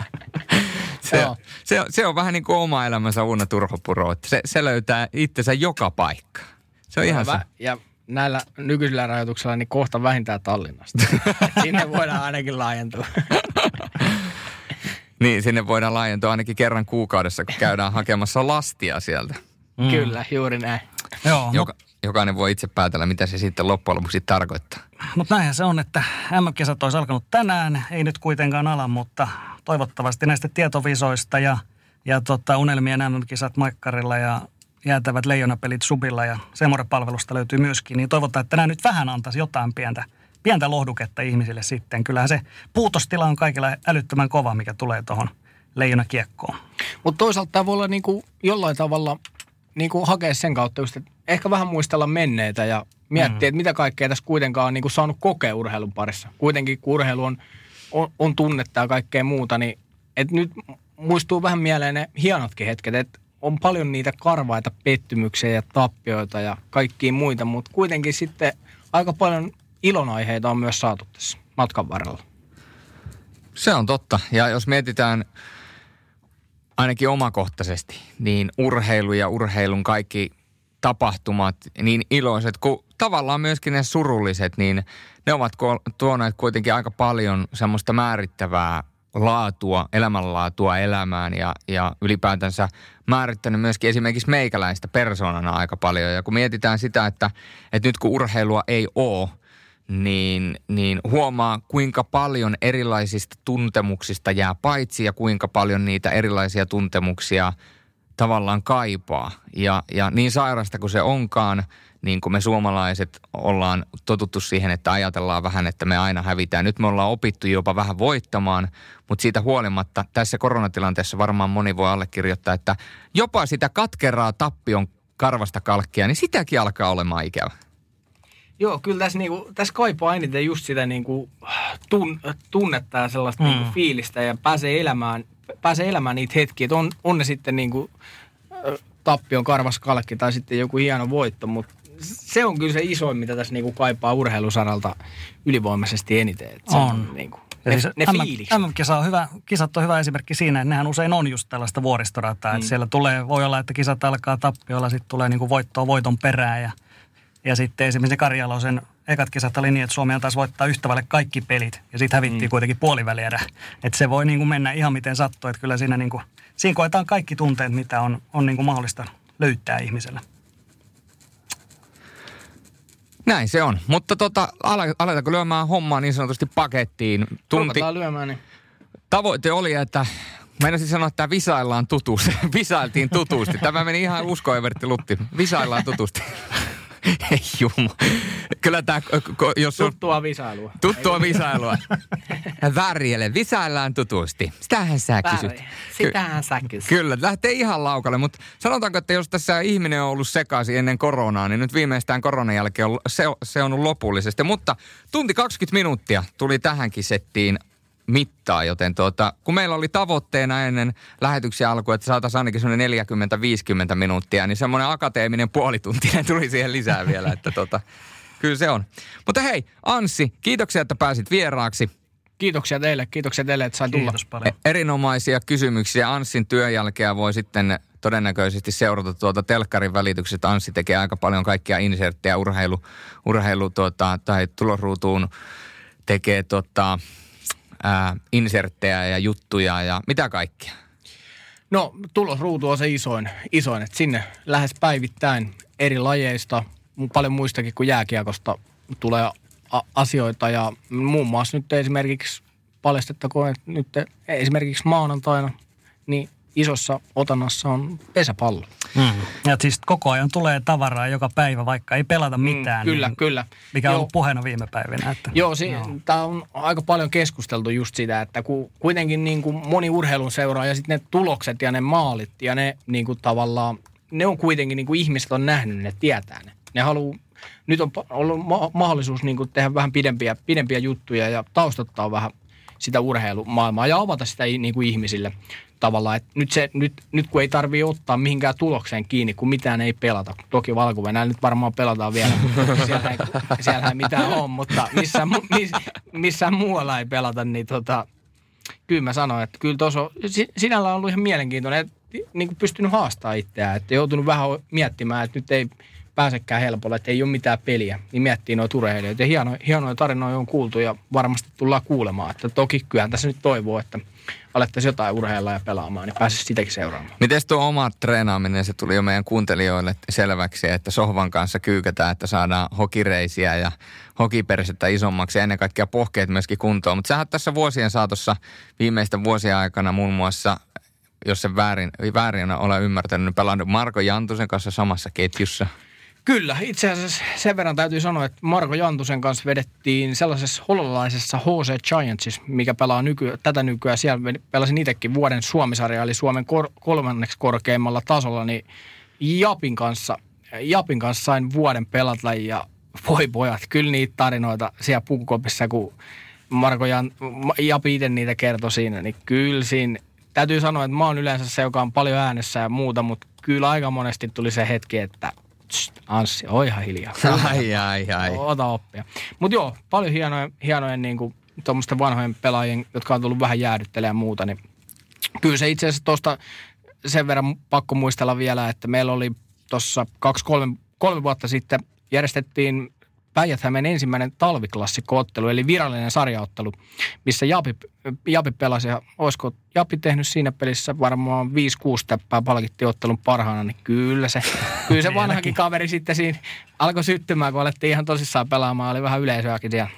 se, on, se, on, se on vähän niin kuin oma elämänsä Uuna Turhopuro, että se, se löytää itsensä joka paikka. Se on ihan se. Ja näillä nykyisillä rajoituksilla niin kohta vähintään Tallinnasta. Sinne voidaan ainakin laajentua. Niin, sinne voidaan laajentua ainakin kerran kuukaudessa, kun käydään hakemassa lastia sieltä. Mm. Kyllä, juuri näin. Joo, Joka, jokainen voi itse päätellä, mitä se sitten loppujen lopuksi tarkoittaa. Mutta näinhän se on, että M M-kisat olisi alkanut tänään, ei nyt kuitenkaan ala, mutta toivottavasti näistä tietovisoista ja, ja tota, unelmien M M-kisat Maikkarilla ja jäätävät leijonapelit Subilla ja Semore-palvelusta löytyy myöskin, niin toivotaan, että nämä nyt vähän antaisi jotain pientä, pientä lohduketta ihmisille sitten. Kyllähän se puutostila on kaikilla älyttömän kova, mikä tulee tuohon leijonakiekkoon. Mutta toisaalta tämä voi olla niinku jollain tavalla niinku hakea sen kautta just, että ehkä vähän muistella menneitä ja miettiä, mm. että mitä kaikkea tässä kuitenkaan on niinku saanut kokea urheilun parissa. Kuitenkin kun urheilu on, on, on tunnetta ja kaikkea muuta, niin että nyt muistuu vähän mieleen ne hienotkin hetket, että on paljon niitä karvaita pettymyksiä ja tappioita ja kaikkia muita, mutta kuitenkin sitten aika paljon ilonaiheita on myös saatu tässä matkan varrella. Se on totta. Ja jos mietitään ainakin omakohtaisesti, niin urheilu ja urheilun kaikki tapahtumat, niin iloiset kuin tavallaan myöskin ne surulliset, niin ne ovat tuoneet kuitenkin aika paljon semmoista määrittävää laatua, elämänlaatua elämään ja, ja ylipäätänsä määrittänyt myöskin esimerkiksi meikäläistä persoonana aika paljon. Ja kun mietitään sitä, että, että nyt kun urheilua ei ole, niin, niin huomaa kuinka paljon erilaisista tuntemuksista jää paitsi ja kuinka paljon niitä erilaisia tuntemuksia tavallaan kaipaa. Ja, ja niin sairasta kuin se onkaan, niin kuin me suomalaiset ollaan totuttu siihen, että ajatellaan vähän, että me aina hävitään. Nyt me ollaan opittu jopa vähän voittamaan, mutta siitä huolimatta tässä koronatilanteessa varmaan moni voi allekirjoittaa, että jopa sitä katkeraa tappion karvasta kalkkia, niin sitäkin alkaa olemaan ikävä. Joo, kyllä tässä, niinku, tässä kaipaa eniten just sitä niinku, tun, tunnetta ja sellaista mm. niinku, fiilistä ja pääsee elämään, pääsee elämään niitä hetkiä. On, on ne sitten niinku, tappion karvas kalkki tai sitten joku hieno voitto, mutta se on kyllä se isoin, mitä tässä niinku, kaipaa urheilusaralta ylivoimaisesti eniten. Se on. on niinku, ne, siis ne fiilikset. M M-kisa on hyvä, kisat on hyvä esimerkki siinä, että nehän usein on just tällaista vuoristorataa. Mm. Että siellä tulee, voi olla, että kisat alkaa tappiolla, sitten tulee niinku, voittoa voiton perään ja Ja sitten esimerkiksi Karjalosen ekat kisat oli niin, että Suomi taas voittaa yhtävälle kaikki pelit. Ja sitten hävittiin mm. kuitenkin puolivälierä. Että se voi niin kuin mennä ihan miten sattuu. Että kyllä siinä, niin kuin, siinä koetaan kaikki tunteet, mitä on, on niin kuin mahdollista löytää ihmiselle. Näin se on. Mutta tota, aletaanko lyömään hommaa niin sanotusti pakettiin? Tunti. lyömään, niin. Tavoite oli, että meinasin sanoa, että visaillaan tutusti. Visailtiin tutusti. Tämä meni ihan Usko Evertti Lutti. Visaillaan tutusti. Ei jumma. Kyllä tämä, jos on... Tuttua visailua. Tuttua visailua. Värjele, visaillaan tutusti. Sitähän sä kysyt. Väri. Sitähän sä kysyt. Kyllä, lähtee ihan laukalle, mutta sanotaanko, että jos tässä ihminen on ollut sekaisin ennen koronaa, niin nyt viimeistään koronan jälkeen on, se, se on loppullisesti. Mutta tunti kaksikymmentä minuuttia tuli tähänkin settiin mittaa, joten tuota, kun meillä oli tavoitteena ennen lähetyksen alkua, että saataisiin ainakin semmoinen neljäkymmentä viisikymmentä minuuttia, niin semmoinen akateeminen puolituntinen tuli siihen lisää vielä, että tota, kyllä se on. Mutta hei, Anssi, kiitoksia, että pääsit vieraaksi. Kiitoksia teille, kiitoksia teille, että sain tulla. Kiitos paljon. Erinomaisia kysymyksiä. Anssin työn jälkeen voi sitten todennäköisesti seurata tuota telkkarin välityksestä. Anssi tekee aika paljon kaikkia inserttejä urheilu, urheilu tuota, tai tulosruutuun tekee tota... Ää, inserttejä ja juttuja ja mitä kaikkea? No tulosruutu on se isoin, isoin, että sinne lähes päivittäin eri lajeista, paljon muistakin kuin jääkiekosta tulee a- asioita ja muun muassa nyt esimerkiksi paljastettakoon, että nyt esimerkiksi maanantaina niin isossa otannassa on pesäpallo. Mm. Ja siis koko ajan tulee tavaraa joka päivä, vaikka ei pelata mitään. Mm, kyllä, niin, kyllä. Mikä on Joo. ollut puheena viime päivinä. Että, Joo, si- tämä on aika paljon keskusteltu just sitä, että kun kuitenkin niin kuin moni urheilun seuraa ja sitten ne tulokset ja ne maalit ja ne niin kuin tavallaan, ne on kuitenkin niin kuin ihmiset on nähnyt, ne tietää ne. Ne haluaa, nyt on ollut ma- mahdollisuus niin kuin tehdä vähän pidempiä, pidempiä juttuja ja taustottaa vähän sitä urheilumaailmaa ja avata sitä niin kuin ihmisille. Tavallaan, että nyt, se, nyt, nyt kun ei tarvitse ottaa mihinkään tulokseen kiinni, kun mitään ei pelata. Toki Valko-Venäjällä nyt varmaan pelataan vielä. Siellä ei, siellä ei mitään ole, mutta missään, miss, missään muualla ei pelata. Niin tota, kyllä mä sanoin, että kyllä tuossa on sinällä on ollut ihan mielenkiintoinen. niin kuin pystynyt haastamaan itseään. Että joutunut vähän miettimään, että nyt ei pääsekään helpolla, että ei ole mitään peliä. Niin miettii noita urheilijoita. Ja hieno, hienoja tarinoja on kuultu ja varmasti tullaan kuulemaan. Että toki kyllähän tässä nyt toivoo, että alettaisiin jotain urheilla ja pelaamaan, niin pääsisi sitäkin seuraamaan. Miten tuo oma treenaaminen, se tuli jo meidän kuuntelijoille selväksi, että sohvan kanssa kyykätään, että saadaan hokireisiä ja hokipersettä isommaksi ja ennen kaikkea pohkeet myöskin kuntoon. Mutta sä oot tässä vuosien saatossa viimeisten vuosien aikana muun muassa, jos se väärin, väärin ole ymmärtänyt, niin pelannut Marko Jantusen kanssa samassa ketjussa. Kyllä, itse asiassa sen verran täytyy sanoa, että Marko Jantusen kanssa vedettiin sellaisessa hollantilaisessa H C Giantsissa, mikä pelaa nyky, tätä nykyään. Siellä pelasin itsekin vuoden Suomi-sarja, eli Suomen kor, kolmanneksi korkeimmalla tasolla, niin Japin kanssa, Japin kanssa sain vuoden pelata ja voi pojat, kyllä niitä tarinoita siellä pukukopissa, kun Marko Jan, Japi itse niitä kertoi siinä, niin kyllä siinä, täytyy sanoa, että mä oon yleensä se, joka on paljon äänessä ja muuta, mutta kyllä aika monesti tuli se hetki, että Anssi, oi ihan hiljaa. Ai, ai, ai. Ota oppia. Mutta joo, paljon hienoja, hienoja niin kuin tuommoisten vanhojen pelaajien, jotka on tullut vähän jäädyttelemään ja muuta. Niin kyllä se itse asiassa tuosta sen verran pakko muistella vielä, että meillä oli tuossa kaksi, kolme, kolme vuotta sitten järjestettiin Päijät-Hämeen ensimmäinen talviklassikko-ottelu, eli virallinen sarjaottelu, missä Japi, Japi pelasi. Ja olisiko Japi tehnyt siinä pelissä varmaan viisi kuusi täppää, palkittiin ottelun parhaana, niin kyllä se, kyllä se vanhakin kaveri sitten siinä alkoi syttymään, kun alettiin ihan tosissaan pelaamaan, oli vähän yleisöäkin siellä.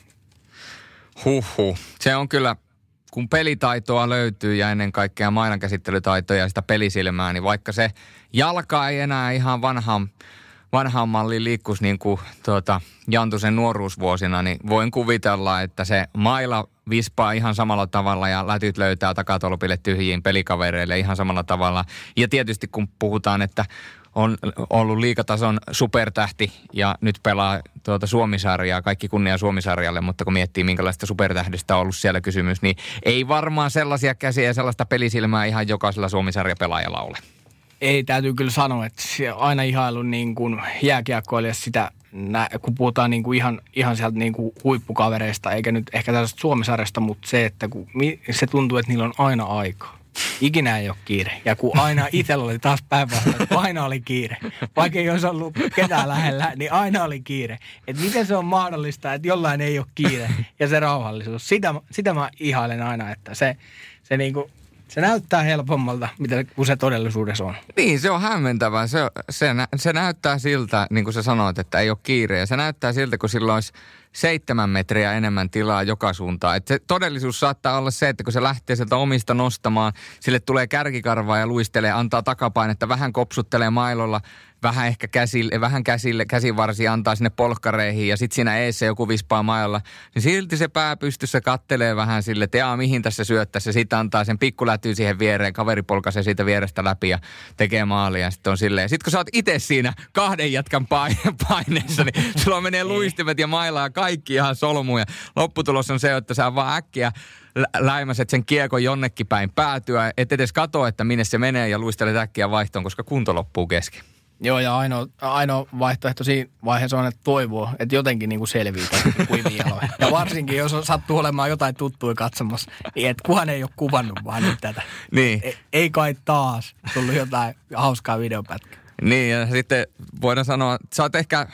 Huhhuh. Se on kyllä, kun pelitaitoa löytyy ja ennen kaikkea mainankäsittelytaitoja ja sitä pelisilmää, niin vaikka se jalka ei enää ihan vanhaan vanhaan malliin liikkuisi niin kuin tuota, Jantusen nuoruusvuosina, niin voin kuvitella, että se maila vispaa ihan samalla tavalla ja lätyt löytää takatolpille tyhjiin pelikavereille ihan samalla tavalla. Ja tietysti kun puhutaan, että on ollut liigatason supertähti ja nyt pelaa tuota Suomi-sarjaa, kaikki kunnia Suomi-sarjalle, mutta kun miettii minkälaista supertähdistä on ollut siellä kysymys, niin ei varmaan sellaisia käsiä ja sellaista pelisilmää ihan jokaisella Suomi-sarjapelaajalla ole. Ei, täytyy kyllä sanoa, että aina ihailu niin kuin jääkiekkoilija sitä, kun puhutaan niin kuin ihan, ihan sieltä niin kuin huippukavereista, eikä nyt ehkä tällaista Suomi-sarjasta, mutta se, että kun se tuntuu, että niillä on aina aikaa. Ikinä ei ole kiire. Ja kun aina itsellä oli taas päinvastoin, kun aina oli kiire. Vaikka ei olisi ollut ketään lähellä, niin aina oli kiire. Että miten se on mahdollista, että jollain ei ole kiire ja se rauhallisuus. Sitä, sitä mä ihailen aina, että se, se niin kuin se näyttää helpommalta, mitä kuin se todellisuudessa on. Niin, se on hämmentävää. Se, se, nä, se näyttää siltä, niin kuin sä sanoit, että ei ole kiire. Ja se näyttää siltä, kun sillä olisi seitsemän metriä enemmän tilaa joka suuntaan. Et se todellisuus saattaa olla se, että kun se lähtee sieltä omista nostamaan, sille tulee kärkikarvaa ja luistelee, antaa takapainetta, vähän kopsuttelee mailolla, vähän ehkä käsille, vähän käsille, käsivarsia antaa sinne polkkareihin ja sitten siinä eessä joku vispaa mailla. Niin silti se pää pystyssä kattelee vähän sille, että jaa, mihin tässä syöttäisi. Ja sitten antaa sen pikkulätyy siihen viereen, kaveri polkaisee siitä vierestä läpi ja tekee maalia. Ja sitten on silleen. Sitten kun sä oot itse siinä kahden jätkän paineessa, niin sulla menee luistimet ja mailla ja kaikki ihan solmuja. Lopputulos on se, että sä vaan äkkiä läimäset sen kiekon jonnekin päin päätyä. Et edes katso, että minne se menee ja luistelet äkkiä vaihtoon, koska kunto loppuu kesken. Joo, ja ainoa, ainoa vaihtoehto siinä vaiheessa on, että toivoo, että jotenkin niin kuin selvii kuivin jaloin. Ja varsinkin, jos sattuu olemaan jotain tuttuja katsomassa, niin et kuhan ei ole kuvannut vaan nyt tätä. Niin. Ei, ei kai taas tullut jotain hauskaa videopätkää. Niin, ja sitten voidaan sanoa, että sä oot ehkä,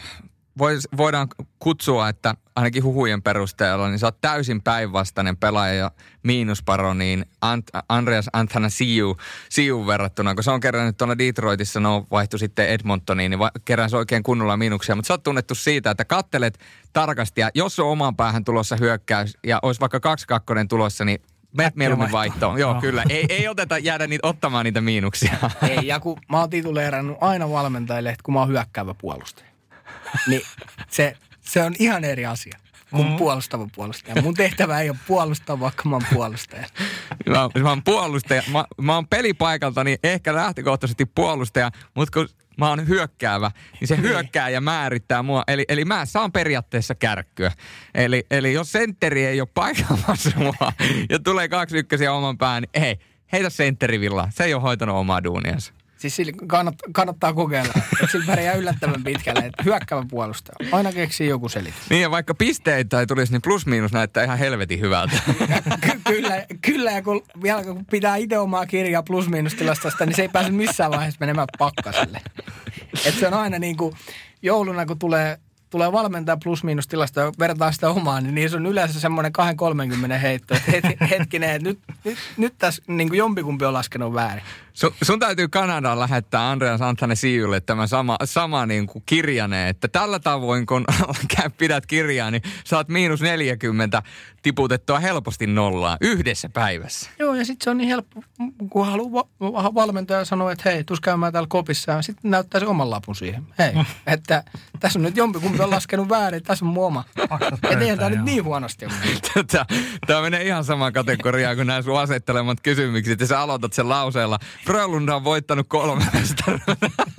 voidaan kutsua, että ainakin huhujen perusteella, niin sä oot täysin päinvastainen pelaaja ja miinusparoniin Ant- Andreas Athanasiou Siu verrattuna, kun se on kerännyt tuolla Detroitissa, no vaihtui sitten Edmontoniin, niin va- keräsi oikein kunnolla miinuksia, mutta sä oot tunnettu siitä, että kattelet tarkasti ja jos on oman päähän tulossa hyökkäys ja olisi vaikka kaksi kakkonen tulossa, niin menet mieluummin vaihtoon. Joo, no. Kyllä. Ei, ei oteta jäädä niitä, ottamaan niitä miinuksia. Ei, ja kun mä oon tituleerannut aina valmentajille, että kun mä oon hyökkäävä puolustaja, niin se, se on ihan eri asia kuin mm-hmm. puolustava puolustaja. Mun tehtävä ei ole puolustaa, vaikka mä oon puolustaja. Mä, mä oon puolustaja. Mä, mä oon pelipaikaltani ehkä lähtökohtaisesti puolustaja, mutta kun mä oon hyökkäävä, niin se hyökkää ja määrittää mua. Eli, eli mä saan periaatteessa kärkkyä. Eli, eli jos sentteri ei ole paikamassa mua ja tulee kaksi ykkösiä oman pään, niin ei, heitä sentterivilla. Se ei ole hoitanut omaa duuniansa. Siis sillä kannattaa, kannattaa kokeilla, että sillä pärjää yllättävän pitkälle, että hyökkäävä puolustaja. Aina keksii joku selitys. Niin ja vaikka pisteitä ei tulisi, niin plus miinus näyttää ihan helvetin hyvältä. Ky- kyllä, kyllä, ja kun, vielä kun pitää itse omaa kirjaa plus-miinustilastosta, niin se ei pääse missään vaiheessa menemään pakkaselle. Että se on aina niin kuin jouluna, kun tulee, tulee valmentaa plus-miinustilastoa ja vertaa sitä omaa, niin niissä on yleensä semmoinen kaksikymmentä kolmekymmentä heitto. Että hetkinen, että nyt, nyt, nyt tässä niin kuin jompikumpi on laskenut väärin. Sun, sun täytyy Kanadaan lähettää Andreas Antanesiulle tämä sama, sama niin kuin kirjane, että tällä tavoin kun pidät kirjaa, niin saat miinus neljäkymmentä tiputettua helposti nollaan yhdessä päivässä. Joo, ja sitten se on niin helppo, kun haluaa va- valmentaja sanoa, että hei, tuus käymään täällä kopissa, ja sitten näyttää se oman lapun siihen. Hei, että tässä on nyt jompikumpi on laskenut väärin, tässä on mun oma. Että eihän tämä nyt niin huonosti ole. Tämä menee ihan samaan kategoriaan kuin nämä sun asettelemat kysymykset, ja sä aloitat sen lauseella. Frölunda on voittanut kolme mestaruutta.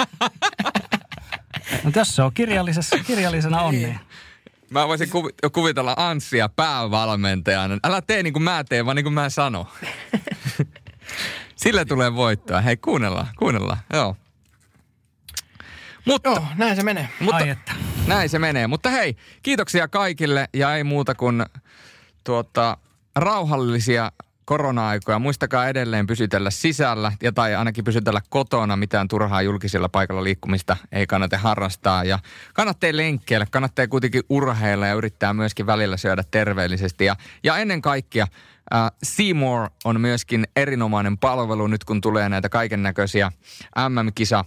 No jos se on kirjallisessa, kirjallisena on, niin. Mä voisin kuvi- kuvitella Anssia päävalmentajana. Älä tee niin kuin mä teen, vaan niin kuin mä sanon. Sillä tulee voittoa. Hei, kuunnellaan, kuunnellaan. Joo. Mutta, Joo, näin se menee. Mutta, Ai että. näin se menee. Mutta hei, kiitoksia kaikille ja ei muuta kuin tuota, rauhallisia korona-aikoja. Muistakaa edelleen pysytellä sisällä ja tai ainakin pysytellä kotona. Mitään turhaa julkisilla paikalla liikkumista ei kannata harrastaa. Ja kannattaa lenkkeillä, kannattaa kuitenkin urheilla ja yrittää myöskin välillä syödä terveellisesti. Ja, ja ennen kaikkea äh, C More on myöskin erinomainen palvelu nyt kun tulee näitä kaiken näköisiä M M-kisa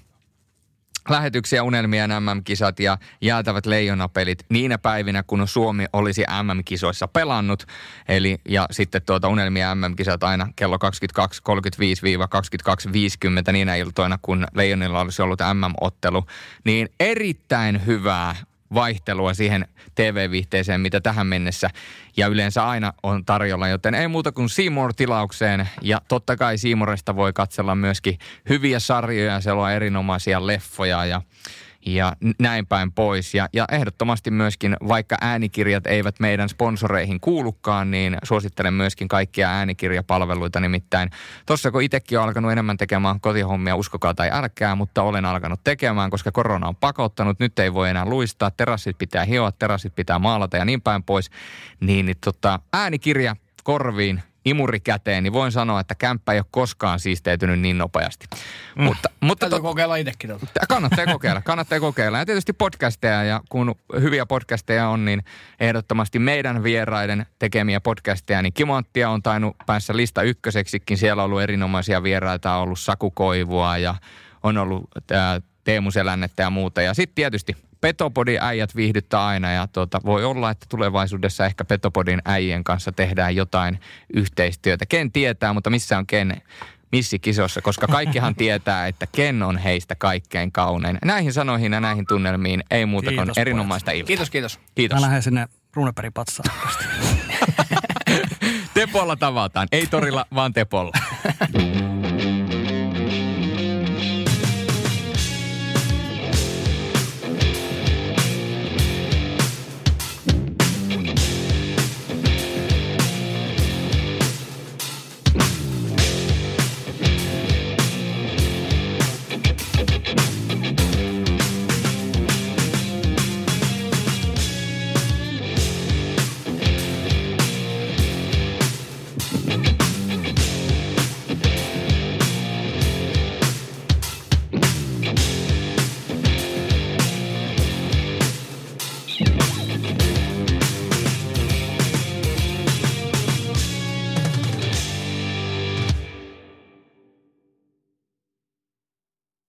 lähetyksiä, unelmien M M-kisat ja jäätävät leijonapelit niinä päivinä, kun Suomi olisi M M-kisoissa pelannut. Eli ja sitten tuota unelmien M M-kisat aina kello kaksikymmentäkaksi kolmekymmentäviisi kaksikymmentäkaksi viisikymmentä niinä iltoina, kun Leijonilla olisi ollut M M-ottelu. Niin erittäin hyvää vaihtelua siihen T V-viihteeseen, mitä tähän mennessä ja yleensä aina on tarjolla, joten ei muuta kuin C More-tilaukseen ja totta kai C Moresta voi katsella myöskin hyviä sarjoja, siellä on erinomaisia leffoja ja ja näin päin pois. Ja, ja ehdottomasti myöskin, vaikka äänikirjat eivät meidän sponsoreihin kuulukaan, niin suosittelen myöskin kaikkia äänikirjapalveluita. Nimittäin tuossa kun itsekin on alkanut enemmän tekemään kotihommia, uskokaa tai älkää, mutta olen alkanut tekemään, koska korona on pakottanut. Nyt ei voi enää luistaa, terassit pitää hioa, terassit pitää maalata ja niin päin pois. Niin, niin tota, äänikirja korviin, imuri käteen, niin voin sanoa, että kämppä ei ole koskaan siisteytynyt niin nopeasti. Mm. Mutta, mutta Täytyy to... kokeilla itsekin tuota. Kannattaa kokeilla, kannattaa kokeilla. Ja tietysti podcasteja, ja kun hyviä podcasteja on, niin ehdottomasti meidän vieraiden tekemiä podcasteja, niin Kimanttia on tainnut päässä lista ykköseksikin. Siellä on ollut erinomaisia vieraita, on ollut Saku Koivua ja on ollut ää, Teemu Selännettä ja muuta. Ja sitten tietysti Petopodin äijät viihdyttää aina ja tuota, voi olla, että tulevaisuudessa ehkä Petopodin äijien kanssa tehdään jotain yhteistyötä. Ken tietää, mutta missä on Ken missikisossa, koska kaikkihan tietää, että Ken on heistä kaikkein kaunein. Näihin sanoihin ja näihin tunnelmiin ei muuta kuin kiitos, erinomaista iltaa. Kiitos, kiitos. Kiitos. Mä lähden sinne Runebergin patsaan. Tepolla tavataan. Ei torilla, vaan Tepolla.